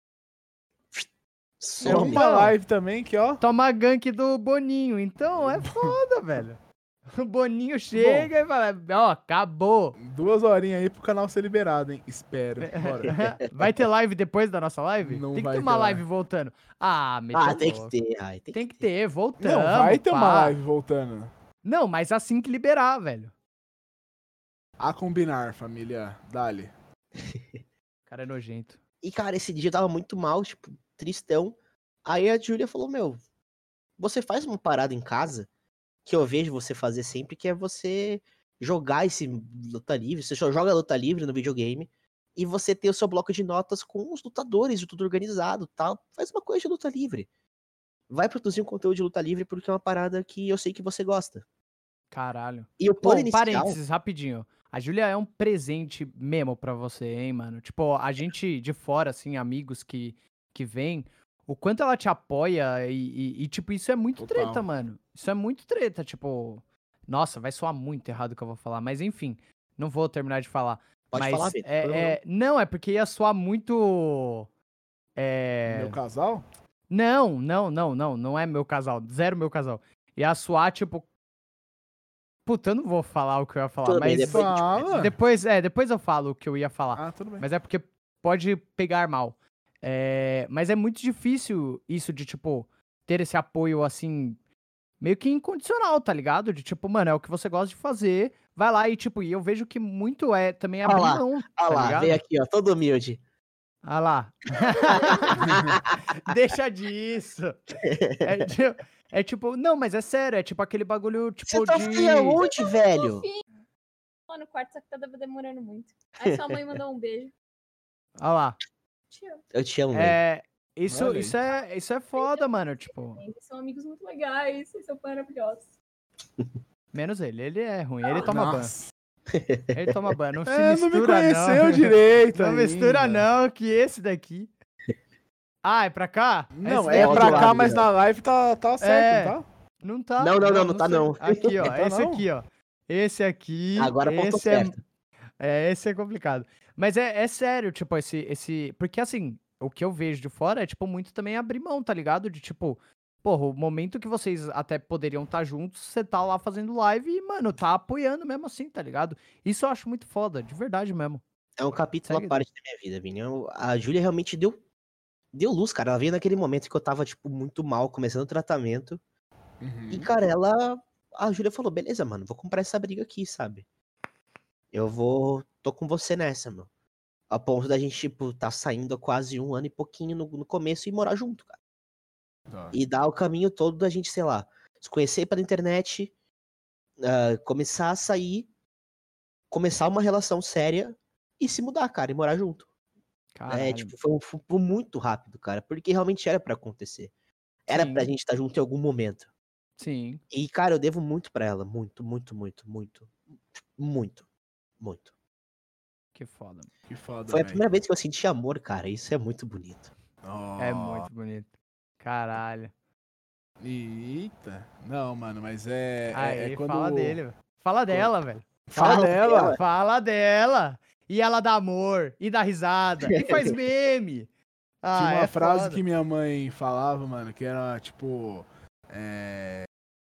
É Some. uma live também que, ó. toma gank do Boninho. Então é foda, velho. O Boninho chega e fala, ó, acabou. Duas horinhas aí pro canal ser liberado, hein? Espero. Bora. Vai ter live depois da nossa live? Não tem que vai ter uma ter live live. voltando. Ah, meteu Ah, tem que louco. ter, Rai. Tem, Tem que que ter, voltando. Não, vai ter uma pá. live voltando. Não, mas assim que liberar, velho. A combinar, família. Dali. O cara é nojento. E, cara, esse dia eu tava muito mal, tipo, tristão. Aí a Júlia falou, meu, você faz uma parada em casa que eu vejo você fazer sempre, que é você jogar esse luta livre, você só joga luta livre no videogame, e você ter o seu bloco de notas com os lutadores, tudo organizado e tal. Faz uma coisa de luta livre. Vai produzir um conteúdo de luta livre porque é uma parada que eu sei que você gosta. Caralho. E o plano Bom, inicial... parênteses, rapidinho. A Júlia é um presente mesmo pra você, hein, mano? Tipo, a gente de fora, assim, amigos que, que vêm, o quanto ela te apoia e, e- e, tipo, isso é muito Total. treta, mano. Isso é muito treta, tipo... Nossa, vai soar muito errado o que eu vou falar, mas enfim, não vou terminar de falar. Pode mas falar, Vitor. é, é- Não, é porque ia soar muito... É... Meu casal? Não, não, não, não, não é meu casal, zero meu casal. Ia soar, tipo... Puta, eu não vou falar o que eu ia falar, Tudo bem, mas... depois a gente Fala. Depois, é, depois eu falo o que eu ia falar. Ah, tudo bem. Mas é porque pode pegar mal. É, mas é muito difícil isso de, tipo, ter esse apoio, assim, meio que incondicional, tá ligado? De, tipo, mano, é o que você gosta de fazer, vai lá e, tipo, e eu vejo que muito é também Olha abrir lá, mão, Olha tá lá, ligado? vem aqui, ó, todo humilde. Ah lá. Deixa disso. É, ti- é tipo, não, mas é sério, é tipo aquele bagulho, tipo, Você tá de... feio aonde, velho? lá no quarto, só que tava demorando muito. Aí sua mãe mandou um beijo. Olha lá. Te amo. Eu te amo, velho. É, isso, Olha aí. isso, é, isso é foda, mano. Tipo, Vocês são amigos muito legais, vocês são maravilhosos. menos ele. Ele é ruim. Ele toma ban. Nossa. Ele toma ban. Não se É, não mistura, me conheceu não. direito Não ainda. mistura, não, que esse daqui. Ah, é pra cá? Não, Esse é daqui? pra do cá, lado, mas né? na live tá, tá certo, É. não tá? Não tá. Não, não, não, não tá, sei. não. Aqui, ó. Não tá, esse não? aqui, ó. Esse aqui. Agora apontou esse é, certo. é, esse é complicado. Mas é, é sério, tipo, esse, esse. Porque assim, o que eu vejo de fora é, tipo, muito também abrir mão, tá ligado? De tipo, porra, o momento que vocês até poderiam estar juntos, você tá lá fazendo live e, mano, tá apoiando mesmo assim, tá ligado? Isso eu acho muito foda, de verdade mesmo. É um capítulo Segue à parte da minha vida, Vini. Eu- A Júlia realmente deu, deu luz, cara. Ela veio naquele momento que eu tava, tipo, muito mal, começando o tratamento. Uhum. E, cara, ela. A Júlia falou: beleza, mano, vou comprar essa briga aqui, sabe? Eu vou. Tô com você nessa, meu. A ponto da gente, tipo, tá saindo há quase um ano e pouquinho no, no começo e morar junto, cara. Tá. E dar o caminho todo da gente, sei lá, se conhecer pela internet, ah, começar a sair, começar uma relação séria e se mudar, cara, e morar junto. Caralho. É, tipo, foi, um- foi muito rápido, cara, porque realmente era pra acontecer. Era Sim. pra gente estar junto em algum momento. Sim. E, cara, eu devo muito pra ela, muito, muito, muito, muito, muito, muito. Que foda. Que foda, Foi a velho. primeira vez que eu senti amor, cara, isso é muito bonito. É Ó. muito bonito. Caralho. Eita. Não, mano, mas é, é, Aí, é quando... fala dele, velho. Fala dela, velho. Fala, Fala dela. dela. Fala dela. E ela dá amor, e dá risada, e faz meme. Ah, Tinha uma é frase foda. que minha mãe falava, mano, que era tipo. É...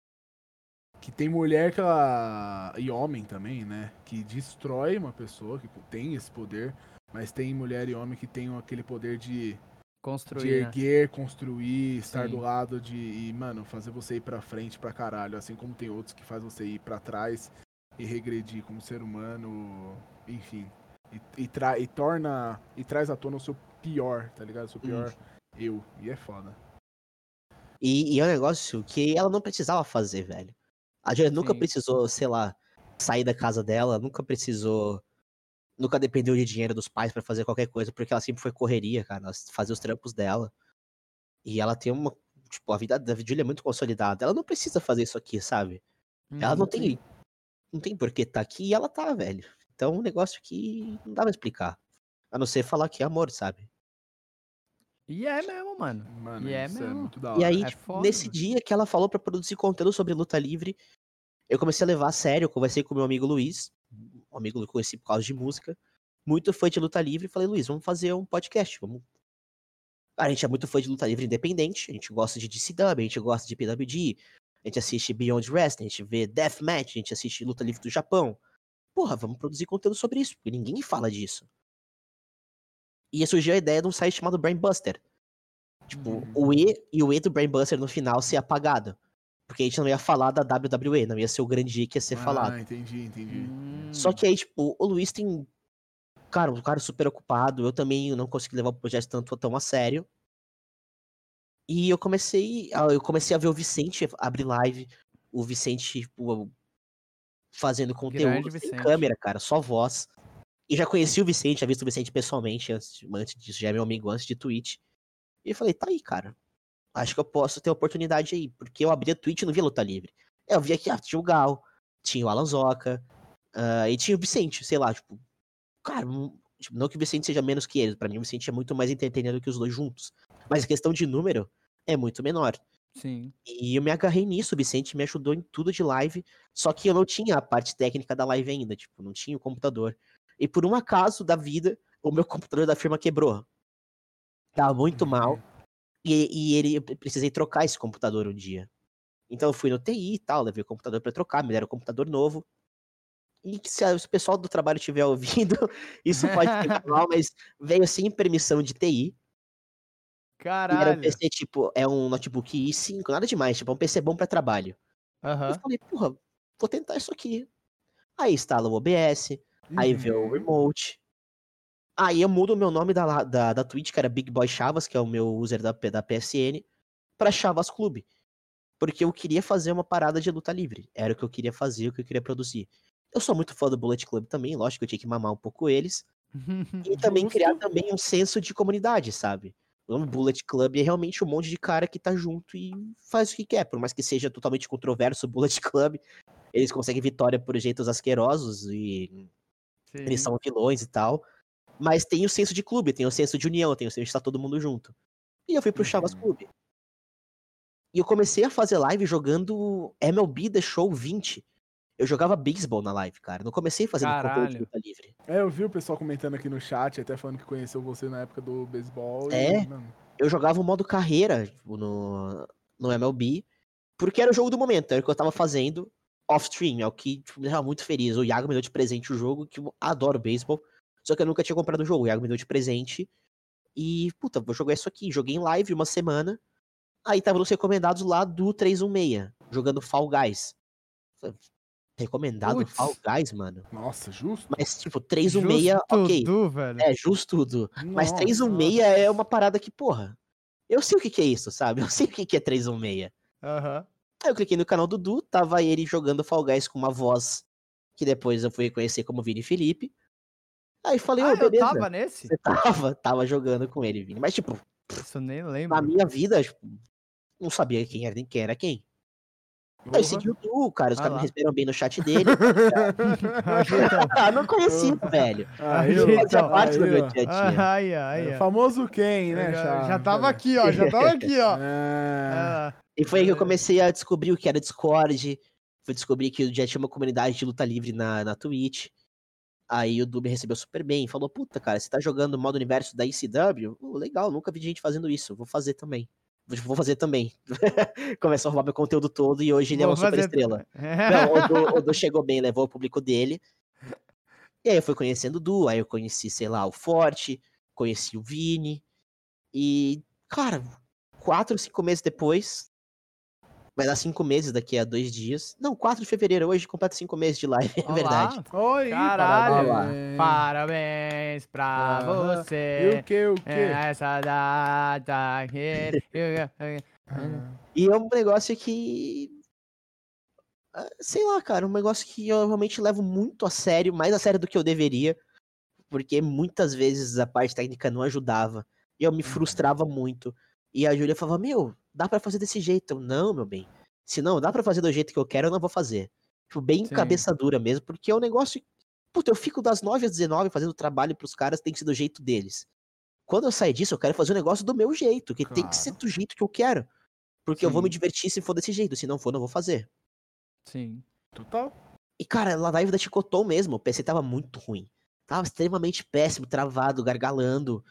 Que tem mulher que ela. E homem também, né? Que destrói uma pessoa, que tem esse poder. Mas tem mulher e homem que tem aquele poder de, de Construir, né? erguer, construir, estar Sim. do lado de. E, mano, fazer você ir pra frente pra caralho. Assim como tem outros que faz você ir pra trás e regredir como ser humano. Enfim. E, e, tra e torna. E traz à tona o seu pior, tá ligado? O seu pior eu. E é foda. E, e é um negócio que ela não precisava fazer, velho. A Júlia nunca Sim. precisou, sei lá, sair da casa dela, nunca precisou. Nunca dependeu de dinheiro dos pais pra fazer qualquer coisa, porque ela sempre foi correria, cara. Ela fazia os trampos dela. E ela tem uma. Tipo, a vida da Júlia é muito consolidada. Ela não precisa fazer isso aqui, sabe? Ela não Uhum. tem. Não tem por que tá aqui e ela tá, velho. Então, um negócio que não dá pra explicar. A não ser falar que é amor, sabe? E é mesmo, mano. Mano, E é isso é mesmo. muito da E hora. aí, É tipo, foda, nesse mano. dia que ela falou pra produzir conteúdo sobre luta livre, eu comecei a levar a sério. Eu conversei com meu amigo Luiz, um amigo que eu conheci por causa de música, muito fã de luta livre, e falei: Luiz, vamos fazer um podcast, vamos. A gente é muito fã de luta livre independente, a gente gosta de D C W, a gente gosta de P W G, a gente assiste Beyond Wrestling, a gente vê Deathmatch, a gente assiste luta livre do Japão. Porra, vamos produzir conteúdo sobre isso, porque ninguém fala disso. E surgiu a ideia de um site chamado Brainbuster. Tipo, Uhum. o E e o E do Brainbuster no final ser apagado. Porque a gente não ia falar da W W E, não ia ser o grande E que ia ser ah, falado. entendi, entendi. Hum. Só que aí, tipo, o Luiz tem. Cara, um cara super ocupado. Eu também não consegui levar o projeto tanto tão a sério. E eu comecei. a- Eu comecei a ver o Vicente abrir live. O Vicente, tipo, fazendo conteúdo Grande sem Vicente. câmera, cara, só voz. E já conheci o Vicente, já visto o Vicente pessoalmente antes, antes disso, já é meu amigo antes de Twitch. E eu falei, tá aí, cara. Acho que eu posso ter oportunidade aí. Porque eu abri a Twitch e não via luta livre. Eu via que ah, tinha o Gal, tinha o Alan Zoca, ah, e tinha o Vicente, sei lá, tipo. Cara, não, tipo, não que o Vicente seja menos que ele. Pra mim, o Vicente é muito mais entretenido que os dois juntos. Mas a questão de número é muito menor. Sim. E eu me agarrei nisso, o Vicente me ajudou em tudo de live, só que eu não tinha a parte técnica da live ainda, tipo, não tinha o computador. E por um acaso da vida, o meu computador da firma quebrou. Tava muito mal, e, e ele, eu precisei trocar esse computador um dia. Então eu fui no T I e tal, levei o computador pra trocar, me deram um computador novo. E que se, a- se o pessoal do trabalho estiver ouvindo, isso pode ser mal, mas veio sem permissão de T I. E era um Caralho. P C, tipo, é um notebook i cinco, nada demais, tipo, é um P C bom pra trabalho. Eu Aham. falei, porra, vou tentar isso aqui. Aí instala o O B S, aí vê o Uhum. remote. Aí eu mudo o meu nome da, la- da, da Twitch, que era Big Boy Chavas, que é o meu user da, P- da P S N, pra Chavas Clube. Porque eu queria fazer uma parada de luta livre. Era o que eu queria fazer, o que eu queria produzir. Eu sou muito fã do Bullet Club também, lógico que eu tinha que mamar um pouco eles. E também Justo. criar também um senso de comunidade, sabe? O Bullet Club é realmente um monte de cara que tá junto e faz o que quer. Por mais que seja totalmente controverso o Bullet Club, eles conseguem vitória por jeitos asquerosos e eles Sim. são vilões e tal. Mas tem o senso de clube, tem o senso de união, tem o senso de estar todo mundo junto. E eu fui pro Chavas Uhum. Clube. E eu comecei a fazer live jogando M L B The Show vinte. Eu jogava beisebol na live, cara. Não comecei fazendo conteúdo de Caralho. luta livre. É, eu vi o pessoal comentando aqui no chat, até falando que conheceu você na época do beisebol. É. E, mano, Eu jogava o modo carreira tipo, no, no M L B, porque era o jogo do momento, era o que eu tava fazendo off-stream, é o que tipo, me deixava muito feliz. O Iago me deu de presente o jogo, que eu adoro beisebol, só que eu nunca tinha comprado o jogo. O Iago me deu de presente e, puta, vou jogar isso aqui. Joguei em live uma semana, aí tava nos recomendados lá do trezentos e sessenta, jogando Fall Guys. Recomendado Putz. Fall Guys, mano. nossa, justo. Mas, tipo, trezentos e sessenta, Justo ok. tudo, velho. É, justo tudo. Mas Nossa. trezentos e sessenta é uma parada que, porra, eu sei o que que é isso, sabe? Eu sei o que que é trezentos e sessenta. Aham. Aí eu cliquei no canal do Du, tava ele jogando Fall Guys com uma voz que depois eu fui reconhecer como Vini Felipe. Aí falei, ô, Ah, eu beleza. tava nesse? Você tava, tava jogando com ele, Vini. Mas, tipo, Isso eu nem na lembro. minha vida, tipo, não sabia quem era, nem quem era quem. Aí eu segui o Du, cara, os Ah caras me lá. receberam bem no chat dele. Ajeitão. Ah, não conhecia, velho. Aí, Aí, ó, então. parte do aí, meu ó. dia a dia. Ai, ai, É, ai. famoso quem, né, Eu já, Chá? já tava aqui, ó. Já tava aqui, ó. É... Ah, E foi aí que eu comecei a descobrir o que era Discord. Fui descobrir que já tinha uma comunidade de luta livre na, na Twitch. Aí o Du me recebeu super bem. Falou, puta, cara, você tá jogando o modo universo da E C W? Oh, legal, nunca vi gente fazendo isso. Vou fazer também. Vou fazer também. Começou a roubar meu conteúdo todo e hoje ele é vou uma super fazer- estrela. Não, o Du, o Du chegou bem, levou o público dele. E aí eu fui conhecendo o Du, aí eu conheci, sei lá, o Forte, conheci o Vini. E, cara, quatro, cinco meses depois, vai dar cinco meses daqui a dois dias. Não, quatro de fevereiro, hoje completa cinco meses de live, é Olá. verdade. Oi, Caralho. parabéns. Parabéns pra Aham. você. E o que, o que? Essa data. que- Ah, E é um negócio que. ah, Sei lá, cara, um negócio que eu realmente levo muito a sério, mais a sério do que eu deveria, porque muitas vezes a parte técnica não ajudava, e eu me frustrava muito. E a Júlia falava, meu, dá pra fazer desse jeito. Eu, não, meu bem, se não dá pra fazer do jeito que eu quero, eu não vou fazer. Tipo, bem Sim. cabeça dura mesmo, porque é um negócio. Puta, eu fico das nove às dezenove fazendo trabalho pros caras, tem que ser do jeito deles. Quando eu sair disso, eu quero fazer o negócio do meu jeito, que tem que ser Claro. do jeito que eu quero. Porque eu vou me Sim. divertir se for desse jeito, se não for, não vou fazer. Sim. total. E, cara, a live da Chicoton mesmo, o P C tava muito ruim. Tava extremamente péssimo, travado, gargalando.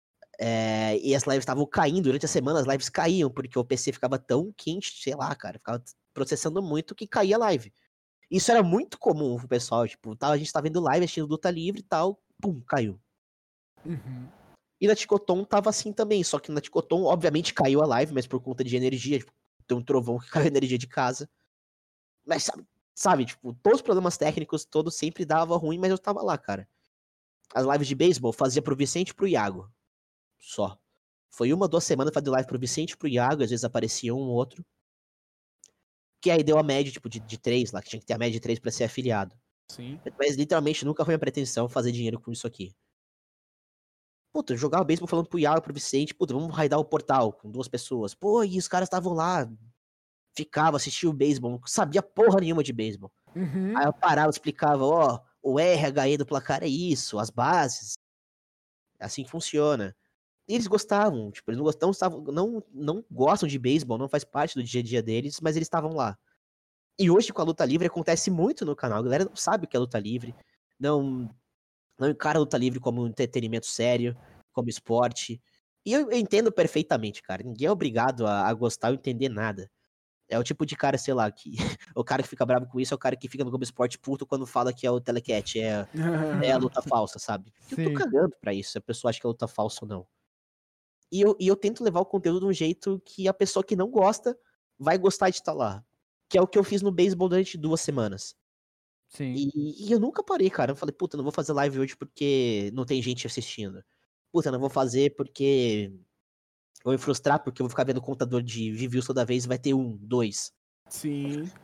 É, e as lives estavam caindo. Durante a semana, as lives caíam, porque o P C ficava tão quente, sei lá, cara, ficava processando muito que caía a live. Isso era muito comum pro pessoal, tipo, tava, a gente tava vendo live, assistindo luta livre e tal, pum, caiu. Uhum. E na Ticoton tava assim também, só que na Ticoton, obviamente, caiu a live, mas por conta de energia, tipo, tem um trovão que caiu a energia de casa. Mas sabe, sabe, tipo, todos os problemas técnicos, todos sempre dava ruim, mas eu tava lá, cara. As lives de beisebol fazia pro Vicente e pro Iago. Só. Foi uma, duas semanas fazendo live pro Vicente e pro Iago, às vezes aparecia um ou outro. Que aí deu a média, tipo, de, de três lá, que tinha que ter a média de três pra ser afiliado. Sim. Mas literalmente nunca foi minha pretensão fazer dinheiro com isso aqui. Puta, eu jogava beisebol falando pro Iago e pro Vicente, puta, vamos raidar o portal com duas pessoas. Pô, e os caras estavam lá, ficava, assistia o beisebol, não sabia porra nenhuma de beisebol. Uhum. Aí eu parava, explicava, ó, o R H E do placar é isso, as bases, é assim que funciona. E eles gostavam, tipo, eles não gostam, estavam, não, não gostam de beisebol, não faz parte do dia a dia deles, mas eles estavam lá. E hoje com a luta livre acontece muito no canal, a galera não sabe o que é luta livre, não, não encara a luta livre como um entretenimento sério, como esporte. E eu, eu entendo perfeitamente, cara, ninguém é obrigado a, a gostar ou entender nada. É o tipo de cara, sei lá, que o cara que fica bravo com isso é o cara que fica no Globo Esporte puto quando fala que é o telecat, é, é a luta falsa, sabe? Eu tô Sim. cagando pra isso, se a pessoa acha que é luta falsa ou não. E eu, e eu tento levar o conteúdo de um jeito que a pessoa que não gosta vai gostar de estar lá. Que é o que eu fiz no beisebol durante duas semanas. Sim. E, e eu nunca parei, cara. Eu falei, puta, não vou fazer live hoje porque não tem gente assistindo. Puta, não vou fazer porque vou me frustrar porque eu vou ficar vendo o contador de views toda vez e vai ter um, dois. Sim.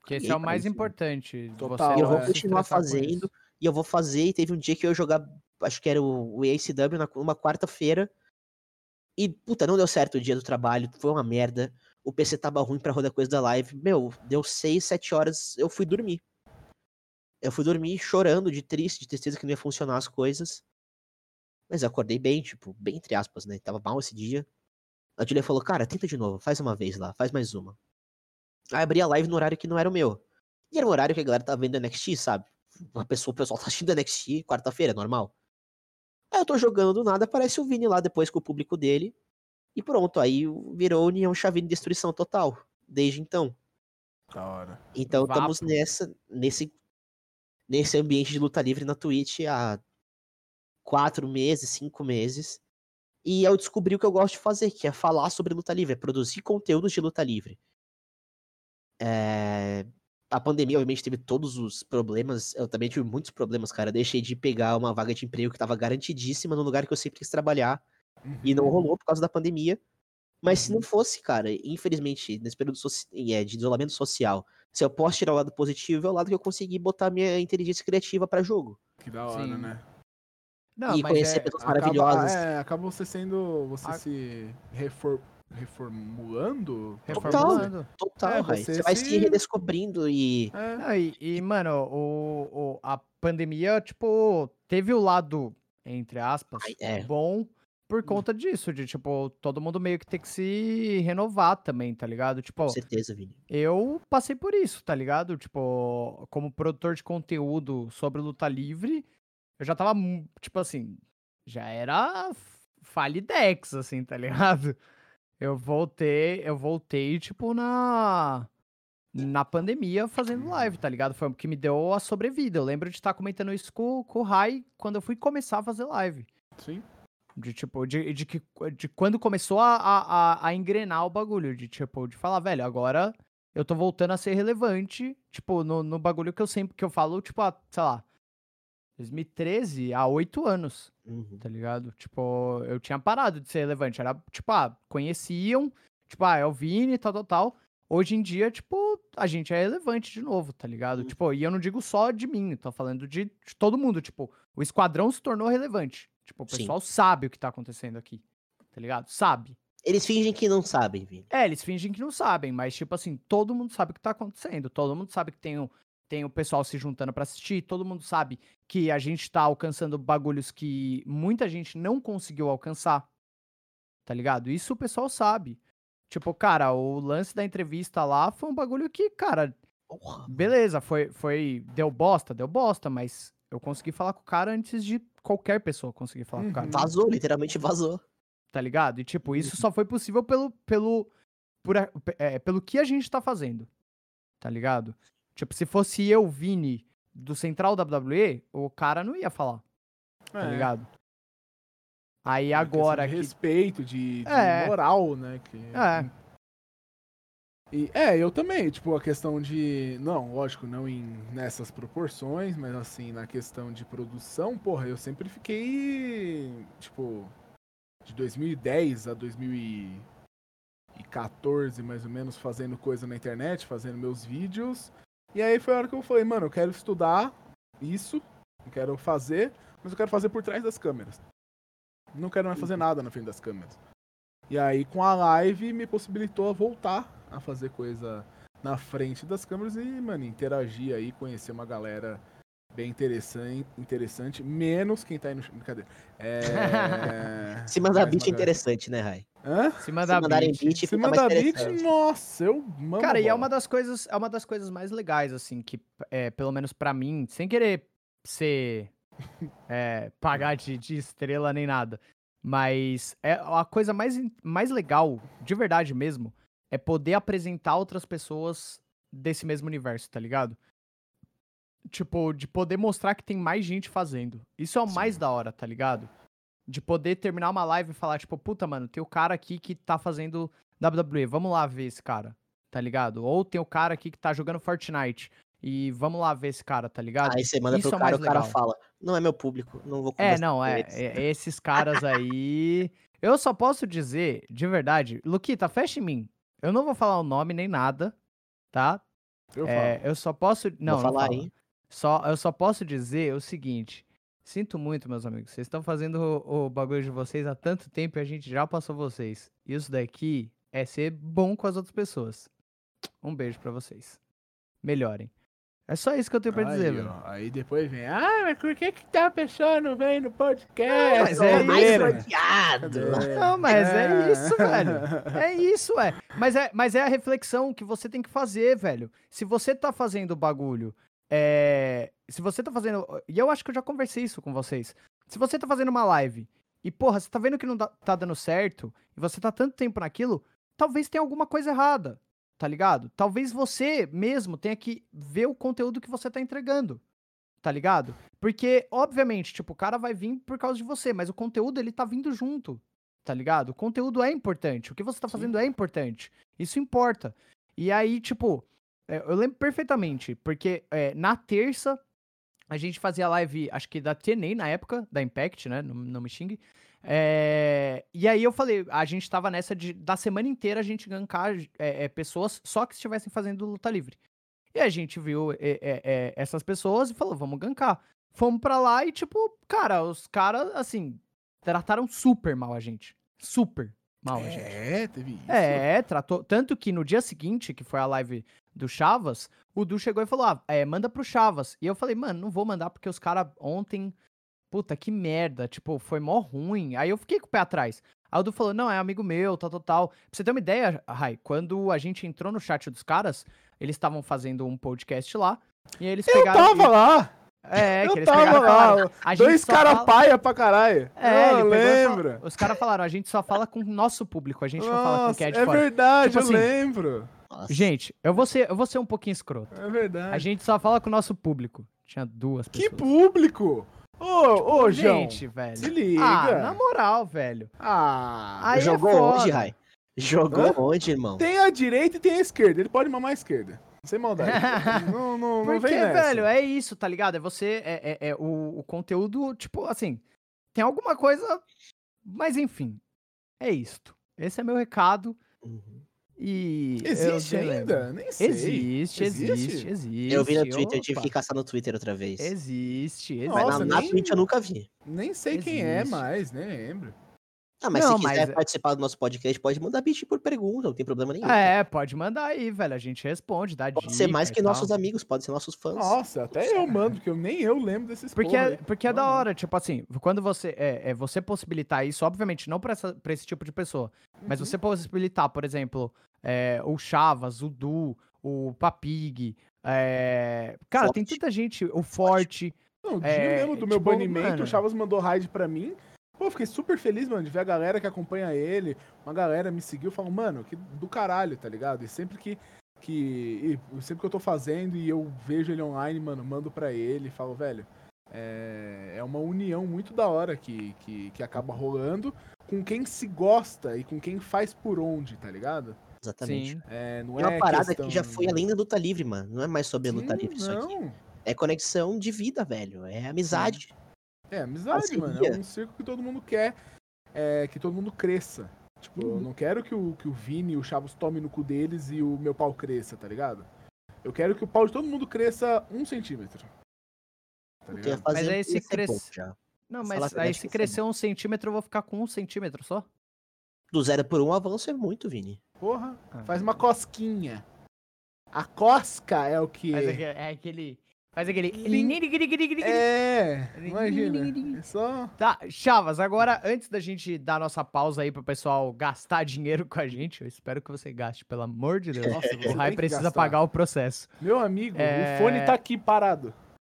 Que esse paguei é o pra mais isso, né? importante. Total, você E eu vou é. se continuar estressar com fazendo. isso. E eu vou fazer. E teve um dia que eu ia jogar. Acho que era o, o A C W na, numa quarta-feira. E, puta, não deu certo o dia do trabalho. Foi uma merda. O P C tava ruim pra rodar coisa da live. Meu, deu seis, sete horas. Eu fui dormir. Eu fui dormir chorando de triste, de tristeza que não ia funcionar as coisas. Mas eu acordei bem, tipo, bem entre aspas, né? Tava mal esse dia. A Julia falou, cara, tenta de novo, faz uma vez lá, faz mais uma. Aí abri a live no horário que não era o meu. E era um horário que a galera tava vendo N X T, sabe? Uma pessoa, o pessoal tá assistindo N X T quarta-feira, normal. Aí eu tô jogando do nada, aparece o Vini lá depois com o público dele. E pronto, aí virou União Chavini Destruição Total. Desde então. Da hora. Então Vapo. estamos nessa, nesse, nesse ambiente de luta livre na Twitch há quatro meses, cinco meses. E eu descobri o que eu gosto de fazer, que é falar sobre luta livre, é produzir conteúdos de luta livre. É... A pandemia, obviamente, teve todos os problemas. Eu também tive muitos problemas, cara. Deixei de pegar uma vaga de emprego que estava garantidíssima no lugar que eu sempre quis trabalhar. E não rolou por causa da pandemia. Mas se não fosse, cara, infelizmente, nesse período soci... é, de isolamento social, se eu posso tirar o lado positivo, é o lado que eu consegui botar minha inteligência criativa pra jogo. Que da hora, Sim. né? Não, e mas conhecer é... pessoas Acaba, maravilhosas. é, acaba você sendo. Você A- se refor, reformulando? Reformulando. Total, É, Rai. você Você vai se- se redescobrindo e. É. Não, e, e, mano, o, o- a pandemia, tipo, teve o lado, entre aspas, Ai, é. bom por conta disso, de, tipo, todo mundo meio que ter que se renovar também, tá ligado? Com Tipo, certeza, Vini. eu passei por isso, tá ligado? Tipo, como produtor de conteúdo sobre luta livre, eu já tava, mu- tipo assim, já era falidex, assim, tá ligado? Eu voltei, eu voltei, tipo, na na pandemia fazendo live, tá ligado? Foi o que me deu a sobrevida. Eu lembro de estar comentando isso com, com o Rai quando eu fui começar a fazer live. Sim. De tipo, de, de, que, de quando começou a, a, a engrenar o bagulho. De tipo, de falar, velho, agora eu tô voltando a ser relevante, tipo, no, no bagulho que eu sempre, que eu falo, tipo, há, sei lá, dois mil e treze, há oito anos, Uhum. tá ligado? Tipo, eu tinha parado de ser relevante. Era, tipo, ah, conheciam, tipo, ah, é o Vini, tal, tal, tal. Hoje em dia, tipo, a gente é relevante de novo, tá ligado? Uhum. Tipo, e eu não digo só de mim, tô falando de, de todo mundo. Tipo, o esquadrão se tornou relevante. Tipo, o Sim. pessoal sabe o que tá acontecendo aqui, tá ligado? Sabe. Eles fingem que não sabem, Vini. É, eles fingem que não sabem, mas, tipo assim, todo mundo sabe o que tá acontecendo. Todo mundo sabe que tem o, tem o pessoal se juntando pra assistir. Todo mundo sabe que a gente tá alcançando bagulhos que muita gente não conseguiu alcançar, tá ligado? Isso o pessoal sabe. Tipo, cara, o lance da entrevista lá foi um bagulho que, cara, Porra. beleza, foi, foi, deu bosta, deu bosta, mas eu consegui falar com o cara antes de qualquer pessoa conseguir falar com o cara, Uhum. Vazou, literalmente vazou. tá ligado? E, tipo, isso só foi possível pelo, pelo, por a- é, pelo que a gente tá fazendo, tá ligado? Tipo, se fosse eu, Vini, do Central W W E, o cara não ia falar, tá É. ligado? Aí Uma questão agora de que... respeito, de, de É. moral, né? Que... É. E, é, eu também, tipo, a questão de. Não, lógico, não em nessas proporções, mas assim, na questão de produção, porra, eu sempre fiquei. Tipo, de dois mil e dez a dois mil e quatorze, mais ou menos, fazendo coisa na internet, fazendo meus vídeos. E aí foi a hora que eu falei, mano, eu quero estudar isso, eu quero fazer, mas eu quero fazer por trás das câmeras. Não quero mais fazer nada na frente das câmeras. E aí, com a live, me possibilitou a voltar a fazer coisa na frente das câmeras e, mano, interagir aí, conhecer uma galera bem interessante, interessante menos quem tá aí no... Brincadeira. É... Se mandar mais beat uma é galera- interessante, né, Rai? Hã? Se Se mandar mandarem beat... beat, Se fica mais mandar beat, interessante. nossa, eu mamo Cara, e é bola. uma das coisas, é uma das coisas mais legais, assim, que, é, pelo menos pra mim, sem querer ser, é, pagar de, de estrela nem nada, mas é a coisa mais, in- mais legal, de verdade mesmo, é poder apresentar outras pessoas desse mesmo universo, tá ligado? Tipo, de poder mostrar que tem mais gente fazendo. Isso é o mais da hora, tá ligado? De poder terminar uma live e falar, tipo, puta, mano, tem o cara aqui que tá fazendo W W E, vamos lá ver esse cara, tá ligado? Ou tem o cara aqui que tá jogando Fortnite e vamos lá ver esse cara, tá ligado? Aí você manda Isso pro é o cara, mais o cara legal. fala, não é meu público, não vou É, conversar não, com é, eles. é- esses caras aí... Eu só posso dizer, de verdade, Luquita, fecha em mim. Eu não vou falar o nome nem nada, tá? Eu É, falo. eu só posso. Não, Vou não falar fala. aí. Só, eu só posso dizer o seguinte. Sinto muito, meus amigos. Vocês estão fazendo o, o bagulho de vocês há tanto tempo e a gente já passou vocês. Isso daqui é ser bom com as outras pessoas. Um beijo pra vocês. Melhorem. É só isso que eu tenho pra dizer, Aí, velho. ó, aí depois vem, ah, mas por que que tá a pessoa não vem no podcast? mas é Mais isso, Cadê? odiado. Não, mas é É. isso, velho. É isso, é. Mas é, mas é a reflexão que você tem que fazer, velho. Se você tá fazendo o bagulho, é... se você tá fazendo... E eu acho que eu já conversei isso com vocês. Se você tá fazendo uma live e, porra, você tá vendo que não dá- tá dando certo e você tá tanto tempo naquilo, talvez tenha alguma coisa errada, tá ligado? Talvez você mesmo tenha que ver o conteúdo que você tá entregando, tá ligado? Porque, obviamente, tipo, o cara vai vir por causa de você, mas o conteúdo, ele tá vindo junto, tá ligado? O conteúdo é importante, o que você tá fazendo é importante, isso importa. E aí, tipo, é, eu lembro perfeitamente, porque é, na terça a gente fazia live, acho que da T N A na época, da Impact, né? Não, não me xingue. É, e aí eu falei, a gente tava nessa de, da semana inteira a gente gankar é, é, pessoas só que estivessem fazendo luta livre. E a gente viu é, é, é, essas pessoas e falou, vamos gankar. Fomos pra lá e, tipo, cara, os caras, assim, trataram super mal a gente. Super mal a gente. É, teve isso. É, tratou. Tanto que no dia seguinte, que foi a live do Chavas, o Du chegou e falou: ah, é, manda pro Chavas. E eu falei, mano, não vou mandar porque os caras ontem. Puta, que merda. Tipo, foi mó ruim. Aí eu fiquei com o pé atrás. Aí o Du falou: não, é amigo meu, tal, tal, tal. Pra você ter uma ideia, Rai, quando a gente entrou no chat dos caras, eles estavam fazendo um podcast lá. E aí eles Eu pegaram. tava lá! É, eu que eles tava pegaram e lá! falaram, "A gente Dois só caras fala-" paia pra caralho. É, eu ele pegou e lembro. falou- Os caras falaram, a gente só fala com o nosso público, a gente não fala com Nossa, quem é de é fora. verdade, Tipo eu assim, lembro. Nossa. Gente, eu vou ser, eu vou ser um pouquinho escroto. É verdade. A gente só fala com o nosso público. Tinha duas Que pessoas. público! Ô, ô, João. Gente, velho. Se liga. Ah, na moral, velho. Ah, Aí é Jogou foda. onde, Rai? Jogou Hã? onde, irmão? tem a direita e tem a esquerda. Ele pode mamar a esquerda. Sem maldade. não, não, não Porque, vem nessa. velho, é isso, tá ligado? É você, é, é, é o, o conteúdo, tipo, assim, tem alguma coisa, mas enfim, é isto. Esse é meu recado Uhum. e... Existe eu relembro. ainda? Nem sei. Existe, existe, existe. Eu vi no Twitter, eu tive opa. que caçar no Twitter outra vez. Existe, existe. Mas Nossa, na, na nem- Twitch eu nunca vi. Nem sei quem é Existe. mais, nem lembro. Ah, mas Não, se quiser mas- participar do nosso podcast, pode mandar beat por pergunta, não tem problema nenhum. É, pode mandar aí, velho, a gente responde, dá Pode dica ser mais e que tal. nossos amigos, pode ser nossos fãs. Nossa, até eu mando, porque eu, nem eu lembro desses Porque porra é, aí. porque é da Não, hora, tipo assim, quando você é, é você possibilitar isso, obviamente, não pra, essa, pra esse tipo de pessoa, mas Uhum. você possibilitar, por exemplo, é, o Chavas, o Du, o Papig, é, cara, tem Forte. tanta gente, o Forte, Não, o dia É, mesmo do meu tipo, banimento, mano. o Chavas mandou raid pra mim. Pô, eu fiquei super feliz, mano, de ver a galera que acompanha ele. Uma galera me seguiu, falou, mano, que do caralho, tá ligado? E sempre que, que e sempre que eu tô fazendo e eu vejo ele online, mano, mando pra ele e falo, velho, é, é uma união muito da hora que, que, que acaba rolando com quem se gosta e com quem faz por onde, tá ligado? Exatamente. sim, É, não É uma é parada questão... que já foi além da luta livre, mano. Não é mais sobre a luta Sim, livre isso aqui. não. É conexão de vida, velho. É amizade. É, amizade, Parceria. mano. É um circo que todo mundo quer é, que todo mundo cresça. Tipo, eu não quero que o, que o Vini e o Chavos tomem no cu deles e o meu pau cresça, tá ligado? Eu quero que o pau de todo mundo cresça um centímetro. Tá Eu ia ligado? fazer Mas aí se esse cresce- ponto já. não, Falar mas a aí verdade se que isso é crescer um centímetro, eu vou ficar com um centímetro só? Do zero por um, avanço é muito, Vini. Porra, Ah. faz uma cosquinha. A cosca é o que... Faz aquele, é aquele, faz aquele... Lin- É, imagina. É só... Tá, Chavas, agora, antes da gente dar nossa pausa aí pro pessoal gastar dinheiro com a gente, eu espero que você gaste, pelo amor de Deus. Nossa, você O Rai tem que precisa gastar. pagar o processo. Meu amigo, É. o fone tá aqui parado.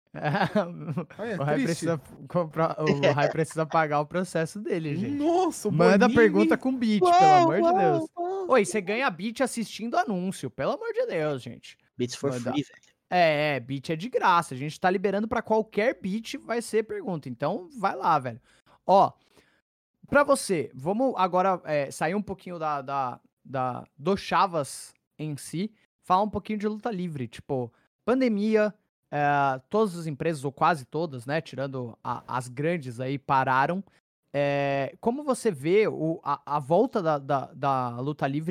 Olha, o Rai triste. precisa comprar, o Rai precisa pagar o processo dele, gente. Nossa, o Manda Bonini- pergunta com beat, pelo Uau, amor de uau, Deus. uau. Oi, você ganha beat assistindo anúncio, pelo amor de Deus, gente. Beats for Manda. free, velho. É, é, beat é de graça. A gente tá liberando pra qualquer beat, vai ser pergunta. Então, vai lá, velho. Ó, pra você, vamos agora é, sair um pouquinho da, da, da, do Chavas em si, falar um pouquinho de luta livre. Tipo, pandemia, é, todas as empresas, ou quase todas, né, tirando a- as grandes aí, pararam. É, como você vê o, a, a volta da, da, da luta livre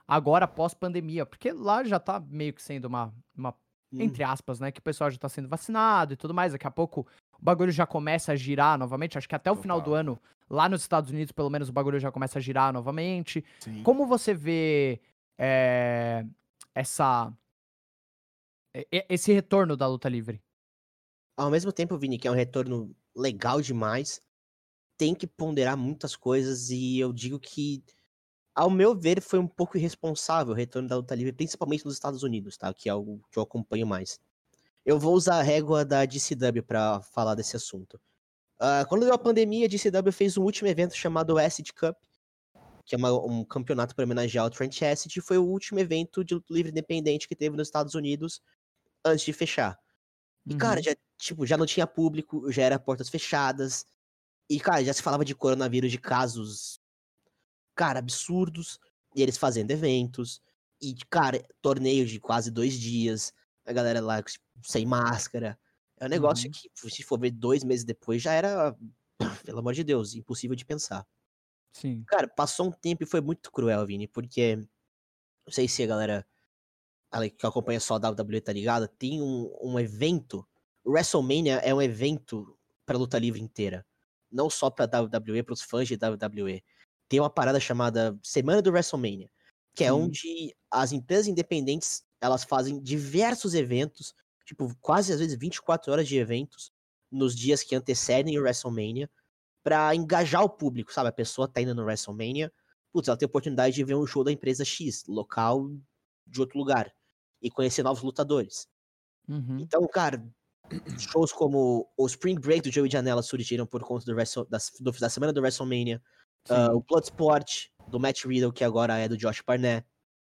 agora pós-pandemia, porque lá já tá meio que sendo uma, uma Hum. entre aspas, né, que o pessoal já tá sendo vacinado e tudo mais, daqui a pouco o bagulho já começa a girar novamente, acho que até o final do Total. ano, lá nos Estados Unidos, pelo menos, o bagulho já começa a girar novamente. Sim. Como você vê é, essa, e- e- esse retorno da luta livre? Ao mesmo tempo, Vini, que é um retorno legal demais, tem que ponderar muitas coisas e eu digo que, ao meu ver, foi um pouco irresponsável o retorno da luta livre, principalmente nos Estados Unidos, tá? Que é algo que eu acompanho mais. Eu vou usar a régua da D C W pra falar desse assunto. Ah, quando deu a pandemia, a D C W fez um último evento chamado Acid Cup, que é uma- um campeonato para homenagear o Trent Acid, e foi o último evento de luta livre independente que teve nos Estados Unidos antes de fechar. E, cara, Uhum. já, tipo, já não tinha público, já era portas fechadas. E, cara, já se falava de coronavírus, de casos, cara, absurdos. E eles fazendo eventos. E, cara, torneios de quase dois dias. A galera lá tipo, sem máscara. É um negócio Uhum. que, se for ver dois meses depois, já era, pelo amor de Deus, impossível de pensar. Sim. Cara, passou um tempo e foi muito cruel, Vini, porque não sei se a galera ali que acompanha só a W W E tá ligada, tem um, um evento. O WrestleMania é um evento pra luta livre inteira. Não só pra W W E, pros fãs de W W E. Tem uma parada chamada Semana do WrestleMania, que é Sim. onde as empresas independentes, elas fazem diversos eventos, tipo, quase às vezes vinte e quatro horas de eventos, nos dias que antecedem o WrestleMania, pra engajar o público, sabe? A pessoa tá indo no WrestleMania, putz, ela tem a oportunidade de ver um show da empresa X, local de outro lugar, e conhecer novos lutadores. Uhum. Então, cara, shows como o Spring Break do Joey Janela surgiram por conta do Wrestle, das- do- da semana do WrestleMania, ah, Sim. o Bloodsport do Matt Riddle, que agora é do Josh Barnett.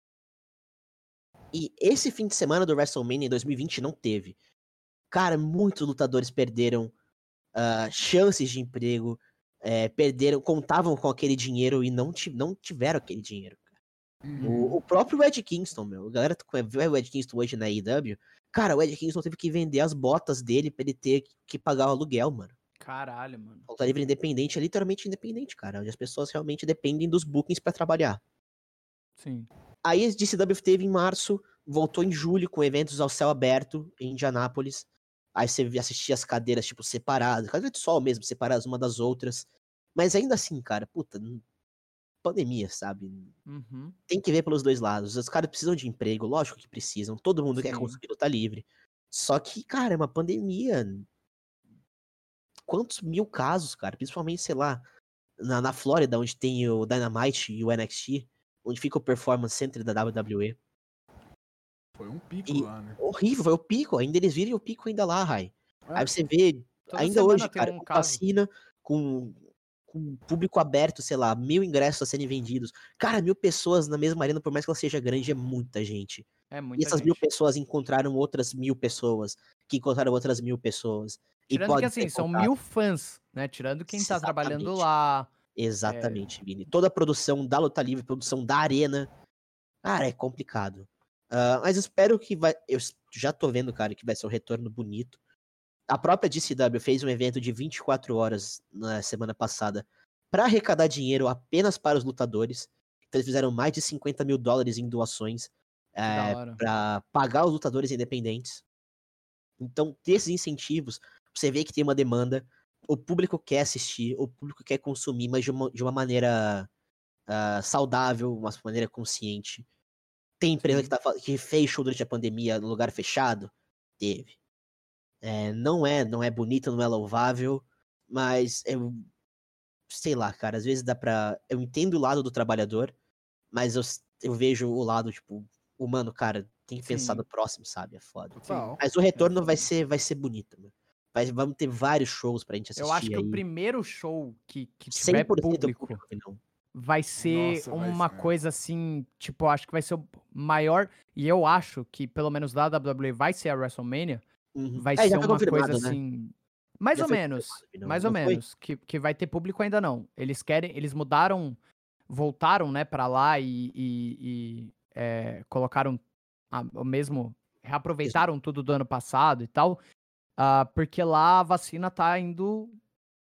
E esse fim de semana do WrestleMania em dois mil e vinte não teve. Cara, muitos lutadores perderam ah, chances de emprego, eh, perderam, contavam com aquele dinheiro e não, ti- não tiveram aquele dinheiro. O, o próprio Ed Kingston, meu. A galera vê o Ed Kingston hoje na A E W. Cara, o Ed Kingston teve que vender as botas dele pra ele ter que pagar o aluguel, mano. Caralho, mano. A luta livre independente é literalmente independente, cara. Onde as pessoas realmente dependem dos bookings pra trabalhar. Sim. Aí a D C W teve em março, voltou em julho com eventos ao céu aberto em Indianápolis. Aí você assistia as cadeiras, tipo, separadas. Cadeira de sol mesmo, separadas uma das outras. Mas ainda assim, cara, puta, n- pandemia, sabe? Uhum. Tem que ver pelos dois lados. Os caras precisam de emprego, lógico que precisam. Todo mundo quer Sim. consumir luta livre. Só que, cara, é uma pandemia. Quantos mil casos, cara? Principalmente, sei lá, na, na Flórida, onde tem o Dynamite e o N X T, onde fica o Performance Center da W W E. Foi um pico E lá, né? horrível, foi o pico. Ainda eles viram o pico ainda lá, Rai. Aí É. você vê, Toda ainda semana hoje, tem cara, um com caso. vacina, com, com público aberto, sei lá, mil ingressos a serem vendidos. Cara, mil pessoas na mesma arena, por mais que ela seja grande, é muita gente. É E muita essas mil gente. pessoas encontraram outras mil pessoas, que encontraram outras mil pessoas. E Tirando que, pode assim, ser são contato. mil fãs, né? Tirando quem tá trabalhando Exatamente. lá. Exatamente, Vini. Toda a produção da luta livre, produção da arena. Cara, é complicado. Ah, mas espero que vai. Eu já tô vendo, cara, que vai ser um retorno bonito. A própria D C W fez um evento de vinte e quatro horas na semana passada para arrecadar dinheiro apenas para os lutadores. Então eles fizeram mais de cinquenta mil dólares em doações Que da é, hora. para pagar os lutadores independentes. Então, ter esses incentivos, você vê que tem uma demanda, o público quer assistir, o público quer consumir, mas de uma, de uma maneira ah, saudável, uma maneira consciente. Tem empresa Sim. que, tá, fa- que fez show durante a pandemia no lugar fechado? Teve. É, não é, não é bonito, não é louvável, mas eu sei lá, cara, às vezes dá pra. Eu entendo o lado do trabalhador, mas eu, s- eu vejo o lado, tipo, humano, cara, tem que pensar Sim. no próximo, sabe? É foda. Total. Mas o retorno vai foda. ser, vai ser bonito, mano. Vai, vamos ter vários shows pra gente assistir Eu acho que aí. o primeiro show que, que cem tiver por cento público público, não. vai ser Nossa, vai uma ser. coisa assim, tipo, eu acho que vai ser o maior. E eu acho que, pelo menos da W W E, vai ser a WrestleMania. Uhum. Vai É, ser já foi uma coisa confirmado, né? assim. Mais Já ou foi menos. confirmado, Vinão. Mais ou Não foi? menos. Que, que vai ter público ainda não. Eles querem. Eles mudaram. Voltaram, né, pra lá e, e- e, é, colocaram a- o mesmo. Reaproveitaram tudo do ano passado e tal. ah, porque lá a vacina tá indo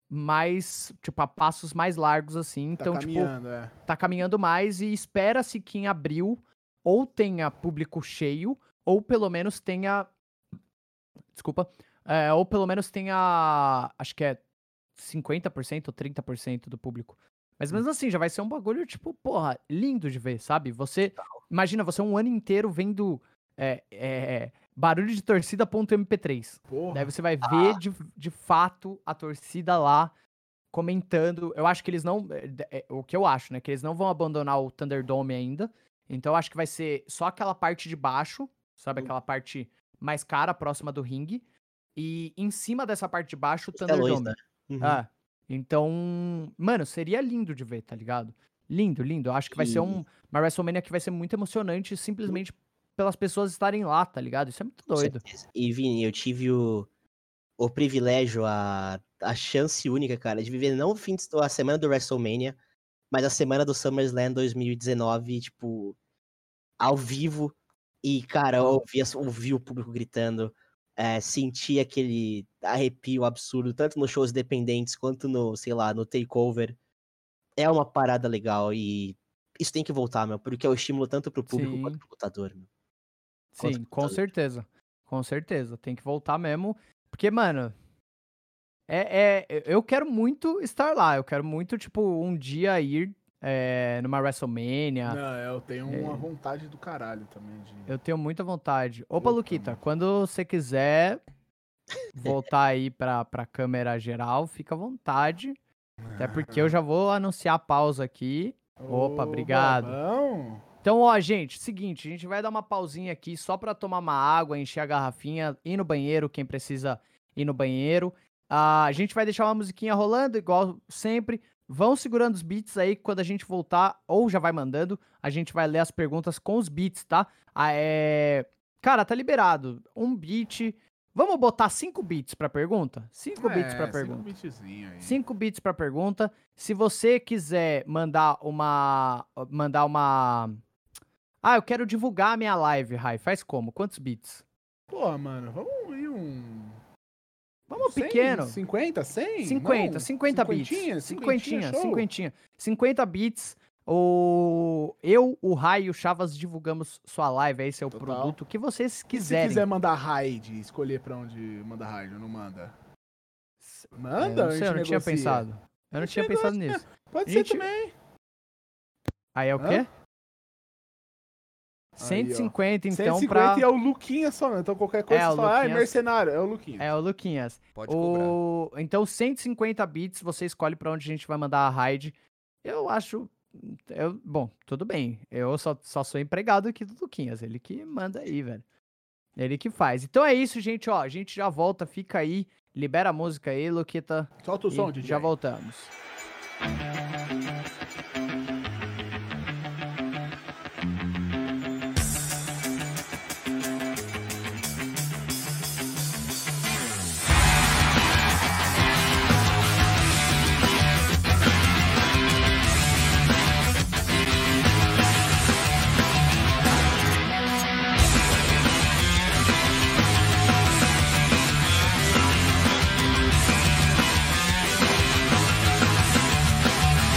mais, tipo, a passos mais largos, assim. Tá Então, tipo, caminhando, é. tá caminhando mais e espera-se que em abril ou tenha público cheio, ou pelo menos tenha. Desculpa. É, ou pelo menos tenha. Acho que é cinquenta por cento ou trinta por cento do público. Mas mesmo assim, já vai ser um bagulho, tipo, porra, lindo de ver, sabe? Você. Imagina, você um ano inteiro vendo é, é, barulho de torcida ponto M P três. Porra. Daí você vai ver de, de fato a torcida lá comentando. Eu acho que eles não. É, é, o que eu acho, né? Que eles não vão abandonar o Thunderdome ainda. Então eu acho que vai ser só aquela parte de baixo, sabe? Aquela parte mais cara, próxima do ringue. E em cima dessa parte de baixo, o Thunderdome. né? Uhum. Ah, então, mano, seria lindo de ver, tá ligado? Lindo, lindo. Eu acho que vai ser um, uma WrestleMania que vai ser muito emocionante simplesmente pelas pessoas estarem lá, tá ligado? Isso é muito Com doido. certeza. E, Vini, eu tive o, o privilégio, a, a chance única, cara, de viver não o fim de, a semana do WrestleMania, mas a semana do SummerSlam dois mil e dezenove, tipo, ao vivo. E, cara, eu ouvi, ouvi o público gritando, é, senti aquele arrepio absurdo, tanto nos shows independentes quanto no, sei lá, no Takeover. É uma parada legal e isso tem que voltar, meu, porque é o estímulo tanto pro público Sim. quanto pro lutador, meu. Sim, com certeza. Com certeza. Tem que voltar mesmo. Porque, mano, é, é, eu quero muito estar lá. Eu quero muito, tipo, um dia ir é, numa WrestleMania. Não, eu tenho uma vontade do caralho também. De... Eu tenho muita vontade. Opa, Puta, Luquita, mano. quando você quiser voltar aí pra, pra câmera geral, fica à vontade. Até porque eu já vou anunciar a pausa aqui. Opa, obrigado. Bom. Então, ó, gente, seguinte, a gente vai dar uma pausinha aqui só pra tomar uma água, encher a garrafinha, ir no banheiro, quem precisa ir no banheiro. Ah, a gente vai deixar uma musiquinha rolando, igual sempre. Vão segurando os beats aí, quando a gente voltar, ou já vai mandando, a gente vai ler as perguntas com os beats, tá? Ah, é... Cara, tá liberado. Um beat. Vamos botar cinco beats pra pergunta? Cinco beats pra pergunta. Cinco beatzinho aí. Cinco beats pra pergunta. Se você quiser mandar uma... Mandar uma... Ah, eu quero divulgar a minha live, Rai. Faz como? Quantos beats? Pô, mano, vamos ir um... Vamos cem, pequeno. cinquenta, cem? cinquenta, Não, cinquenta cinquentinha, beats. cinquentinha, Cinquentinha, show. cinquentinha. cinquenta beats. O... Eu, o Rai e o Chavas divulgamos sua live. Esse é o Total. produto que vocês E se quiserem. quiser mandar raid, escolher pra onde manda raid ou não manda? É, Manda, eu a não gente sei, eu não tinha negocia. pensado. Eu não gente tinha pensado negocia. nisso. Pode Gente, ser também. Aí é o Hã? quê? cento e cinquenta, então, cento e cinquenta pra... e é o Luquinhas só, né? Então qualquer coisa É, você o fala, ah, é Luquinhas. mercenário, é o Luquinhas. É, o Luquinhas. Pode cobrar. O... Então, cento e cinquenta bits, você escolhe pra onde a gente vai mandar a raid. Eu acho... Eu... Bom, tudo bem. Eu só, só sou empregado aqui do Luquinhas. Ele que manda aí, velho. Ele que faz. Então é isso, gente. Ó, a gente já volta. Fica aí. Libera a música aí, Luquita. Solta o e som, D J. já voltamos. We'll be right back.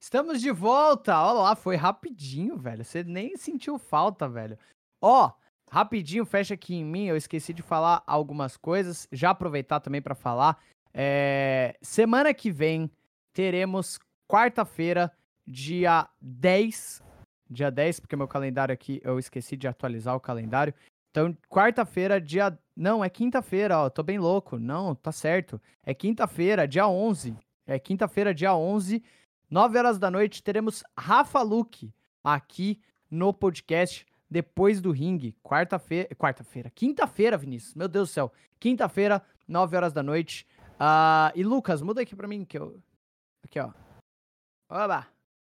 Estamos de volta. Olha lá, foi rapidinho, velho. Você nem sentiu falta, velho. Ó, rapidinho, fecha aqui em mim. Eu esqueci de falar algumas coisas. Já aproveitar também pra falar. É... Semana que vem teremos quarta-feira, dia dez. Dia dez, porque meu calendário aqui, eu esqueci de atualizar o calendário. Então, quarta-feira, dia... Não, é quinta-feira, ó. Tô bem louco. Não, tá certo. É quinta-feira, dia onze. É quinta-feira, dia onze. nove horas da noite, teremos Rafa Luque aqui no podcast Depois do Ringue. Quarta-feira... Quarta-feira. Quinta-feira, Vinícius. Meu Deus do céu. Quinta-feira, nove horas da noite. Uh, e Lucas, muda aqui pra mim, que eu... Aqui, ó. Oba!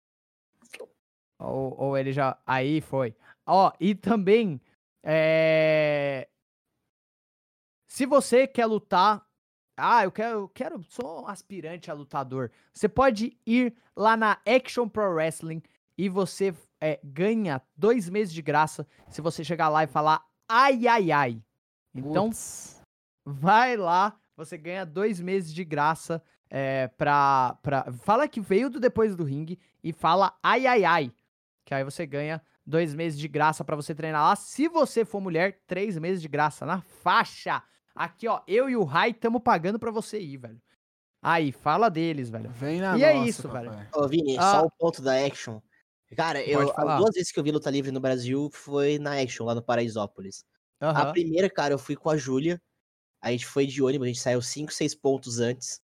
Ou, ou ele já... Aí, foi. Ó, e também... É... Se você quer lutar, ah, eu quero, eu quero, sou um aspirante a lutador, você pode ir lá na Action Pro Wrestling e você é, ganha dois meses de graça se você chegar lá e falar ai, ai, ai. Então, Putz. vai lá, você ganha dois meses de graça é, pra, pra... Fala que veio do Depois do Ringue e fala ai, ai, ai. Que aí você ganha dois meses de graça pra você treinar lá. Se você for mulher, três meses de graça na faixa. Aqui, ó, eu e o Rai estamos pagando pra você ir, velho. Aí, fala deles, velho. Vem na e nossa, é isso, papai. velho. Ô, Vini, Ah. só o ponto da Action. Cara, eu, as duas vezes que eu vi luta livre no Brasil foi na Action, lá no Paraisópolis. Uhum. A primeira, cara, eu fui com a Júlia. A gente foi de ônibus, a gente saiu cinco, seis pontos antes.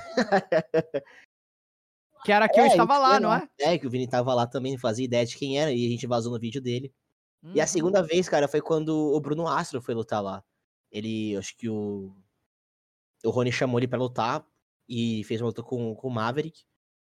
Que era que é, eu estava lá, não é? É, que o Vini tava lá também, não fazia ideia de quem era, e a gente vazou no vídeo dele. Uhum. E a segunda vez, cara, foi quando o Bruno Astro foi lutar lá. Ele, acho que o... O Rony chamou ele pra lutar, e fez uma luta com, com o Maverick.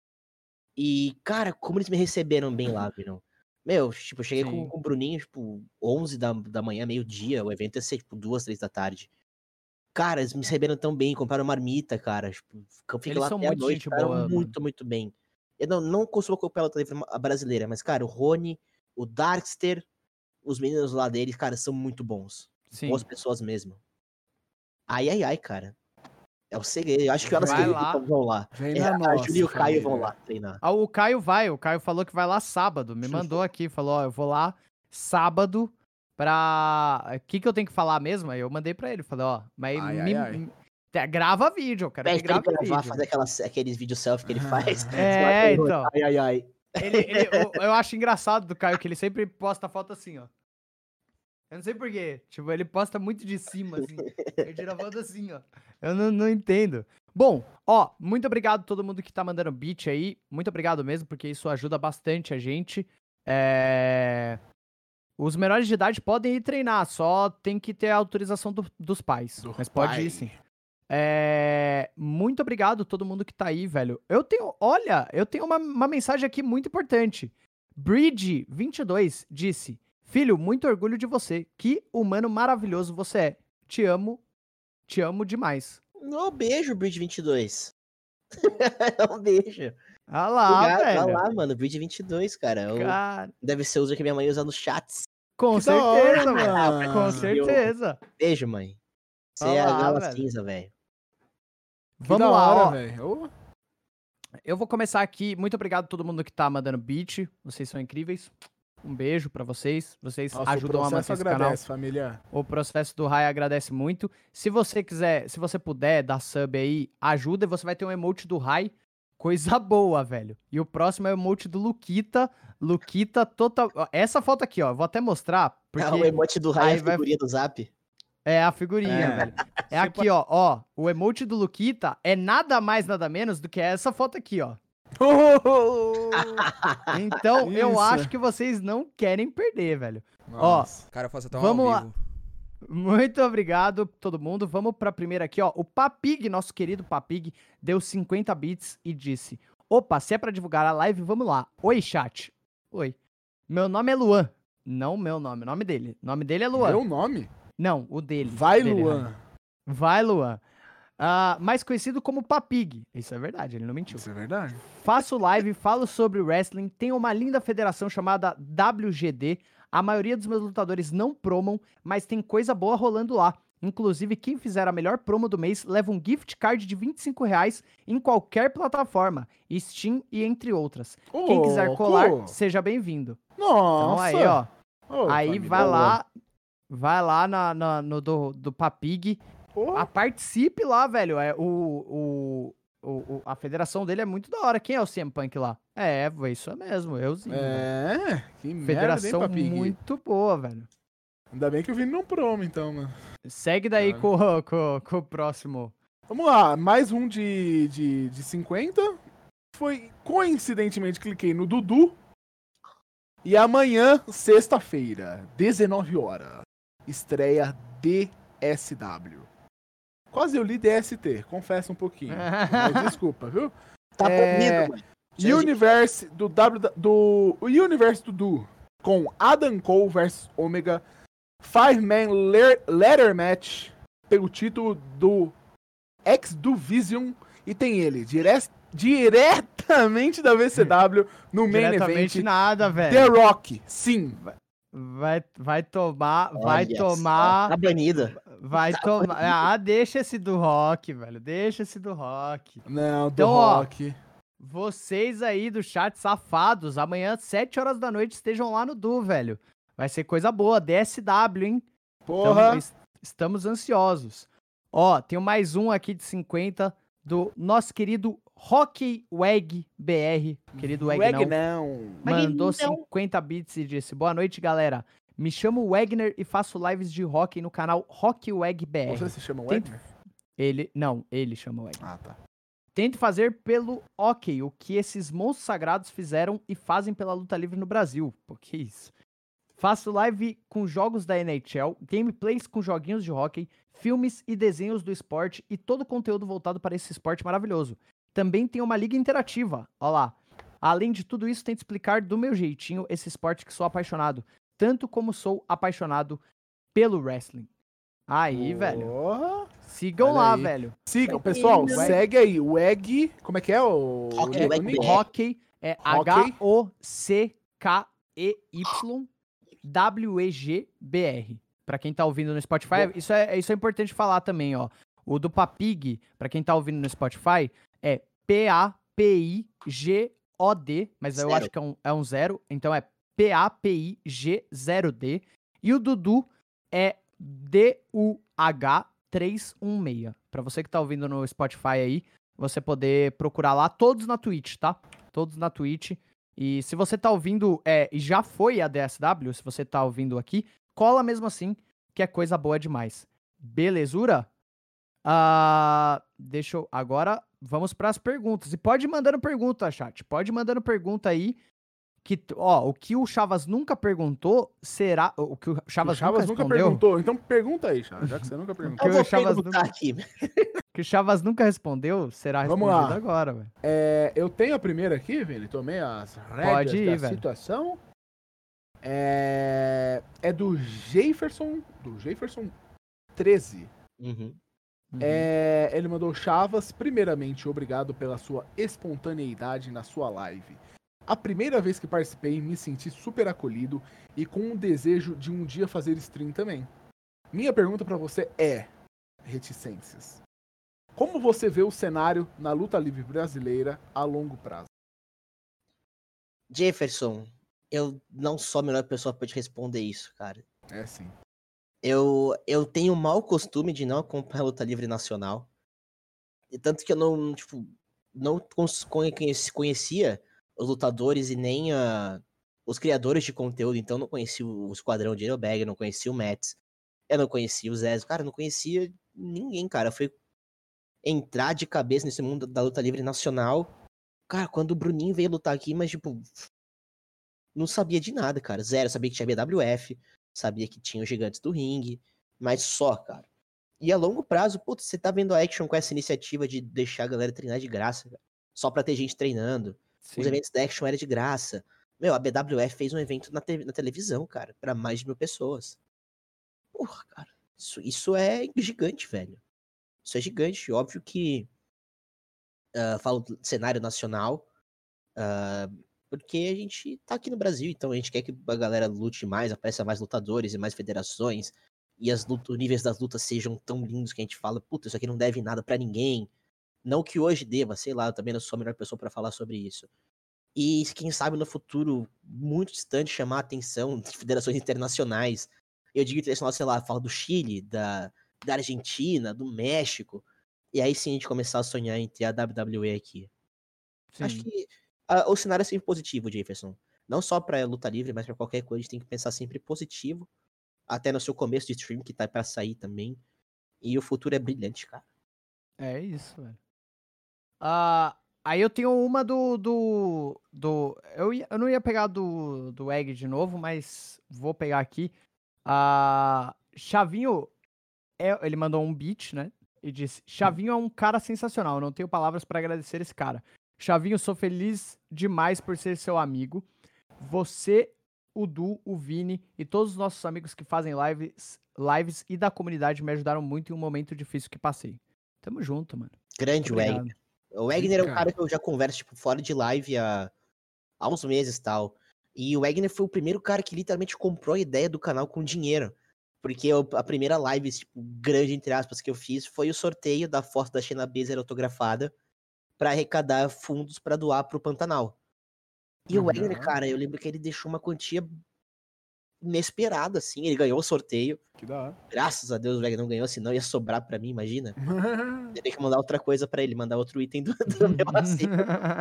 E, cara, como eles me receberam bem lá, viu? Meu, tipo, eu cheguei com, com o Bruninho, tipo, onze da, da manhã, meio-dia, o evento ia ser, tipo, duas, três da tarde. Cara, eles me receberam tão bem, compraram marmita, cara. Tipo, eu fiquei lá até a noite, cara, muito, mano. muito bem. Eu não, não costumo acompanhar a luta livre brasileira, mas, cara, o Rony, o Darkster, os meninos lá deles, cara, são muito bons. Sim. Boas pessoas mesmo. Ai, ai, ai, cara. É o segredo. Eu acho que elas que vão lá. Vem é, na a nossa, Júlia e o Caio família. vão lá treinar. Ah, o Caio vai, o Caio falou que vai lá sábado. Me mandou aqui, falou, ó, eu vou lá sábado pra... O que que eu tenho que falar mesmo? Aí eu mandei pra ele, falei, ó, mas ai, me... ai, ai. grava vídeo, eu quero Pede que grave pra ele gravar, vídeo. fazer aquelas, aqueles vídeos selfie que ele faz. É, então. Ai, ai, ai. Ele, ele, eu, eu acho engraçado do Caio que ele sempre posta foto assim, ó. Eu não sei porquê. Tipo, ele posta muito de cima, assim. Ele tira foto assim, ó. Eu não, não entendo. Bom, ó, muito obrigado a todo mundo que tá mandando beat aí. Muito obrigado mesmo, porque isso ajuda bastante a gente. É... Os menores de idade podem ir treinar, só tem que ter a autorização do, dos pais. Do Mas pode pai. ir sim. É... Muito obrigado a todo mundo que tá aí, velho. Eu tenho, olha, eu tenho uma, uma mensagem aqui muito importante. Bridge vinte e dois disse: filho, muito orgulho de você. Que humano maravilhoso você é. Te amo, te amo demais. Um beijo, Bridge vinte e dois. Um beijo. Ah lá, Obrigado, velho. Ah lá, mano. Bridge vinte e dois, cara. Eu... cara. Deve ser o uso que minha mãe usa nos chats. Com que certeza, hora, mano. Com certeza. Beijo, mãe. Você Ah é lá, a gala velho. cinza, velho. Vamos lá, ó. Véio. Eu vou começar aqui. Muito obrigado a todo mundo que tá mandando beat. Vocês são incríveis. Um beijo pra vocês. Vocês Nossa, ajudam a manter esse agradece, canal. Família. O processo do Rai agradece muito. Se você quiser, se você puder dar sub aí, ajuda e você vai ter um emote do Rai. Coisa boa, velho. E o próximo é o emote do Luquita. Luquita total... Essa foto aqui, ó. Vou até mostrar. Porque Ah, o emote do Rai é a vai... figurinha do Zap. É a figurinha, É. velho. É aqui, ó. Ó, o emote do Luquita é nada mais, nada menos do que essa foto aqui, ó. Então, eu Isso. acho que vocês não querem perder, velho. Nossa. Cara, eu faço até um Vamos ao lá. vivo. Muito obrigado, todo mundo. Vamos pra primeira aqui, ó. O Papig, nosso querido Papig, deu cinquenta bits e disse: opa, se é pra divulgar a live, vamos lá. Oi, chat. Oi. Meu nome é Luan. Não meu nome, o nome dele. O nome dele é Luan. Meu nome? Não, o dele. Vai, dele, Luan. Rani. Vai, Luan. Ah, mais conhecido como Papig. Isso é verdade, ele não mentiu. Isso é verdade. Faço live, falo sobre wrestling, tenho uma linda federação chamada W G D. A maioria dos meus lutadores não promam, mas tem coisa boa rolando lá. Inclusive, quem fizer a melhor promo do mês leva um gift card de vinte e cinco reais em qualquer plataforma, Steam e entre outras. Quem quiser colar, Louco. seja bem-vindo. Nossa! Então aí, ó. Ô, aí família, vai ó. lá, vai lá na, na- no do, do Papig, Porra. a participe lá, velho. É, o, o, o, o- a federação dele é muito da hora. Quem é o C M Punk lá? É, é isso mesmo, euzinho. velho. É, que merda, hein, Federação Papig? muito boa, velho. Ainda bem que o Vini não promo, então, mano. Segue daí Tá. com, com, com o próximo. Vamos lá, mais um de, de, de cinquenta. Foi, coincidentemente, cliquei no Dudu. E amanhã, sexta-feira, dezenove horas, estreia D S W. Quase eu li D S T, confesso um pouquinho. Mas desculpa, viu? Tá É, proibido, mano. Universe do W do o Universe Dudu com Adam Cole versus Omega Five Man Ler- Ladder Match pelo título do X Division e tem ele dire- diretamente da V C W no main Diretamente event nada, velho. The Rock. Sim. Vai, vai tomar, vai Olha só, tomar, Tá banida. vai tá tomar. Ah, deixa esse do rock, velho. Deixa esse do rock. Não, do Então, ó, Rock. Vocês aí do chat safados, amanhã, sete horas da noite, estejam lá no Du, velho. Vai ser coisa boa, D S W, hein? Porra. Tamo- es- estamos ansiosos. Ó, tenho mais um aqui de cinquenta do nosso querido Rocky Weg B R. Querido Weg Weg não. não. Mandou Não. cinquenta bits e disse: boa noite, galera. Me chamo Wagner e faço lives de hockey no canal Rocky Weg B R. Você se chama Tento- Wagner? Ele, não, ele chama Wagner. Ah, tá. Tente fazer pelo hockey o que esses monstros sagrados fizeram e fazem pela luta livre no Brasil. Pô, que isso. Faço live com jogos da N H L, gameplays com joguinhos de hockey, filmes e desenhos do esporte e todo o conteúdo voltado para esse esporte maravilhoso. Também tem uma liga interativa, ó lá. Além de tudo isso, tento explicar do meu jeitinho esse esporte que sou apaixonado, tanto como sou apaixonado pelo wrestling. Aí, velho. Porra. Sigam Olha lá, aí. velho. Sigam, pessoal, Weg. segue aí. O Egg. Como é que é o. Rock o- Weg o- B R. Hockey é Hockey. H O C K E Y W E G B R. Pra quem tá ouvindo no Spotify, Boa. isso é, isso é importante falar também, ó. O do Papig, pra quem tá ouvindo no Spotify, é P A P I G O D, mas eu Zero. acho que é um, é um zero, então é P A P I G zero D. E o Dudu é D U H trezentos e dezesseis. Pra você que tá ouvindo no Spotify aí, você poder procurar lá, todos na Twitch, tá? Todos na Twitch. E se você tá ouvindo, é, e já foi a D S W, se você tá ouvindo aqui, cola mesmo assim, que é coisa boa demais. Belezura? Ah, deixa eu... Agora, vamos pras perguntas. E pode ir mandando pergunta, chat. Pode ir mandando pergunta aí. Que, ó, o que o Chavas nunca perguntou será... O que o O Chavas, Chavas nunca nunca respondeu... perguntou. Então pergunta aí, Chavas, já que você nunca perguntou. Eu Eu vou Chavas perguntar nunca- aqui. que o Chavas nunca respondeu, será Vamos respondido lá. agora, velho. É, eu tenho a primeira aqui, Vini. Tomei as rédeas Pode ir, da velho. situação. É, é do Jefferson. Do Jefferson treze. Uhum. É, ele mandou Chavas, primeiramente, obrigado pela sua espontaneidade na sua live. A primeira vez que participei, me senti super acolhido e com um desejo de um dia fazer stream também. Minha pergunta pra você é, reticências. Como você vê o cenário na luta livre brasileira a longo prazo? Jefferson, eu não sou a melhor pessoa pra te responder isso, cara. É sim. Eu, eu tenho o mau costume de não acompanhar a luta livre nacional. E tanto que eu não, tipo, não cons- conheci- conhecia os lutadores e nem a, os criadores de conteúdo. Então eu não conhecia o Esquadrão de Aerobag, eu não conhecia o Mets, eu não conhecia o Zez. Cara, eu não conhecia ninguém, cara. Eu fui entrar de cabeça nesse mundo da luta livre nacional. Cara, quando o Bruninho veio lutar aqui, mas tipo, não sabia de nada, cara. Zero, sabia que tinha B W F. Sabia que tinha os gigantes do ringue, mas só, cara. E a longo prazo, putz, você tá vendo a Action com essa iniciativa de deixar a galera treinar de graça, cara. Só pra ter gente treinando. Sim. Os eventos da Action eram de graça. Meu, a B W F fez um evento na, te- na televisão, cara, pra mais de mil pessoas. Porra, cara, isso, isso é gigante, velho. Isso é gigante. Óbvio que ah, falo do cenário nacional, ah, porque a gente tá aqui no Brasil, então a gente quer que a galera lute mais, apareça mais lutadores e mais federações e as lutas, os níveis das lutas sejam tão lindos que a gente fala, puta, isso aqui não deve nada pra ninguém. Não que hoje deva, sei lá, eu também não sou a melhor pessoa pra falar sobre isso. E quem sabe no futuro muito distante chamar a atenção de federações internacionais. Eu digo internacional, sei lá, fala do Chile, da, da Argentina, do México. E aí sim a gente começar a sonhar em ter a W W E aqui. Sim. Acho que ah, o cenário é sempre positivo, Jefferson. Não só pra luta livre, mas pra qualquer coisa, a gente tem que pensar sempre positivo. Até no seu começo de stream, que tá pra sair também. E o futuro é brilhante, cara. É isso, velho. Ah, aí eu tenho uma do. do, do eu, ia- eu não ia pegar do, do Egg de novo, mas vou pegar aqui. Ah, Chavinho, é- ele mandou um beat, né? E disse: Chavinho é um cara sensacional, eu não tenho palavras pra agradecer esse cara. Chavinho, sou feliz demais por ser seu amigo. Você, o Du, o Vini e todos os nossos amigos que fazem lives, lives e da comunidade me ajudaram muito em um momento difícil que passei. Tamo junto, mano. Grande Obrigado. Wagner. O Wagner é um cara. cara que eu já converso, tipo, fora de live há, há uns meses e tal. E o Wagner foi o primeiro cara que literalmente comprou a ideia do canal com dinheiro. Porque eu- a primeira live, tipo, grande, entre aspas, que eu fiz foi o sorteio da foto da Shayna Baszler autografada pra arrecadar fundos pra doar pro Pantanal. E o Wagner, Uhum. cara, eu lembro que ele deixou uma quantia inesperada, assim. Ele ganhou o sorteio. Que da hora. Graças a Deus o Wagner não ganhou, senão ia sobrar pra mim, imagina. Eu tenho que mandar outra coisa pra ele, mandar outro item do, do meu acervo.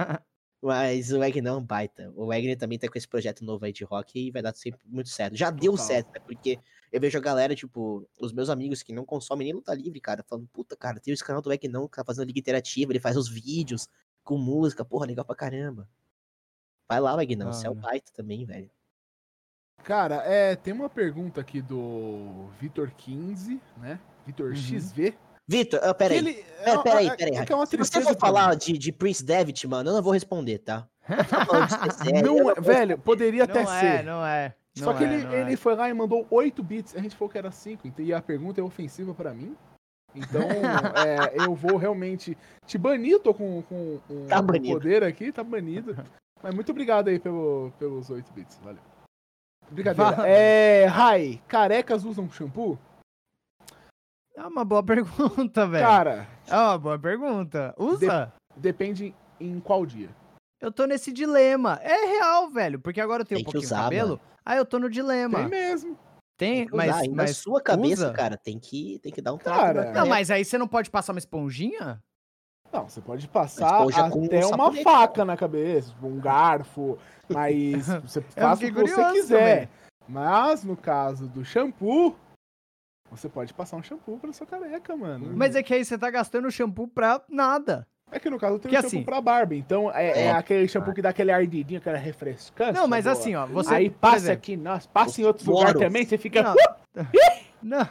Mas o Wagner é um baita. O Wagner também tá com esse projeto novo aí de rock e vai dar sempre muito certo. Já deu Total. certo, né? Porque eu vejo a galera, tipo, os meus amigos que não consomem nem luta livre, cara, falando, puta, cara, tem esse canal do Wagner, cara, fazendo liga interativa, ele faz os vídeos com música, porra, legal pra caramba. Vai lá, Wagner, você é um Ah. baita também, velho. Cara, é, tem uma pergunta aqui do Vitor quinze, né? Vitor Uhum. X V. Vitor, ah, que peraí. ele- Pera, peraí, é- peraí. é que é uma Se você tristeza for pra falar mim. de, de Prince Devitt, mano, eu não vou responder, tá? Você tá falando de C C, eu Não, não é- vou velho, poderia até Não é, ser. não é. Só não que é, ele, não é. ele foi lá e mandou oito bits. A gente falou que era cinco, e a pergunta é ofensiva pra mim. Então, é, eu vou realmente te banir. Tô com, com, com Tá o banido. poder aqui, tá banido. Mas muito obrigado aí pelo, pelos oito bits. Valeu. Brincadeira. Fala. É. Rai, carecas usam shampoo? É uma boa pergunta, velho. Cara, É uma boa pergunta. Usa? depende em qual dia. Eu tô nesse dilema. É real, velho. Porque agora eu tenho Tem um que pouquinho de usar, cabelo. mano. Aí eu tô no dilema. Tem mesmo. Tem, Tem que mas, usar. E na mas sua cabeça, usa? cara, tem que, tem que dar um trato Cara, na Não, careca. mas aí você não pode passar uma esponjinha? Não, você pode passar esponja com até um uma sabonete, faca na cabeça, tipo, um garfo, mas você faz o fiquei que você curioso quiser. Mas no caso do shampoo, você pode passar um shampoo pra sua careca, mano. Mas é que aí você tá gastando shampoo pra nada. É que no caso tem Porque um shampoo assim- pra barba, então é, é É. aquele shampoo que dá aquele ardidinho, aquela refrescância. Não, mas boa. assim, ó, você. Aí por passa exemplo, aqui, nossa, passa em Os outros lugares poros. também, você fica... Não. Não.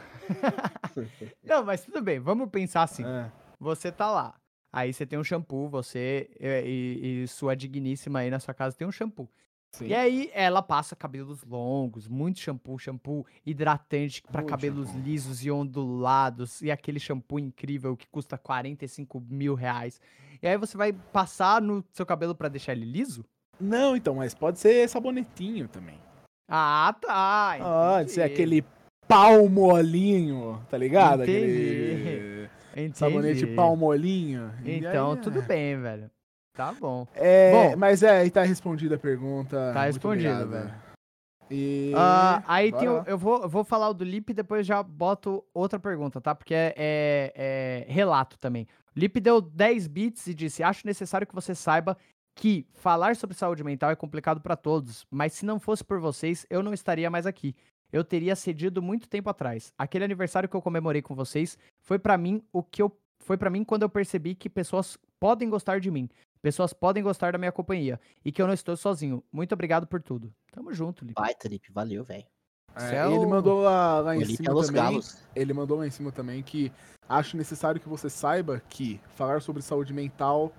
Não, mas tudo bem, vamos pensar assim. É. Você tá lá. Aí você tem um shampoo, você e, e- e sua digníssima aí na sua casa tem um shampoo. Sim. E aí ela passa cabelos longos, muito shampoo, shampoo hidratante pra Muito cabelos shampoo. lisos e ondulados, e aquele shampoo incrível que custa quarenta e cinco mil reais. E aí você vai passar no seu cabelo pra deixar ele liso? Não, então, mas pode ser sabonetinho também. Ah, tá. Pode ser entendi. aquele pau molinho, tá ligado? Entendi. Aquele Entendi. sabonete pau molinho. E Então, aí, é. tudo bem, velho. Tá bom. É, Bom. mas é, e tá respondida a pergunta. Tá Muito respondido, obrigado. velho. E... Ah, aí tem bora o- lá. eu, vou, eu vou falar o do Lipe e depois já boto outra pergunta, tá? Porque é, é- é relato também. O Lipe deu dez bits e disse: acho necessário que você saiba que falar sobre saúde mental é complicado pra todos, mas se não fosse por vocês, eu não estaria mais aqui. Eu teria cedido muito tempo atrás. Aquele aniversário que eu comemorei com vocês foi pra mim o que eu foi para mim quando eu percebi que pessoas podem gostar de mim. Pessoas podem gostar da minha companhia e que eu não estou sozinho. Muito obrigado por tudo. Tamo junto, Lipe. Baita, Lipe, valeu, velho. É, Você é ele o- mandou lá, lá em O Lipe é cima Los também. Galos. Ele mandou lá em cima também que acho necessário que você saiba que falar sobre saúde mental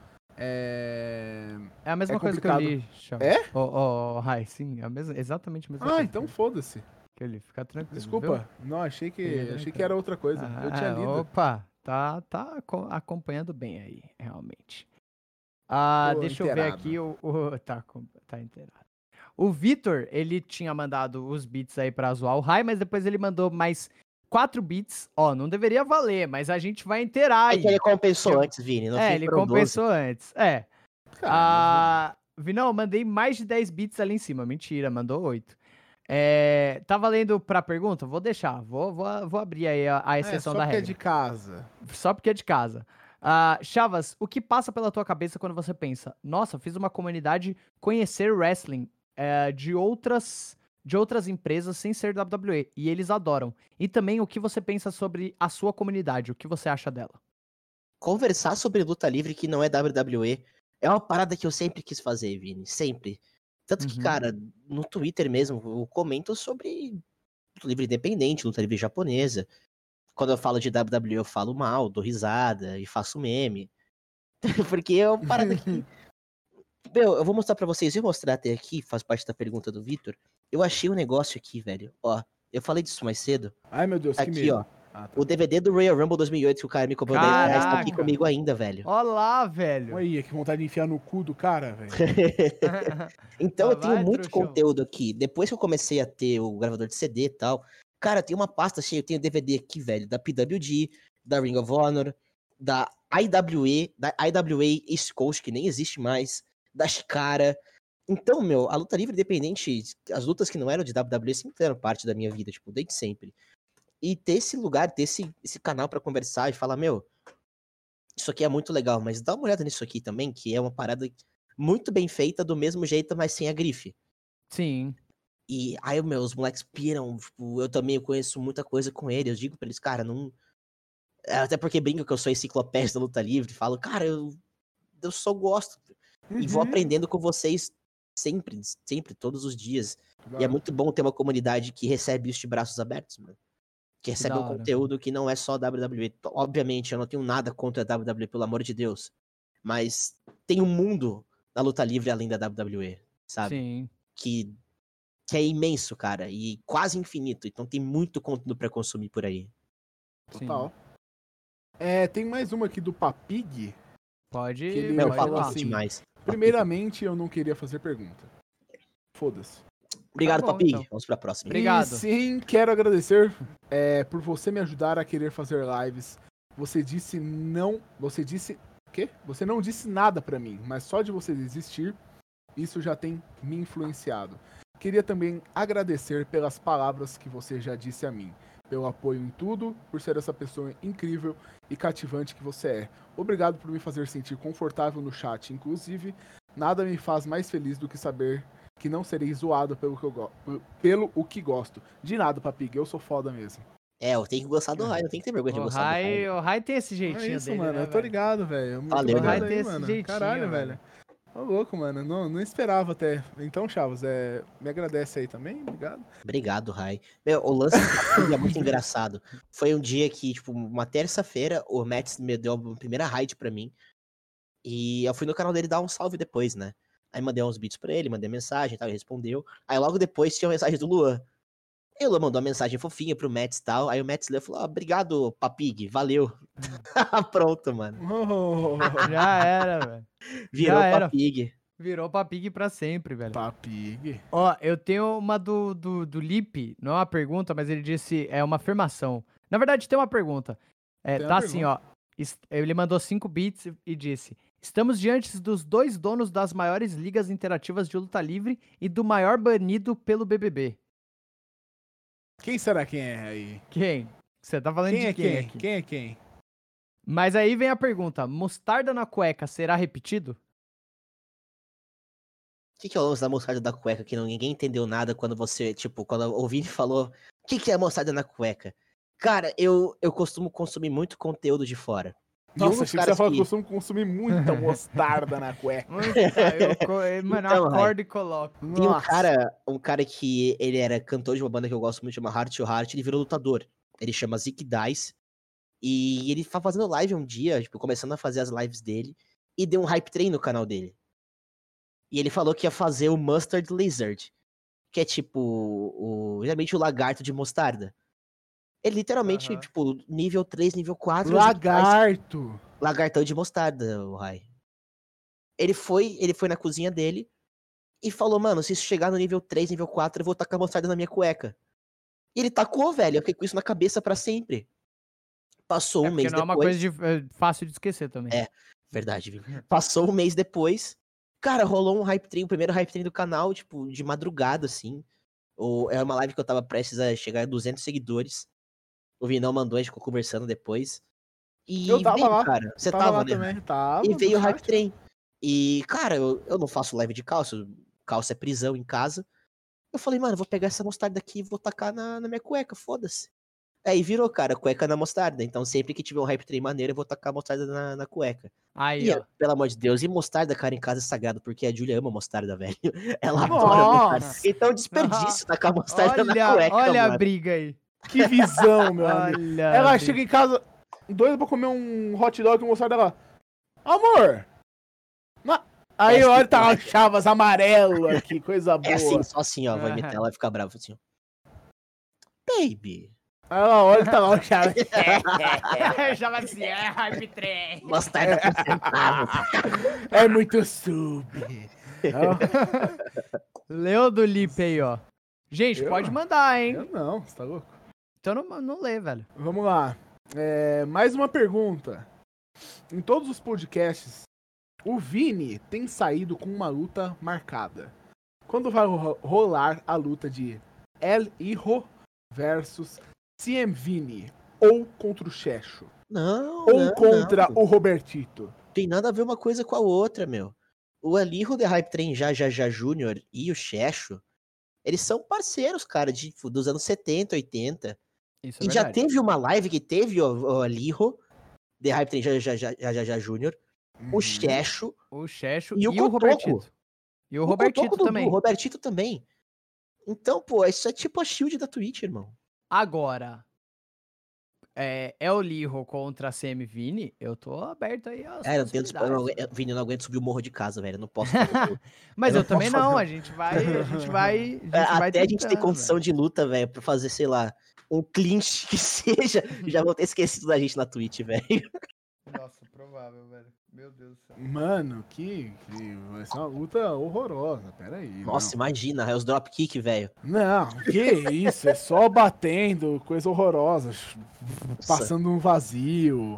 é. É a mesma É coisa que eu complicado. li, Chava. É? Ó, ó, ó, Rai, sim, é a mesma, exatamente a mesma Ah, coisa. então que, foda-se. que eu li. Fica tranquilo. Desculpa. Não, achei que, Beleza, achei que então. era outra coisa. viu? Eu tinha Ah, lido. Opa, tá, tá aco- acompanhando bem aí, realmente. Ah, Tô deixa eu ver inteirado. aqui o. o- tá, com- tá inteirado. O Vitor, ele tinha mandado os beats aí pra zoar o Rai, mas depois ele mandou mais quatro bits. Ó, não deveria valer, mas a gente vai inteirar É aí. que ele compensou Eu- antes, Vini. No É, fim ele foram doze. compensou antes. É. Cara, Ah, Vinão, eu mandei mais de dez bits ali em cima. Mentira, mandou oito. É, tá valendo pra pergunta? Vou deixar. Vou, vou, vou abrir aí a, a mas- exceção é, só da porque é regra. de casa. Só porque é de casa. Ah, Chavas, o que passa pela tua cabeça quando você pensa, nossa, fiz uma comunidade conhecer wrestling é, de outras de outras empresas sem ser W W E e eles adoram. E também o que você pensa sobre a sua comunidade, o que você acha dela? Conversar sobre luta livre que não é W W E é uma parada que eu sempre quis fazer, Vini. Sempre. Tanto que, Uhum. cara, no Twitter mesmo, eu comento sobre luta livre independente, luta livre japonesa. Quando eu falo de W W E, eu falo mal, dou risada e faço meme. Porque é uma parada que. Meu, eu vou mostrar pra vocês. Eu vou mostrar até aqui, faz parte da pergunta do Vitor. Eu achei um negócio aqui, velho. Ó, eu falei disso mais cedo. Ai, meu Deus, que Aqui, medo. ó. Ah, tá. O D V D do Royal Rumble dois mil e oito que o cara me cobrou dez reais tá aqui Caraca. comigo ainda, velho. Olha lá, velho. Olha, que vontade de enfiar no cu do cara, velho. Então Ah, eu tenho vai, muito trouxão. conteúdo aqui. Depois que eu comecei a ter o gravador de C D e tal, cara, tem uma pasta cheia. Eu tenho D V D aqui, velho, da P W G, da Ring of Honor, da I W E, da I W A East Coast, que nem existe mais, da Chikara. Então, meu, a luta livre independente, as lutas que não eram de W W E sempre fizeram parte da minha vida, tipo, desde sempre. E ter esse lugar, ter esse, esse canal pra conversar e falar, meu, isso aqui é muito legal, mas dá uma olhada nisso aqui também, que é uma parada muito bem feita, do mesmo jeito, mas sem a grife. Sim. E aí, meu, os moleques piram, tipo, eu também conheço muita coisa com ele, eu digo pra eles, cara, não... é, até porque brinco que eu sou enciclopédia da luta livre, falo, cara, eu, eu só gosto, e vou Uhum. aprendendo com vocês sempre, sempre, todos os dias. E é Claro. muito bom ter uma comunidade que recebe isso de braços abertos, mano. Que recebe da um hora. conteúdo que não é só W W E. Obviamente, eu não tenho nada contra a W W E, pelo amor de Deus. Mas tem um mundo da luta livre além da W W E, sabe? Sim. Que, que é imenso, cara. E quase infinito. Então tem muito conteúdo pra consumir por aí. Total. É, tem mais uma aqui do Papig. Pode, Que ele Meu, pode falou papo falar. assim, demais. Primeiramente, eu não queria fazer pergunta. Foda-se. Obrigado, Tá bom, Papi. então. Vamos pra próxima. Obrigado. E sim, quero agradecer é, por você me ajudar a querer fazer lives. Você disse não... Você disse... O quê? Você não disse nada pra mim, mas só de você desistir, isso já tem me influenciado. Queria também agradecer pelas palavras que você já disse a mim. Pelo apoio em tudo, por ser essa pessoa incrível e cativante que você é. Obrigado por me fazer sentir confortável no chat. Inclusive, nada me faz mais feliz do que saber que não serei zoado pelo, que eu go- pelo o que gosto. De nada, Papig, eu sou foda mesmo. É, eu tenho que gostar do Rai. Eu tenho que ter vergonha de O gostar do Rai. Rai, o Rai tem esse É jeitinho isso, dele, mano. né, eu tô velho? ligado, velho. Muito Valeu, obrigado velho. aí, Tem esse mano. jeitinho, Caralho, velho. velho. Ô, louco, mano. Não, não esperava até. Então, Chavos, é... me agradece aí também. Obrigado. Obrigado, Rai. Meu, o lance do Papi é muito engraçado. Foi um dia que, tipo, uma terça-feira, o Mets me deu a primeira raid pra mim. E eu fui no canal dele dar um salve depois, né? Aí mandei uns beats pra ele, mandei mensagem e tal, ele respondeu. Aí logo depois tinha uma mensagem do Luan. Aí o Luan mandou uma mensagem fofinha pro Mets e tal. Aí o Mets leu e falou, ah, obrigado, Papig, valeu. Pronto, mano. Oh, Já era, velho. Virou Já era. Papig. Virou Papig pra sempre, velho. Papig. Ó, eu tenho uma do, do, do Lipe, não é uma pergunta, mas ele disse, é uma afirmação. Na verdade, tem uma pergunta. É, Tem tá uma assim, ó. es- Ele mandou cinco bits e disse: Estamos diante dos dois donos das maiores ligas interativas de luta livre e do maior banido pelo B B B. Quem será quem é aí? Quem? Você tá falando Quem de é quem, quem? aqui? Quem é quem? Mas aí vem a pergunta: mostarda na cueca será repetido? O que, que é o lance da mostarda da cueca que não, ninguém entendeu nada quando você, tipo, quando o Vini falou, o que, que é mostarda na cueca? Cara, eu, eu costumo consumir muito conteúdo de fora. E um Nossa, dos achei que você caras falou que que- eu costumo consumir muita mostarda na cueca. eu, co- eh, mano, Então, eu acordo e coloco. Tem um Nossa. cara, um cara que ele era cantor de uma banda que eu gosto muito, chama Heart to Heart, ele virou lutador. Ele chama Zick Dice. E ele tá fazendo live um dia, tipo, começando a fazer as lives dele, e deu um hype train no canal dele. E ele falou que ia fazer o Mustard Lizard, que é tipo, o, geralmente o lagarto de mostarda. Ele literalmente, Aham. tipo, nível três, nível quatro. o Zick Dice- Lagarto. Lagartão de mostarda, o Rai. Ele foi, ele foi na cozinha dele e falou, mano, se isso chegar no nível três, nível quatro, eu vou tacar mostarda na minha cueca. E ele tacou, velho. Eu fiquei com isso na cabeça pra sempre. Passou É um porque mês não é uma depois. coisa de- é fácil de esquecer também. É. Verdade, Vini. Passou um mês depois. Cara, rolou um hype train, o primeiro hype train do canal, tipo, de madrugada, assim. O, é uma live que eu tava prestes a chegar a duzentos seguidores. O Vinão mandou, a gente ficou conversando depois. E Eu tava veio, lá. cara. Você tava, tava, lá né? também, tava. E no veio o hype chat. train. E, cara, eu, eu não faço live de calça. Calça é prisão em casa. Eu falei, mano, eu vou pegar essa mostarda aqui e vou tacar na, na minha cueca, foda-se. Aí virou, cara, cueca na mostarda. Então sempre que tiver um hype train maneiro, eu vou tacar a mostarda na, na cueca. Aí, E, ó. pelo amor de Deus, e mostarda, cara, em casa é sagrado, porque a Julia ama mostarda, velho. Ela adora Nossa! mostarda. Então desperdício tacar mostarda na Olha, cueca, olha a mano. briga aí. Que visão, meu amigo. Olha. Ela a briga. chega em casa doida pra comer um hot dog e mostrar dela. Amor! Na- Aí É, olha, tá assim, uma chavas amarela, que coisa boa. É assim, só assim, ó, vai meter ela e ficar brava assim, ó. Baby. Aí ela olha e tá lá o chaves. Já vai assim, é hype train. Mostarda por centavo. É muito sub. Leu do Lipe aí, ó. Gente, Eu? pode mandar, hein? Eu não, você tá louco? Então não, não lê, velho. Vamos lá. É, mais uma pergunta. Em todos os podcasts, o Vini tem saído com uma luta marcada. Quando vai ro- rolar a luta de El Hijo versus C M Vini? Ou contra o Checho? Não, Ou não, contra não. o Robertito? Tem nada a ver uma coisa com a outra, meu. O Alijo The Hype Train Já Já Já Júnior e o Checho, eles são parceiros, cara, de, tipo, dos anos setenta, oitenta. Isso é E já verdade. teve uma live que teve o, o Alijo The Hype Train Já Já Já Já Já Já Júnior, Uhum. o Checho O Checho e e, o o Cotoco. Robertito. E o, o Robertito Cotoco Dudu, também. O Robertito também. Então, pô, isso é tipo a shield da Twitch, irmão. Agora, é, El Lijo contra C M Vini, eu tô aberto aí às É, eu não tenho, eu não, possibilidades. eu, Vini, eu não aguento subir o morro de casa, velho. Eu não posso fazer. Mas eu eu, não também posso não, fazer. a gente vai, a gente vai, a gente É, vai até a gente ter tentando, condição velho. de luta, velho, pra fazer, sei lá, um clinch que seja, já vão ter esquecido da gente na Twitch, velho. Nossa, provável, velho. Meu Deus do céu. Mano, que, que vai ser uma luta horrorosa. Pera aí. Nossa, imagina, é os dropkick, velho. Não, que isso, é só batendo, coisa horrorosa, passando um vazio.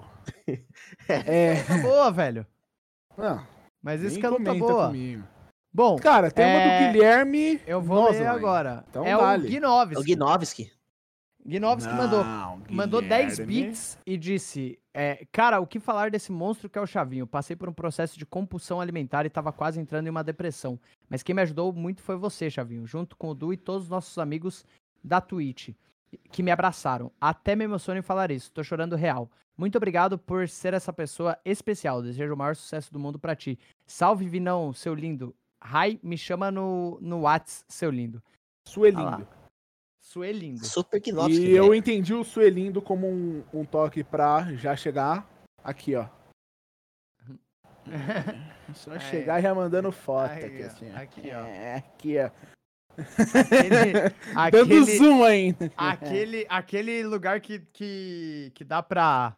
É, Tá boa, velho. não, Mas isso nem que é luta comenta boa. comigo. Bom, Cara, tem uma é, do Guilherme. eu vou ler Nosley. agora. Então é dale. o Guinovski. É o Gnovski. Gnovski Não, mandou. Mandou dez Guilherme. bits e disse: é, cara, o que falar desse monstro que é o Chavinho? Passei por um processo de compulsão alimentar e tava quase entrando em uma depressão. Mas quem me ajudou muito foi você, Chavinho, junto com o Du e todos os nossos amigos da Twitch, que me abraçaram. Até me emociono em falar isso, tô chorando real. Muito obrigado por ser essa pessoa especial. Desejo o maior sucesso do mundo pra ti. Salve, Vinão, seu lindo. Rai, me chama no, no Whats, seu lindo. Suelindo. Suelindo. Super Gnovski, E velho. eu entendi o Suelindo como um, um toque pra já chegar aqui, ó. Só Aí, chegar já mandando foto aí, aqui, ó, assim, ó. aqui, ó. É, aqui, ó. Aquele, Dando aquele, zoom ainda. aquele, aquele lugar que, que, que dá pra,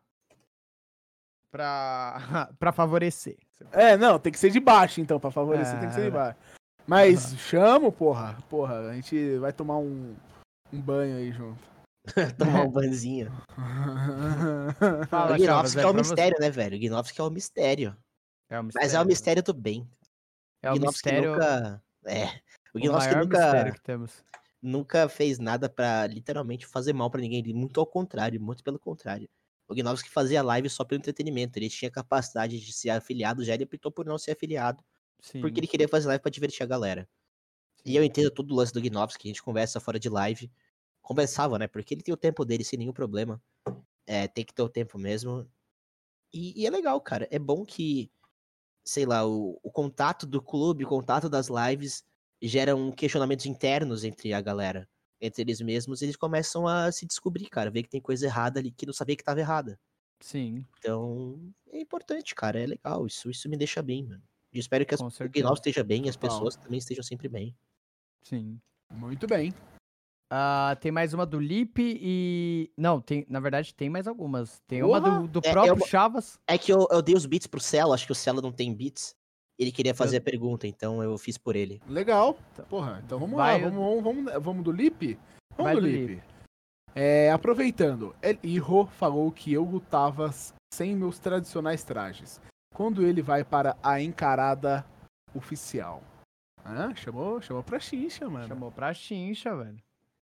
pra, pra favorecer. É, não, tem que ser de baixo, então, pra favorecer É, tem que ser de é. baixo. Mas chamo, porra, porra, a gente vai tomar um, um banho aí junto. Tomar um banzinho. Fala, O Chavas, Gnovski é é o pra você. mistério, né, velho? O Gnovski é o mistério. É o Mas é o mistério do bem. É o Gnovski mistério, nunca... É. O o Gnovski maior mistério nunca, que temos. nunca fez nada pra literalmente fazer mal pra ninguém. Muito ao contrário, muito pelo contrário. O Gnovski fazia live só pelo entretenimento. Ele tinha capacidade de ser afiliado, já ele optou por não ser afiliado. Sim, Porque ele queria fazer live pra divertir a galera. E eu entendo todo o lance do Gnovski, a gente conversa fora de live. Conversava, né? Porque ele tem o tempo dele sem nenhum problema. É, tem que ter o tempo mesmo. E, e é legal, cara. É bom que, sei lá, o, o contato do clube, o contato das lives geram questionamentos internos entre a galera. Entre eles mesmos, eles começam a se descobrir, cara. Ver que tem coisa errada ali que não sabia que tava errada. sim, Então, é importante, cara. É legal. Isso, isso me deixa bem, mano. E espero que as, Com o certeza. Gnome esteja bem e as Total. pessoas também estejam sempre bem. sim. Muito bem. Ah, tem mais uma do Lipe e... Não, tem, na verdade tem mais algumas. Tem uma Porra! do, do É, próprio eu- Chavas. É que eu, eu dei os beats pro Celo, acho que o Celo não tem beats. Ele queria fazer a pergunta, então eu fiz por ele. Legal. Porra, então vamos Vai lá, o- vamos, vamos, vamos, vamos do Lipe? Vamos Vai do do Lipe. Lipe. É, aproveitando, El Hijo falou que eu lutava sem meus tradicionais trajes. Quando ele vai para a encarada oficial. Ah, chamou, chamou pra chincha, mano. Chamou pra chincha, velho.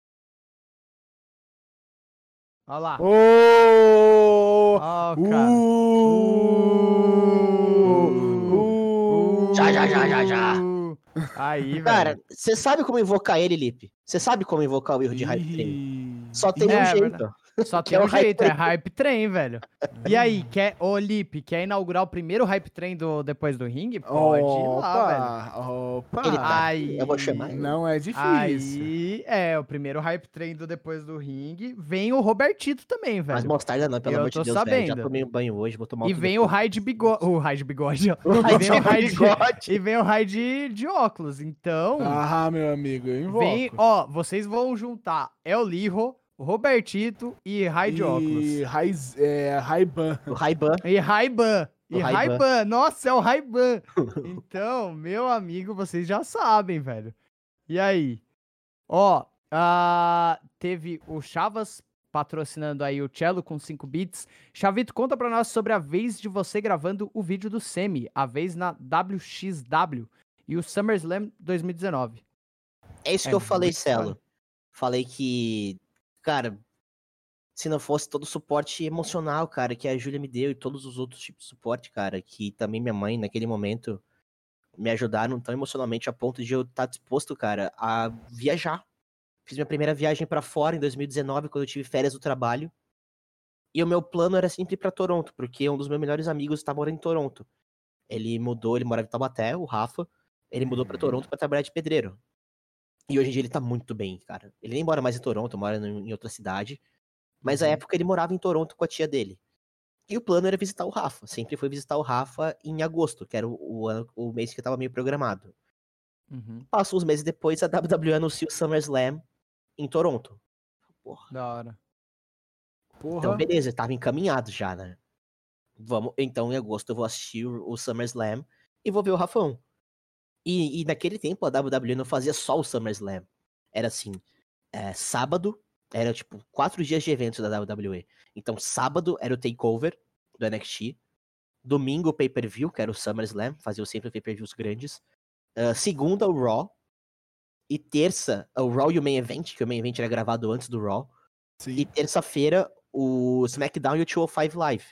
Olha lá. Ô! Ó, o cara. Uh! Uh! Já, já, já, já, já. Aí, velho. Cara, você sabe como invocar ele, Lipe? Você sabe como invocar o erro de Hype Train? Ih. Só tem É, um jeito. verdade. Só Que tem é o um Hype jeito, é Train. Hype Train, velho. E aí, quer, ô Lipe, quer inaugurar o primeiro Hype Train do, depois do ringue? Pode ir lá, velho. Opa, Ele opa. tá Aí, aqui, eu vou chamar ele. Não é difícil. Aí, é, o primeiro Hype Train do depois do ringue. Vem o Robertito também, Mas velho. mostarda não, pelo Eu amor de tô Deus, velho. Já sabendo. tomei um banho hoje, vou tomar E outro vem o depois. raio de bigode. O raio de bigode, ó. O E raio vem de o raio de bigode. E vem o raio de, de óculos. Então, Ah, meu amigo, eu invoco. vem, ó, vocês vão juntar El Lijo, Robertito e raio de óculos. E Raiz, é, Ray-Ban. O Ray-Ban. E Ray-Ban. E O Ray-Ban. Ray-Ban. Nossa, é o Ray-Ban. Então, meu amigo, vocês já sabem, velho. E aí? Ó, ah, teve o Chavas patrocinando aí o Cello com cinco bits. Chavito, conta pra nós sobre a vez de você gravando o vídeo do Semi, a vez na W X W e o SummerSlam dois mil e dezenove. É isso É que eu falei, muito história. Celo. Falei que, cara, se não fosse todo o suporte emocional, cara, que a Júlia me deu e todos os outros tipos de suporte, cara, que também minha mãe, naquele momento, me ajudaram tão emocionalmente a ponto de eu estar disposto, cara, a viajar. Fiz minha primeira viagem pra fora em dois mil e dezenove, quando eu tive férias do trabalho. E o meu plano era sempre ir pra Toronto, porque um dos meus melhores amigos tá morando em Toronto. Ele mudou, ele morava em Taubaté, o Rafa. Ele mudou pra Toronto pra trabalhar de pedreiro. E hoje em dia ele tá muito bem, cara. Ele nem mora mais em Toronto, mora em outra cidade. Mas na época ele morava em Toronto com a tia dele. E o plano era visitar o Rafa. Sempre foi visitar o Rafa em agosto, que era o, o, ano- o mês que eu tava meio programado. Uhum. Passou uns meses depois, a W W E anunciou o SummerSlam em Toronto. Porra. Da hora. Porra. Então, beleza, tava encaminhado já, né? Vamos, então, em agosto eu vou assistir o, o SummerSlam e vou ver o Rafão. E, e naquele tempo a W W E não fazia só o SummerSlam. Era assim, é, sábado, era tipo quatro dias de eventos da W W E. Então, sábado era o Takeover do N X T. Domingo o Pay-Per-View, que era o SummerSlam, fazia sempre Pay-Per-Views grandes. Uh, segunda o Raw. E terça, o Raw e o Main Event, que o Main Event era gravado antes do Raw. Sim. E terça-feira, o SmackDown e o duzentos e cinco Live.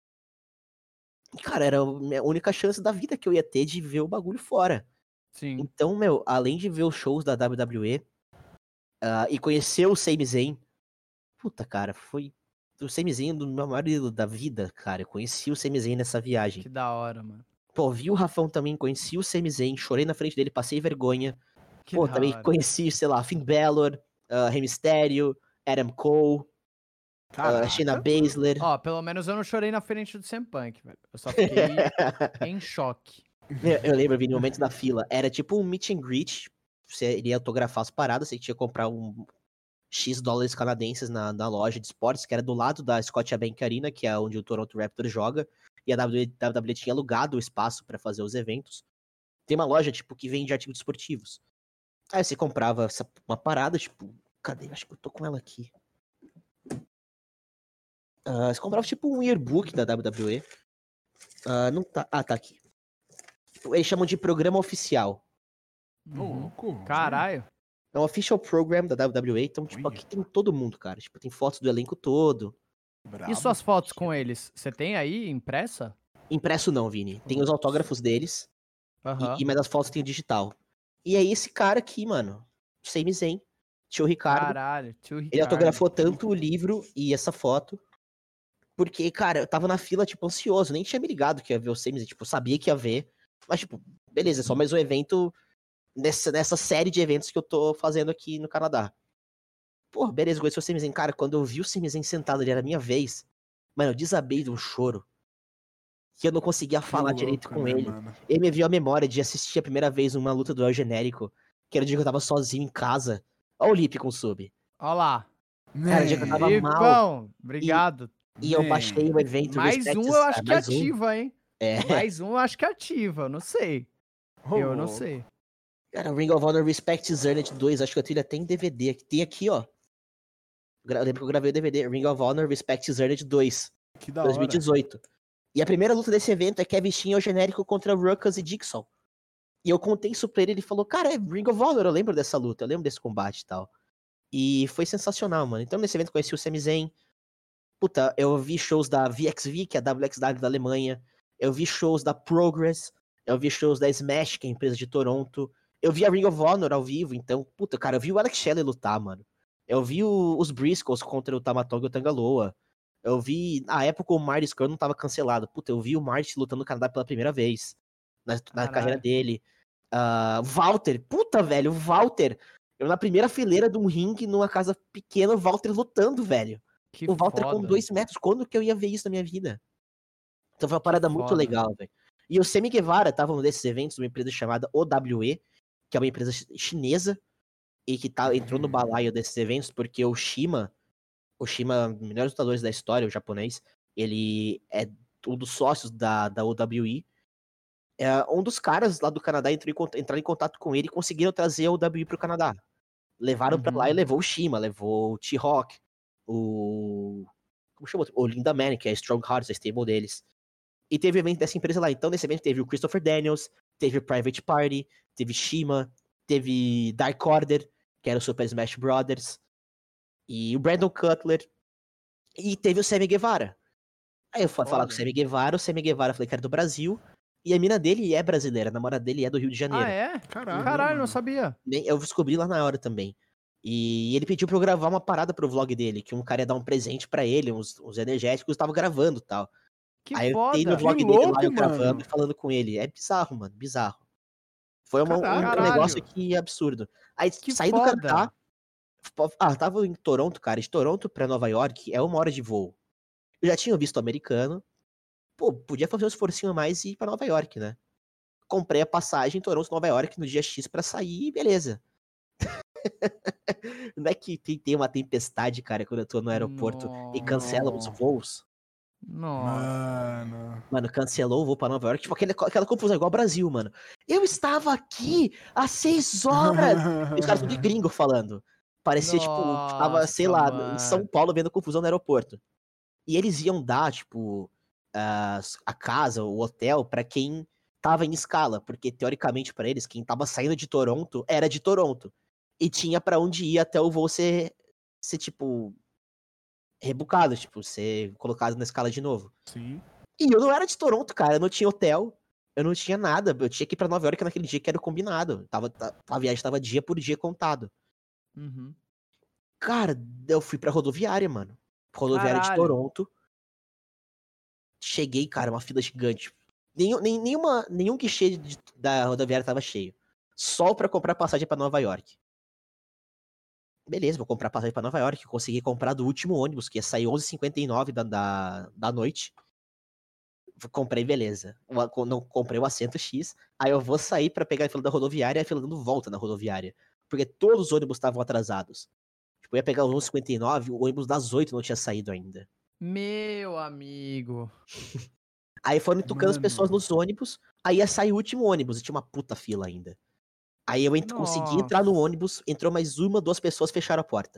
E, cara, era a minha única chance da vida que eu ia ter de ver o bagulho fora. Sim. Então, meu, além de ver os shows da W W E uh, e conhecer o Sami Zayn, puta, cara, foi o Sami Zayn do meu maior ídolo da vida, cara. Eu conheci o Sami Zayn nessa viagem. Que da hora, mano. Pô, vi o Rafão também, conheci o Sami Zayn, chorei na frente dele, passei vergonha. Que Pô, da também hora. conheci, sei lá, Finn Balor, uh, Rey Mysterio, Adam Cole, uh, Caraca. Shayna Baszler. Ó, pelo menos eu não chorei na frente do C M Punk, velho. Eu só fiquei em choque. Eu, eu lembro, vi no momento da fila, era tipo um meet and greet, você iria autografar as paradas, você tinha que comprar um X dólares canadenses na, na loja de esportes, que era do lado da Scotiabank Arena, que é onde o Toronto Raptors joga, e a W W E tinha alugado o espaço pra fazer os eventos. Tem uma loja, tipo, que vende artigos esportivos. Aí você comprava essa, uma parada, tipo, cadê? Acho que eu tô com ela aqui. Uh, você comprava, tipo, um yearbook da W W E. Uh, não tá... Ah, tá aqui. Eles chamam de programa oficial. Ô, louco. Caralho. É um official program da W W E, então, tipo, Olha. aqui tem todo mundo, cara. Tipo, tem fotos do elenco todo. Brabo. E suas fotos com eles? Você tem aí impressa? Impresso não, Vini. Tem os autógrafos deles, Aham. e, e mas as fotos tem o digital. E é esse cara aqui, mano. Sami Zayn. Tio Ricardo. Caralho, tio Ricardo. Ele autografou tanto o livro e essa foto. Porque, cara, eu tava na fila, tipo, ansioso. Nem tinha me ligado que ia ver o Sami Zayn. Tipo, eu sabia que ia ver. Mas, tipo, beleza, é só mais um evento nessa, nessa série de eventos que eu tô fazendo aqui no Canadá. Pô, beleza, conheci o Sami Zayn. Cara, quando eu vi o Sami Zayn sentado ali, era a minha vez. Mano, eu desabei de um choro. Que eu não conseguia Que falar louco, direito com né, ele. mano? Ele me viu a memória de assistir a primeira vez uma luta do El Genérico. Que era o dia que eu tava sozinho em casa. Ó o Lip com sub. Ó lá. Cara, o dia que eu tava Né, mal. Lipão, obrigado. E eu né. baixei o evento. Mais Respects- um eu acho ah, que mais um. ativa, hein? É. Mais um eu acho que ativa, eu não sei. Ô, Eu não louco. sei. Cara, Ring of Honor Respect Earned dois, acho que a trilha tem D V D. Tem aqui, ó. Eu lembro que eu gravei o D V D, Ring of Honor Respect is Earned dois, Que da dois mil e hora. dezoito. E a primeira luta desse evento é Kevin Steen ao genérico contra Ruckus e Dixon. E eu contei isso pra ele, ele falou, cara, é Ring of Honor, eu lembro dessa luta, eu lembro desse combate e tal. E foi sensacional, mano. Então nesse evento eu conheci o Sami Zayn. Puta, eu vi shows da V X V, que é a W X W da Alemanha. Eu vi shows da Progress. Eu vi shows da Smash, que é a empresa de Toronto. Eu vi a Ring of Honor ao vivo, então, puta, cara, eu vi o Alex Shelley lutar, mano. Eu vi o, os Briscoes contra o Tamatonga e o Tangaloa. Eu vi, na época o Marty Scurll não tava cancelado. Puta, eu vi o Marty lutando no Canadá pela primeira vez. Na, na carreira dele. Uh, Walter, puta, velho, o Walter. Eu na primeira fileira de um ringue, numa casa pequena, o Walter lutando, velho. Que o Walter foda. com dois metros, quando que eu ia ver isso na minha vida? Então foi uma parada muito foda. legal, velho. E o Sammy Guevara tava num desses eventos, uma empresa chamada O W E, que é uma empresa chinesa, e que tá, entrou no balaio desses eventos, porque o Shima, o Shima, um dos melhores lutadores da história, o japonês, ele é um dos sócios da, da O W E. É, um dos caras lá do Canadá entrou em, entraram em contato com ele e conseguiram trazer a O W E pro Canadá. Levaram uhum. pra lá e levou o Shima, levou o T-Hawk, o... Como chama? O Linda Man, que é a Strong Hearts, a stable deles. E teve evento dessa empresa lá. Então, nesse evento teve o Christopher Daniels, teve o Private Party, teve Shima, teve Dark Order, que era o Super Smash Brothers, e o Brandon Cutler, e teve o Sammy Guevara. Aí eu fui Olha. falar com o Sammy Guevara, o Sammy Guevara falei que era do Brasil, e a mina dele é brasileira, a namorada dele é do Rio de Janeiro. Ah, é? Caralho, Caralho, não sabia. Eu descobri lá na hora também. E ele pediu pra eu gravar uma parada pro vlog dele, que um cara ia dar um presente pra ele, uns, uns energéticos, eu tava gravando e tal. Que Aí foda. eu dei no vlog Que dele louco, lá, eu mano. gravando e falando com ele. É bizarro, mano, bizarro. Foi uma, Caralho. um negócio que absurdo. Aí Que saí do foda. Canadá. Ah, tava em Toronto, cara. De Toronto pra Nova York é uma hora de voo. Eu já tinha visto o americano. Pô, podia fazer um esforcinho a mais e ir pra Nova York, né? Comprei a passagem em Toronto, Nova York, no dia X pra sair e beleza. Não é que tem, tem uma tempestade, cara, quando eu tô no aeroporto Nossa. e cancelam os voos? Nossa. Mano. Mano, cancelou o voo pra Nova York. Tipo, aquele, aquela confusão, igual o Brasil, mano. Eu estava aqui há seis horas. E os caras tudo de gringo falando. Parecia, Nossa, tipo, tava, sei lá, mano. Em São Paulo vendo confusão no aeroporto. E eles iam dar, tipo, a, a casa, o hotel, pra quem tava em escala. Porque, teoricamente, pra eles, quem tava saindo de Toronto era de Toronto. E tinha pra onde ir até o voo ser, ser tipo, rebucado, tipo, ser colocado na escala de novo. Sim. E eu não era de Toronto, cara, eu não tinha hotel, eu não tinha nada, eu tinha que ir pra Nova York naquele dia que era o combinado. Tava, a viagem tava dia por dia contado. Uhum. Cara, eu fui pra rodoviária, mano. Rodoviária Caralho. de Toronto. Cheguei, cara, uma fila gigante. Nenhum, nem, nenhuma, nenhum guichê de, da rodoviária tava cheio. Só pra comprar passagem pra Nova York. Beleza, vou comprar passagem pra Nova York. Consegui comprar do último ônibus, que ia sair onze e cinquenta e nove da, da, da noite. Comprei, beleza. Não comprei o assento X. Aí eu vou sair pra pegar a fila da rodoviária e a fila dando volta na rodoviária. Porque todos os ônibus estavam atrasados. Tipo, eu ia pegar os onze e cinquenta e nove, o ônibus das oito não tinha saído ainda. Meu amigo. Aí foram tocando as Mano. pessoas nos ônibus. Aí ia sair o último ônibus e tinha uma puta fila ainda. Aí eu ent- consegui entrar no ônibus, entrou mais uma, duas pessoas, fecharam a porta.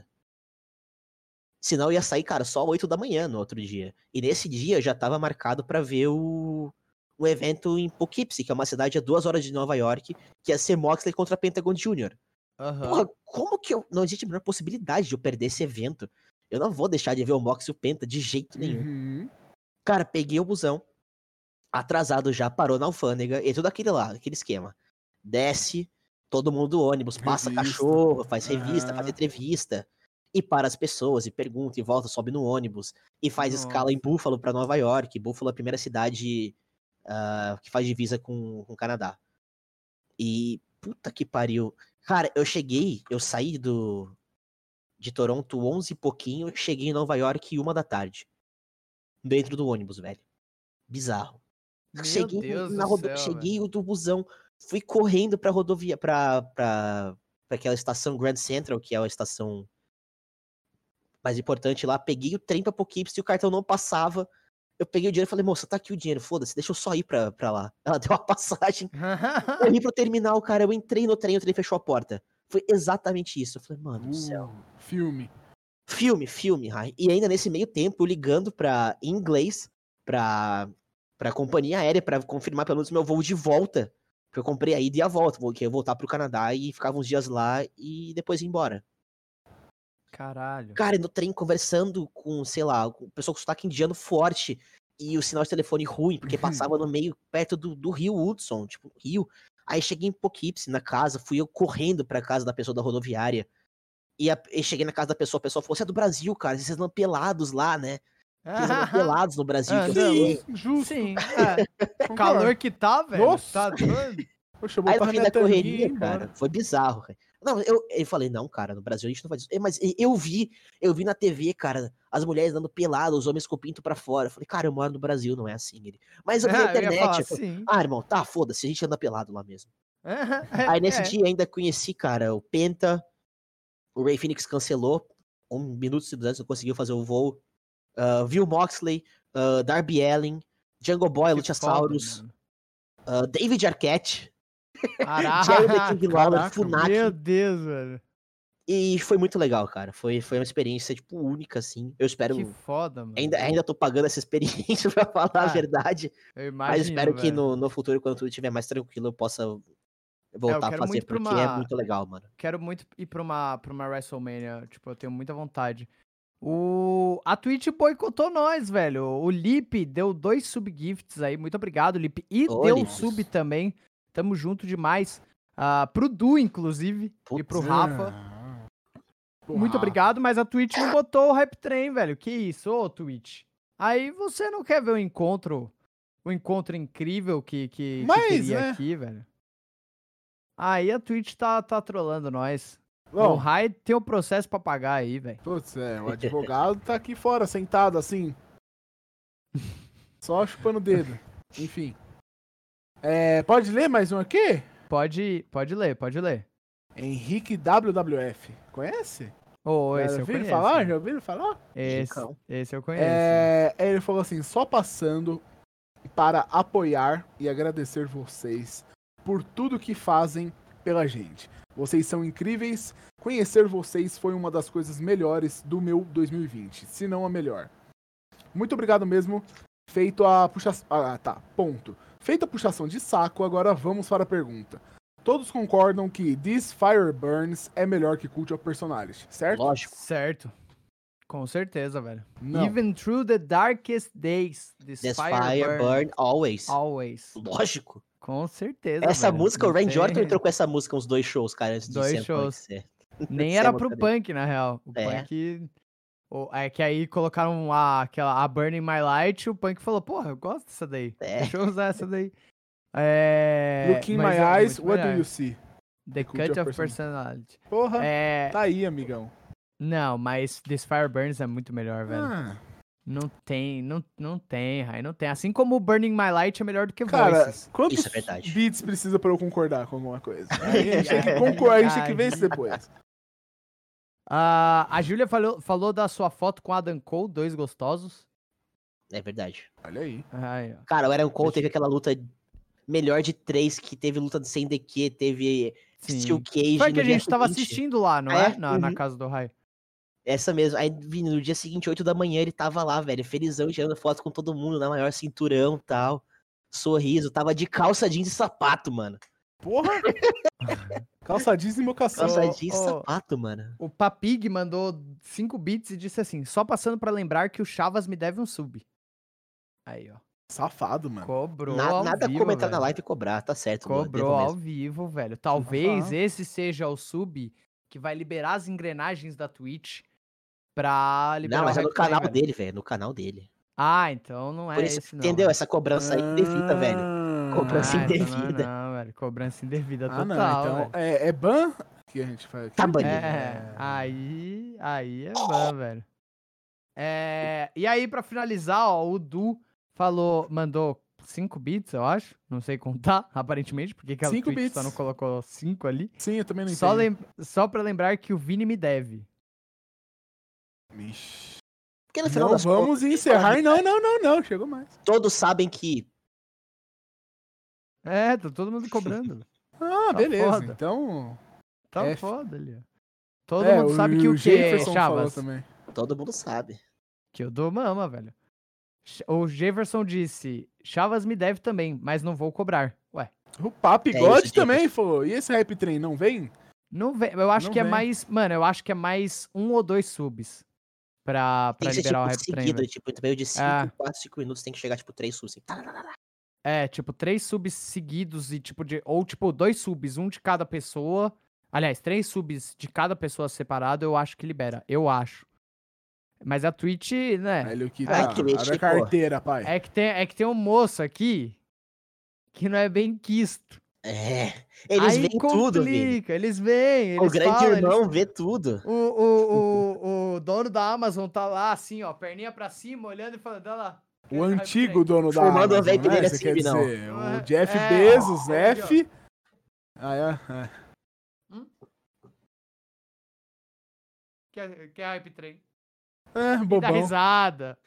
Senão eu ia sair, cara, só oito da manhã no outro dia. E nesse dia já tava marcado pra ver o um evento em Poughkeepsie, que é uma cidade a duas horas de Nova York, que ia ser Moxley contra Pentagon Júnior Aham. Porra, como que eu... Não existe a menor possibilidade de eu perder esse evento. Eu não vou deixar de ver o Mox e o Penta de jeito nenhum. Uhum. Cara, peguei o busão, atrasado já, parou na alfândega, e tudo aquele lá, aquele esquema. Desce, todo mundo do ônibus, passa Revista. cachorro, faz revista, Ah. faz entrevista, e para as pessoas, e pergunta, e volta, sobe no ônibus, e faz Nossa. escala em Buffalo pra Nova York. Buffalo é a primeira cidade uh, que faz divisa com, com o Canadá. E, puta que pariu. Cara, eu cheguei, eu saí do de Toronto onze e pouquinho, cheguei em Nova York uma da tarde. Dentro do ônibus, velho. Bizarro. Meu cheguei Deus na do rodo... céu, cheguei do busão, fui correndo pra rodovia, pra, pra, pra aquela estação Grand Central, que é a estação mais importante lá, peguei o trem pra Poughkeepsie e o cartão não passava. Eu peguei o dinheiro e falei, moça, tá aqui o dinheiro, foda-se, deixa eu só ir pra, pra lá. Ela deu a passagem, corri pro terminal, cara, eu entrei no trem, o trem fechou a porta. Foi exatamente isso. Eu falei, mano do céu. Uh, filme. Filme, filme, Rai. E ainda nesse meio tempo, eu ligando pra, em inglês pra, pra companhia aérea pra confirmar pelo menos meu voo de volta. Porque eu comprei a ida e a volta, que eu ia voltar pro Canadá e ficava uns dias lá e depois ia embora. Caralho. Cara, no trem conversando com, sei lá, com pessoa com sotaque indiano forte e o sinal de telefone ruim, porque passava no meio, perto do, do rio Hudson, tipo, rio. Aí cheguei em Poughkeepsie, na casa, fui eu correndo pra casa da pessoa da rodoviária. E, a, e cheguei na casa da pessoa, a pessoa falou, você é do Brasil, cara, vocês andam pelados lá, né? Vocês andam pelados no Brasil. Ah, que eu não. sei. Justo. Sim, é. O calor que tá, velho. Nossa. Tá doido. Poxa, eu Aí no botava fim minha da tanguinha e correria, ia embora. cara, foi bizarro, cara. Não, eu, eu falei, não, cara, no Brasil a gente não faz isso. Eh, Mas eu vi, eu vi na T V, cara, as mulheres andando peladas, os homens com o pinto pra fora. Eu falei, cara, eu moro no Brasil, não é assim. Ele. Mas eu vi na Ah, eu ia internet. falar, eu falei, sim. ah, irmão, tá, foda-se, a gente anda pelado lá mesmo. É, Aí nesse é. dia ainda conheci, cara, o Penta, o Ray Phoenix cancelou, um minuto antes não conseguiu fazer o voo. Uh, vi o Moxley, uh, Darby Allin, Jungle Boy, Que Luchasaurus, foda, uh, David Arquette, mano. Jerry the Caraca. King Lawler, caraca, Funaki. Meu Deus, velho. E foi muito legal, cara. Foi, foi uma experiência, tipo, única, assim. Eu espero. Que foda, mano. Ainda, ainda tô pagando essa experiência, pra falar Ah, a verdade. Eu Mas imagino, espero que velho. no, no futuro, quando tudo estiver mais tranquilo, eu possa voltar a quero fazer, muito pra porque é uma- muito legal, mano. Quero muito ir pra uma, pra uma WrestleMania. Tipo, eu tenho muita vontade. O... A Twitch boicotou nós, velho. O Lip deu dois subgifts aí. Muito obrigado, Lip. E Ô, deu Lip. sub também. Tamo junto demais. Ah, pro Du, inclusive. E Putz. pro Rafa. Ah. Muito Porra. obrigado, mas a Twitch não botou o Hype Train, velho. Que isso, ô Twitch. Aí você não quer ver o encontro, o encontro incrível que, que, que Mas, teria né? aqui, velho. Aí a Twitch tá, tá trolando nós. o Bom, Rai tem o processo pra pagar aí, velho. putz, é, o advogado tá aqui fora, sentado assim. Só chupando o dedo. Enfim. É, pode ler mais um aqui? Pode, pode ler, pode ler. Henrique W W F. Conhece? Ô, Já esse eu ouviram conheço. falar? Já ouviram falar? Esse, Chicão. esse eu conheço. É, ele falou assim, só passando para apoiar e agradecer vocês por tudo que fazem pela gente. Vocês são incríveis. Conhecer vocês foi uma das coisas melhores do meu dois mil e vinte, se não a melhor. Muito obrigado mesmo. Feito a puxação... Ah, tá. Ponto. Feita a puxação de saco, agora vamos para a pergunta. Todos concordam que This Fire Burns é melhor que Cult of Personality, certo? Lógico. Certo. Com certeza, velho. Não. Even through the darkest days, this, This fire, fire burn, burn always. always. Lógico. Com certeza, Essa velho. música, o Não Randy tem- Orton entrou com essa música uns dois shows, cara, antes de Dois ser shows. punk ser. Nem Essa era é a pro música dele. punk, na real. O É. punk... o- É que aí colocaram a, aquela, a Burning My Light e o punk falou, porra, eu gosto dessa daí. É. Deixa eu usar essa daí. É... Look in mas my é eyes, muito what do melhor. you see? The Cult Cut of of Personality. Porra, É... tá aí, amigão. Não, mas This Fire Burns é muito melhor, velho. Ah, Não tem, não, não tem, Rai, não tem. Assim como o Burning My Light é melhor do que cara, Voices. quantos Isso é verdade. beats precisa pra eu concordar com alguma coisa? Aí a gente tem que concordar, a gente tem que ver isso depois. Ah, a Júlia falou, falou da sua foto com Adam Cole, dois gostosos. É verdade. Olha aí. Ai, ó. Cara, o Aaron Cole teve aquela luta melhor de três, que teve luta de sem D Q, teve Steel Sim. Cage. Foi que no a dia gente tava seguinte. assistindo lá, não É, é? Na, na uhum. casa do Rai. Essa mesmo. Aí vi, no dia seguinte, oito da manhã, ele tava lá, velho, felizão, tirando foto com todo mundo, na maior cinturão e tal. Sorriso, tava de calça jeans e sapato, mano. Porra! Calça jeans e mocação. Calça Ô, jeans e ô. sapato, mano. O Papig mandou cinco bits e disse assim, só passando pra lembrar que o Chavas me deve um sub. Aí, ó. Safado, mano. Cobrou Na- ao nada vivo, como entrar na velho. live e cobrar, tá certo, mano. Cobrou devo ao mesmo. vivo, velho. Talvez Safado. esse seja o sub que vai liberar as engrenagens da Twitch pra liberar Não, mas o é no Hype Train, canal velho. dele, velho, no canal dele. Ah, então não é Por isso, esse não. entendeu? velho. Essa cobrança aí indevida, velho. Cobrança Ah, então indevida. Não, não, velho. Cobrança indevida Ah, total, não, então velho. é, é ban que a gente faz aqui? Tá banido. É, aí, aí é bom, velho. É, e aí, pra finalizar, ó, o Du falou, mandou cinco bits, eu acho. Não sei contar, aparentemente, porque que a Cinco Twitch bits. só não colocou cinco ali. Sim, eu também não Só, entendo. lem só pra lembrar que o Vini me deve. Ixi. Porque no final Não das vamos contas, encerrar. Não, não, não, não. Chegou mais. todos sabem que É, tá todo mundo cobrando. Ah, Tá beleza. foda. então. Tá F. foda ali, ó. Todo É, mundo o- sabe que o o que, Jefferson falou Chavas? também. todo mundo sabe. Que eu dou mama, velho. O Jefferson disse, Chavas me deve também, mas não vou cobrar. Ué, O Papi É God isso, também Jefferson. falou. E esse Hype Train não vem? não vem. Eu acho Não que é vem. mais. Mano, eu acho que é mais um ou dois subs pra, Tem pra que ser, liberar o tipo, Hype Train. seguido. velho. Tipo, entre meio de cinco, É. quatro, cinco minutos tem que chegar, tipo, três subs, assim. Tá, tá, tá, tá. É, tipo, três subs seguidos e tipo de. Ou tipo, dois subs, um de cada pessoa. Aliás, três subs de cada pessoa separado, eu acho que libera. Eu acho. Mas a Twitch, né? Velho, que É tá. que Twitch, Abre a pô. carteira, pai. É que, tem, é que tem um moço aqui que não é bem quisto. É. Eles Aí veem tudo, Vini. complica, eles vêm, O eles grande falam, irmão eles- vê tudo. O, o, o, o dono da Amazon tá lá, assim, ó, perninha pra cima, olhando e falando, olha lá. O antigo dono da Fumando o Amazon, vape né? dele Você assim, quer Vinão. dizer, É, o Jeff é, Bezos, é, aqui, F. Ah, é, é. Que é, que é Hype Train. É, E dá bobão. risada.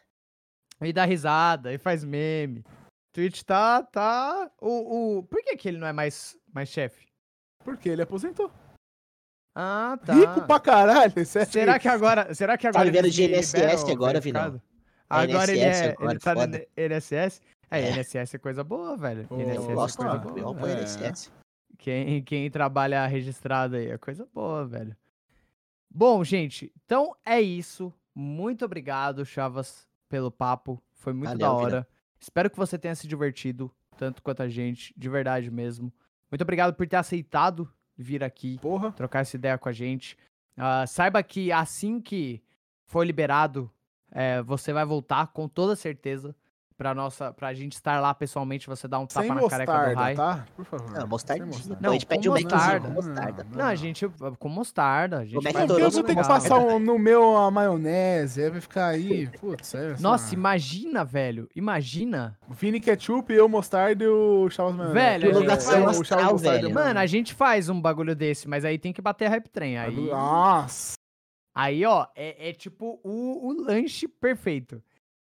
E dá risada, e faz meme. Twitch tá, tá... O, o... Por que que ele não é mais, mais chefe? Porque ele aposentou. Ah, tá. Rico pra caralho, esse é Será que agora, será que agora vivendo eles de me I N S S liberam o agora, verificado? É Agora ele I N S S é, agora, ele tá no foda. I N S S? É, É. I N S S é coisa boa, velho. Ô, I N S Eu S é gosto, coisa ah, mano. boa. Eu apoio é. I N S S. Quem, quem trabalha registrado aí é coisa boa, velho. Bom, gente, então é isso. Muito obrigado, Chavas, pelo papo. Foi muito Valeu, da vida. hora. Espero que você tenha se divertido, tanto quanto a gente, de verdade mesmo. Muito obrigado por ter aceitado vir aqui, Porra. trocar essa ideia com a gente. Ah, saiba que assim que for liberado, é, você vai voltar com toda certeza pra, nossa, pra gente estar lá pessoalmente. Você dá um tapa Sem na careca do mostarda, Rai. tá? Por favor. Não, mostardinha. Sem Pô, Não, a gente pede com um Maczinho mostarda. com mostarda. Não, a gente com mostarda. A gente O Mac faz Mas porque eu vou Todos ter que legal. passar um- no meu a maionese, aí vai ficar aí. Putz, é essa- Nossa, imagina, velho. Imagina. O Vini ketchup, eu mostarda e o Charles maionese. Velho, É, a gente é, faz- o Charles Astral, mostarda velho. é Mano, a gente faz um bagulho desse, mas aí tem que bater hype trem. Aí, Nossa. aí ó, é, é tipo o, o lanche perfeito.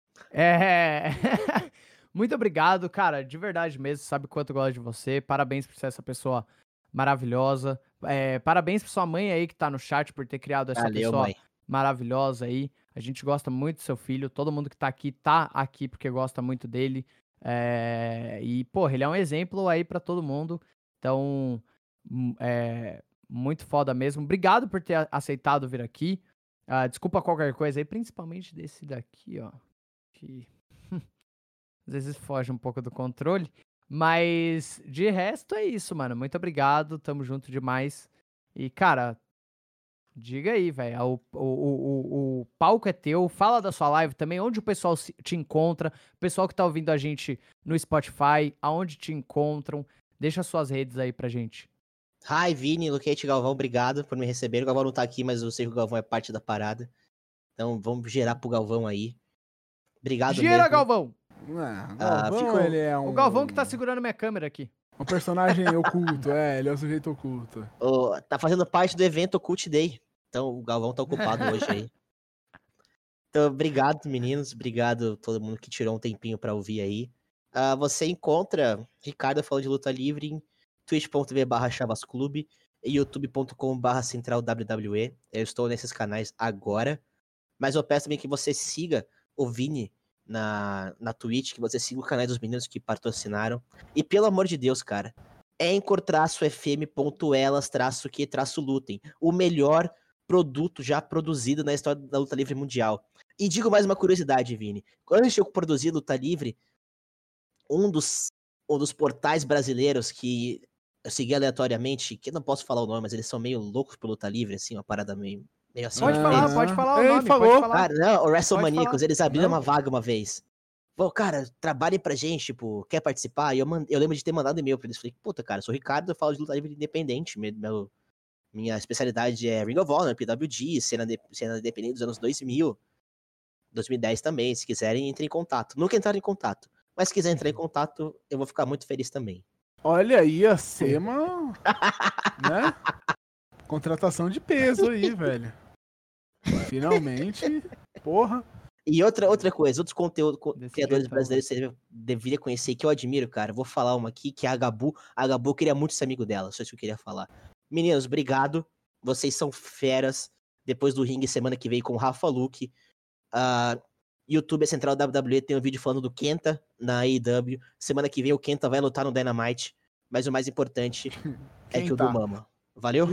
É. Muito obrigado, cara, de verdade mesmo. Sabe quanto eu gosto de você. Parabéns por ser essa pessoa maravilhosa. É, parabéns pra sua mãe aí que tá no chat por ter criado essa Valeu, pessoa mãe. maravilhosa aí. A gente gosta muito do seu filho. Todo mundo que tá aqui tá aqui porque gosta muito dele. É, e, porra, ele é um exemplo aí pra todo mundo. Então, hum, é muito foda mesmo. Obrigado por ter a- aceitado vir aqui. Ah, desculpa qualquer coisa aí, principalmente desse daqui, ó. Que às vezes foge um pouco do controle. Mas de resto é isso, mano. Muito obrigado. Tamo junto demais. E, cara, diga aí, velho. O, o, o, o, o palco é teu. Fala da sua live também. Onde o pessoal se- te encontra. O pessoal que tá ouvindo a gente no Spotify. Aonde te encontram. Deixa suas redes aí pra gente. Hi, Vini, Luquete, Galvão, obrigado por me receber. O Galvão não tá aqui, mas eu sei que o Galvão é parte da parada. Então vamos gerar pro Galvão aí. Obrigado Gira, mesmo. Galvão! Ah, Ah, Galvão, ficou- ele é um... O Galvão que tá segurando minha câmera aqui. Um personagem oculto, é, ele é o sujeito oculto. Ô, tá fazendo parte do evento Cult Day. Então o Galvão tá ocupado hoje aí. Então, obrigado, meninos. Obrigado a todo mundo que tirou um tempinho pra ouvir aí. Ah, você encontra Ricardo falando de luta livre em twitch.tv barra chavasclube e youtube.com barra central W W E. Eu estou nesses canais agora. Mas eu peço também que você siga o Vini na, na Twitch, que você siga o canal dos meninos que patrocinaram. E pelo amor de Deus, cara, anchor-fm.elas-que-lutem. O melhor produto já produzido na história da luta livre mundial. E digo mais uma curiosidade, Vini. Antes de eu produzir luta livre, um dos, um dos portais brasileiros que eu segui aleatoriamente, que eu não posso falar o nome, mas eles são meio loucos por luta livre, assim, uma parada meio, meio assim. Pode Ah, falar, eles- pode falar o ele nome, falou. pode falar. Cara, não, o WrestleManiacos, falar. eles abriram Não? uma vaga uma vez. Pô, cara, trabalhem pra gente, tipo, quer participar? E eu, mand... eu lembro de ter mandado e-mail pra eles. Falei, puta, cara, eu sou o Ricardo, eu falo de luta livre independente. Meu, meu- minha especialidade é Ring of Honor, P W G, cena, de... cena independente dos anos dois mil, dois mil e dez também. Se quiserem, entrem em contato. Nunca entraram em contato. Mas se quiser entrar em contato, eu vou ficar muito feliz também. Olha aí a Sema, né? Contratação de peso aí, velho. Finalmente, porra. E outra, outra coisa, outros conteúdos, co- Desse criadores jeitão, brasileiros que você deveria conhecer, que eu admiro, cara. Vou falar uma aqui, que é a Gabu. A Gabu queria muito ser amigo dela, só isso que eu queria falar. Meninos, obrigado. Vocês são feras. depois do ringue semana que vem com o Rafa Luke. Uh, YouTube é Central W W E, tem um vídeo falando do Kenta na A E W. Semana que vem o Kenta vai lutar no Dynamite. Mas o mais importante é que o tá? do Mama. Valeu?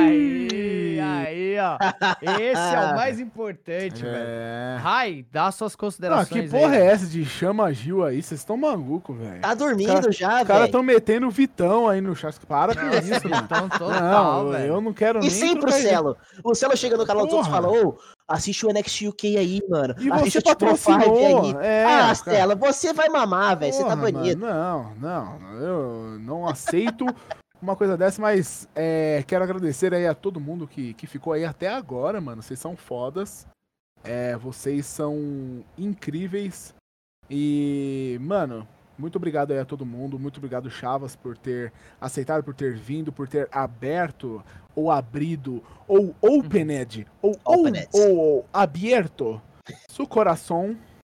Aí, aí, ó. Esse é o mais importante, velho. É. Rai, dá suas Ah, considerações que porra aí. é essa de chama Gil aí? Vocês estão malucos, velho. Tá dormindo Cara- já, Os caras velho. estão metendo o Vitão aí no chat. Para com Nossa, isso, mano. Vitão total, Não, eu, velho. eu não quero E nem sempre o trocar ideia. Celo. O Celo chega no canal dos outros e Porra. fala, ô, assiste o N X T U K aí, mano. E Assiste você o Triple Five patrocinou. aí. É, ah, cara. Celo, você vai mamar, velho. Você tá Porra, banido. mano, não, não, eu não aceito uma coisa dessa, mas é, quero agradecer aí a todo mundo que, que ficou aí até agora, mano. Vocês são fodas. É, vocês são incríveis. E, mano, muito obrigado aí a todo mundo. Muito obrigado, Chavas, por ter aceitado, por ter vindo, por ter aberto, ou abrido, ou opened, ou, ou, Opened. ou, ou aberto su coração.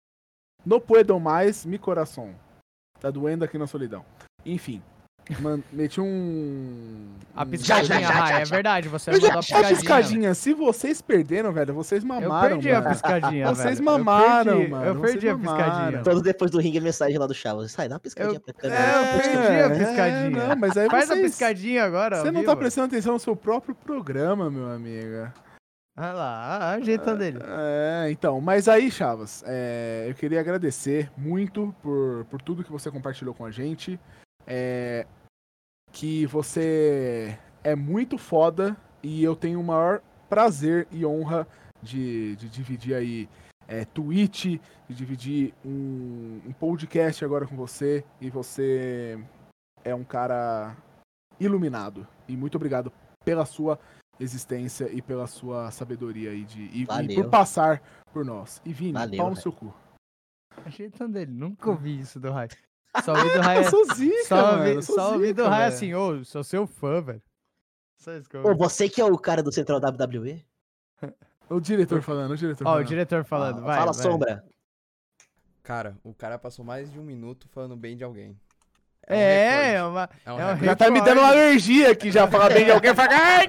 No puedo mais, mi coração. Tá doendo aqui na solidão. Enfim, man, meti um... A um- piscadinha, Já, já, já, Rai, já, é já. verdade, você Eu mandou já a tinha a piscadinha. piscadinha. Se vocês perderam, velho, vocês Eu mamaram, perdi a mano. piscadinha, Vocês velho. mamaram, eu perdi, mano, Eu perdi vocês a piscadinha. mamaram. Todos depois do ringue, a mensagem lá do Chavas. Sai, dá uma piscadinha Eu- pra câmera. É, eu perdi a É, piscadinha. não, mas aí Faz a vocês- piscadinha agora, Você ao não tá vivo. prestando atenção no seu próprio programa, meu amigo. Olha lá, ajeitando ele. É, então, mas aí, Chavas, é, eu queria agradecer muito por, por tudo que você compartilhou com a gente. É, que você é muito foda e eu tenho o maior prazer e honra de, de dividir aí é, Twitch, de dividir um, um podcast agora com você. E você é um cara iluminado. E muito obrigado pela sua existência e pela sua sabedoria aí de, e, e Valeu. por passar por nós. E Vini, Valeu, pau no velho. seu cu. Ajeitando ele. Nunca ouvi isso do Rai. Só ouvi do Rai. Eu sou zica, Só mano. ouvi, eu sou só ouvi do zica, Rai velho. assim, ô, sou seu fã, velho. Só isso que eu Ô, ouvi. você que é o cara do Central W W E? O diretor falando, o diretor Ó, o falando. diretor falando, vai. Fala, vai. Sombra. Cara, o cara passou mais de um minuto falando bem de alguém. É, recorde. é uma. É um é um recorde. Já tá me dando uma alergia aqui, já falar bem de alguém, fala, ai,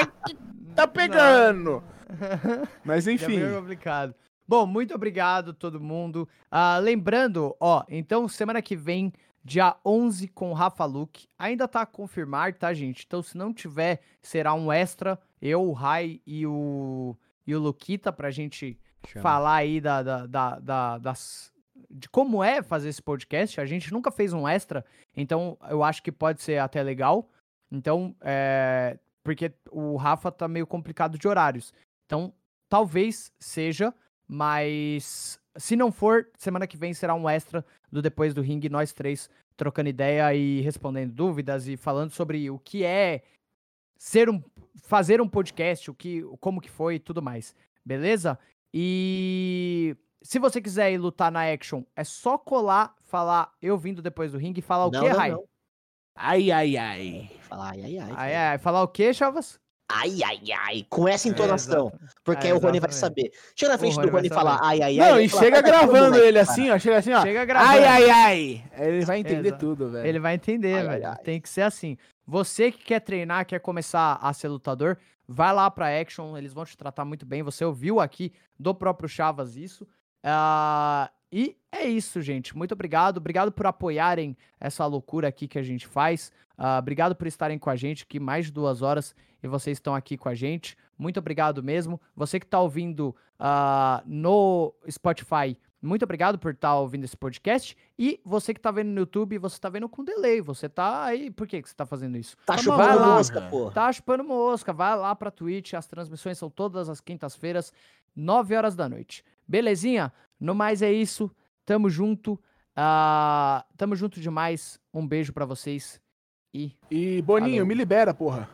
tá pegando. Mas Já enfim, foi complicado. Bom, muito obrigado todo mundo. Ah, lembrando, ó, então semana que vem, dia onze com o Rafa Luke. Ainda tá a confirmar, tá, gente? Então se não tiver, será um extra. Eu, o Rai e o, e o Luquita pra gente Chama. falar aí da, da, da, da- das, de como é fazer esse podcast. A gente nunca fez um extra, então eu acho que pode ser até legal. Então, é, porque o Rafa tá meio complicado de horários. Então, talvez seja, mas se não for, semana que vem será um extra do Depois do Ringue, nós três trocando ideia e respondendo dúvidas e falando sobre o que é ser um, fazer um podcast, o que, como que foi e tudo mais, beleza? E se você quiser ir lutar na Action, é só colar, falar eu vindo Depois do Ringue e falar o Não, quê, não, Rai? não. ai, ai, ai. Fala, ai, ai, ai. Ai, ai, falar o quê, Chavas? Ai, ai, ai. Com essa entonação. exato. Porque É, aí o Rony vai exatamente. saber. Chega na O frente Rony do Rony e vai fala saber. ai, ai, ai. Não, ele e fala, chega "Vai, tá gravando moleque, ele cara." assim, ó, chega assim, ó. Chega gravando. Ai, ai, ai. Aí ele vai entender Exato. tudo, velho. Ele vai entender, Ai, ai, velho. ai. Tem que ser assim. Você que quer treinar, quer começar a ser lutador, vai lá pra Action, eles vão te tratar muito bem. Você ouviu aqui do próprio Chavas isso. Ah, e é isso, gente. Muito obrigado. Obrigado por apoiarem essa loucura aqui que a gente faz. Ah, obrigado por estarem com a gente aqui mais de duas horas e vocês estão aqui com a gente. Muito obrigado mesmo. Você que tá ouvindo ah, no Spotify, muito obrigado por estar ouvindo esse podcast. E você que tá vendo no YouTube, você tá vendo com delay. Você tá aí. Por que, que você tá fazendo isso? Tá Vai chupando lá. mosca, pô. Tá chupando mosca. Vai lá pra Twitch. As transmissões são todas as quintas-feiras, nove horas da noite. Belezinha? No mais é isso. Tamo junto. Ah, tamo junto demais. Um beijo pra vocês. E E Boninho, Falou. me libera, porra.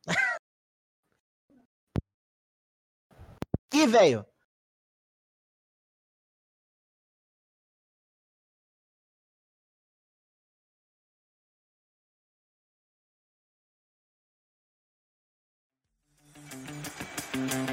Ih, velho. Thank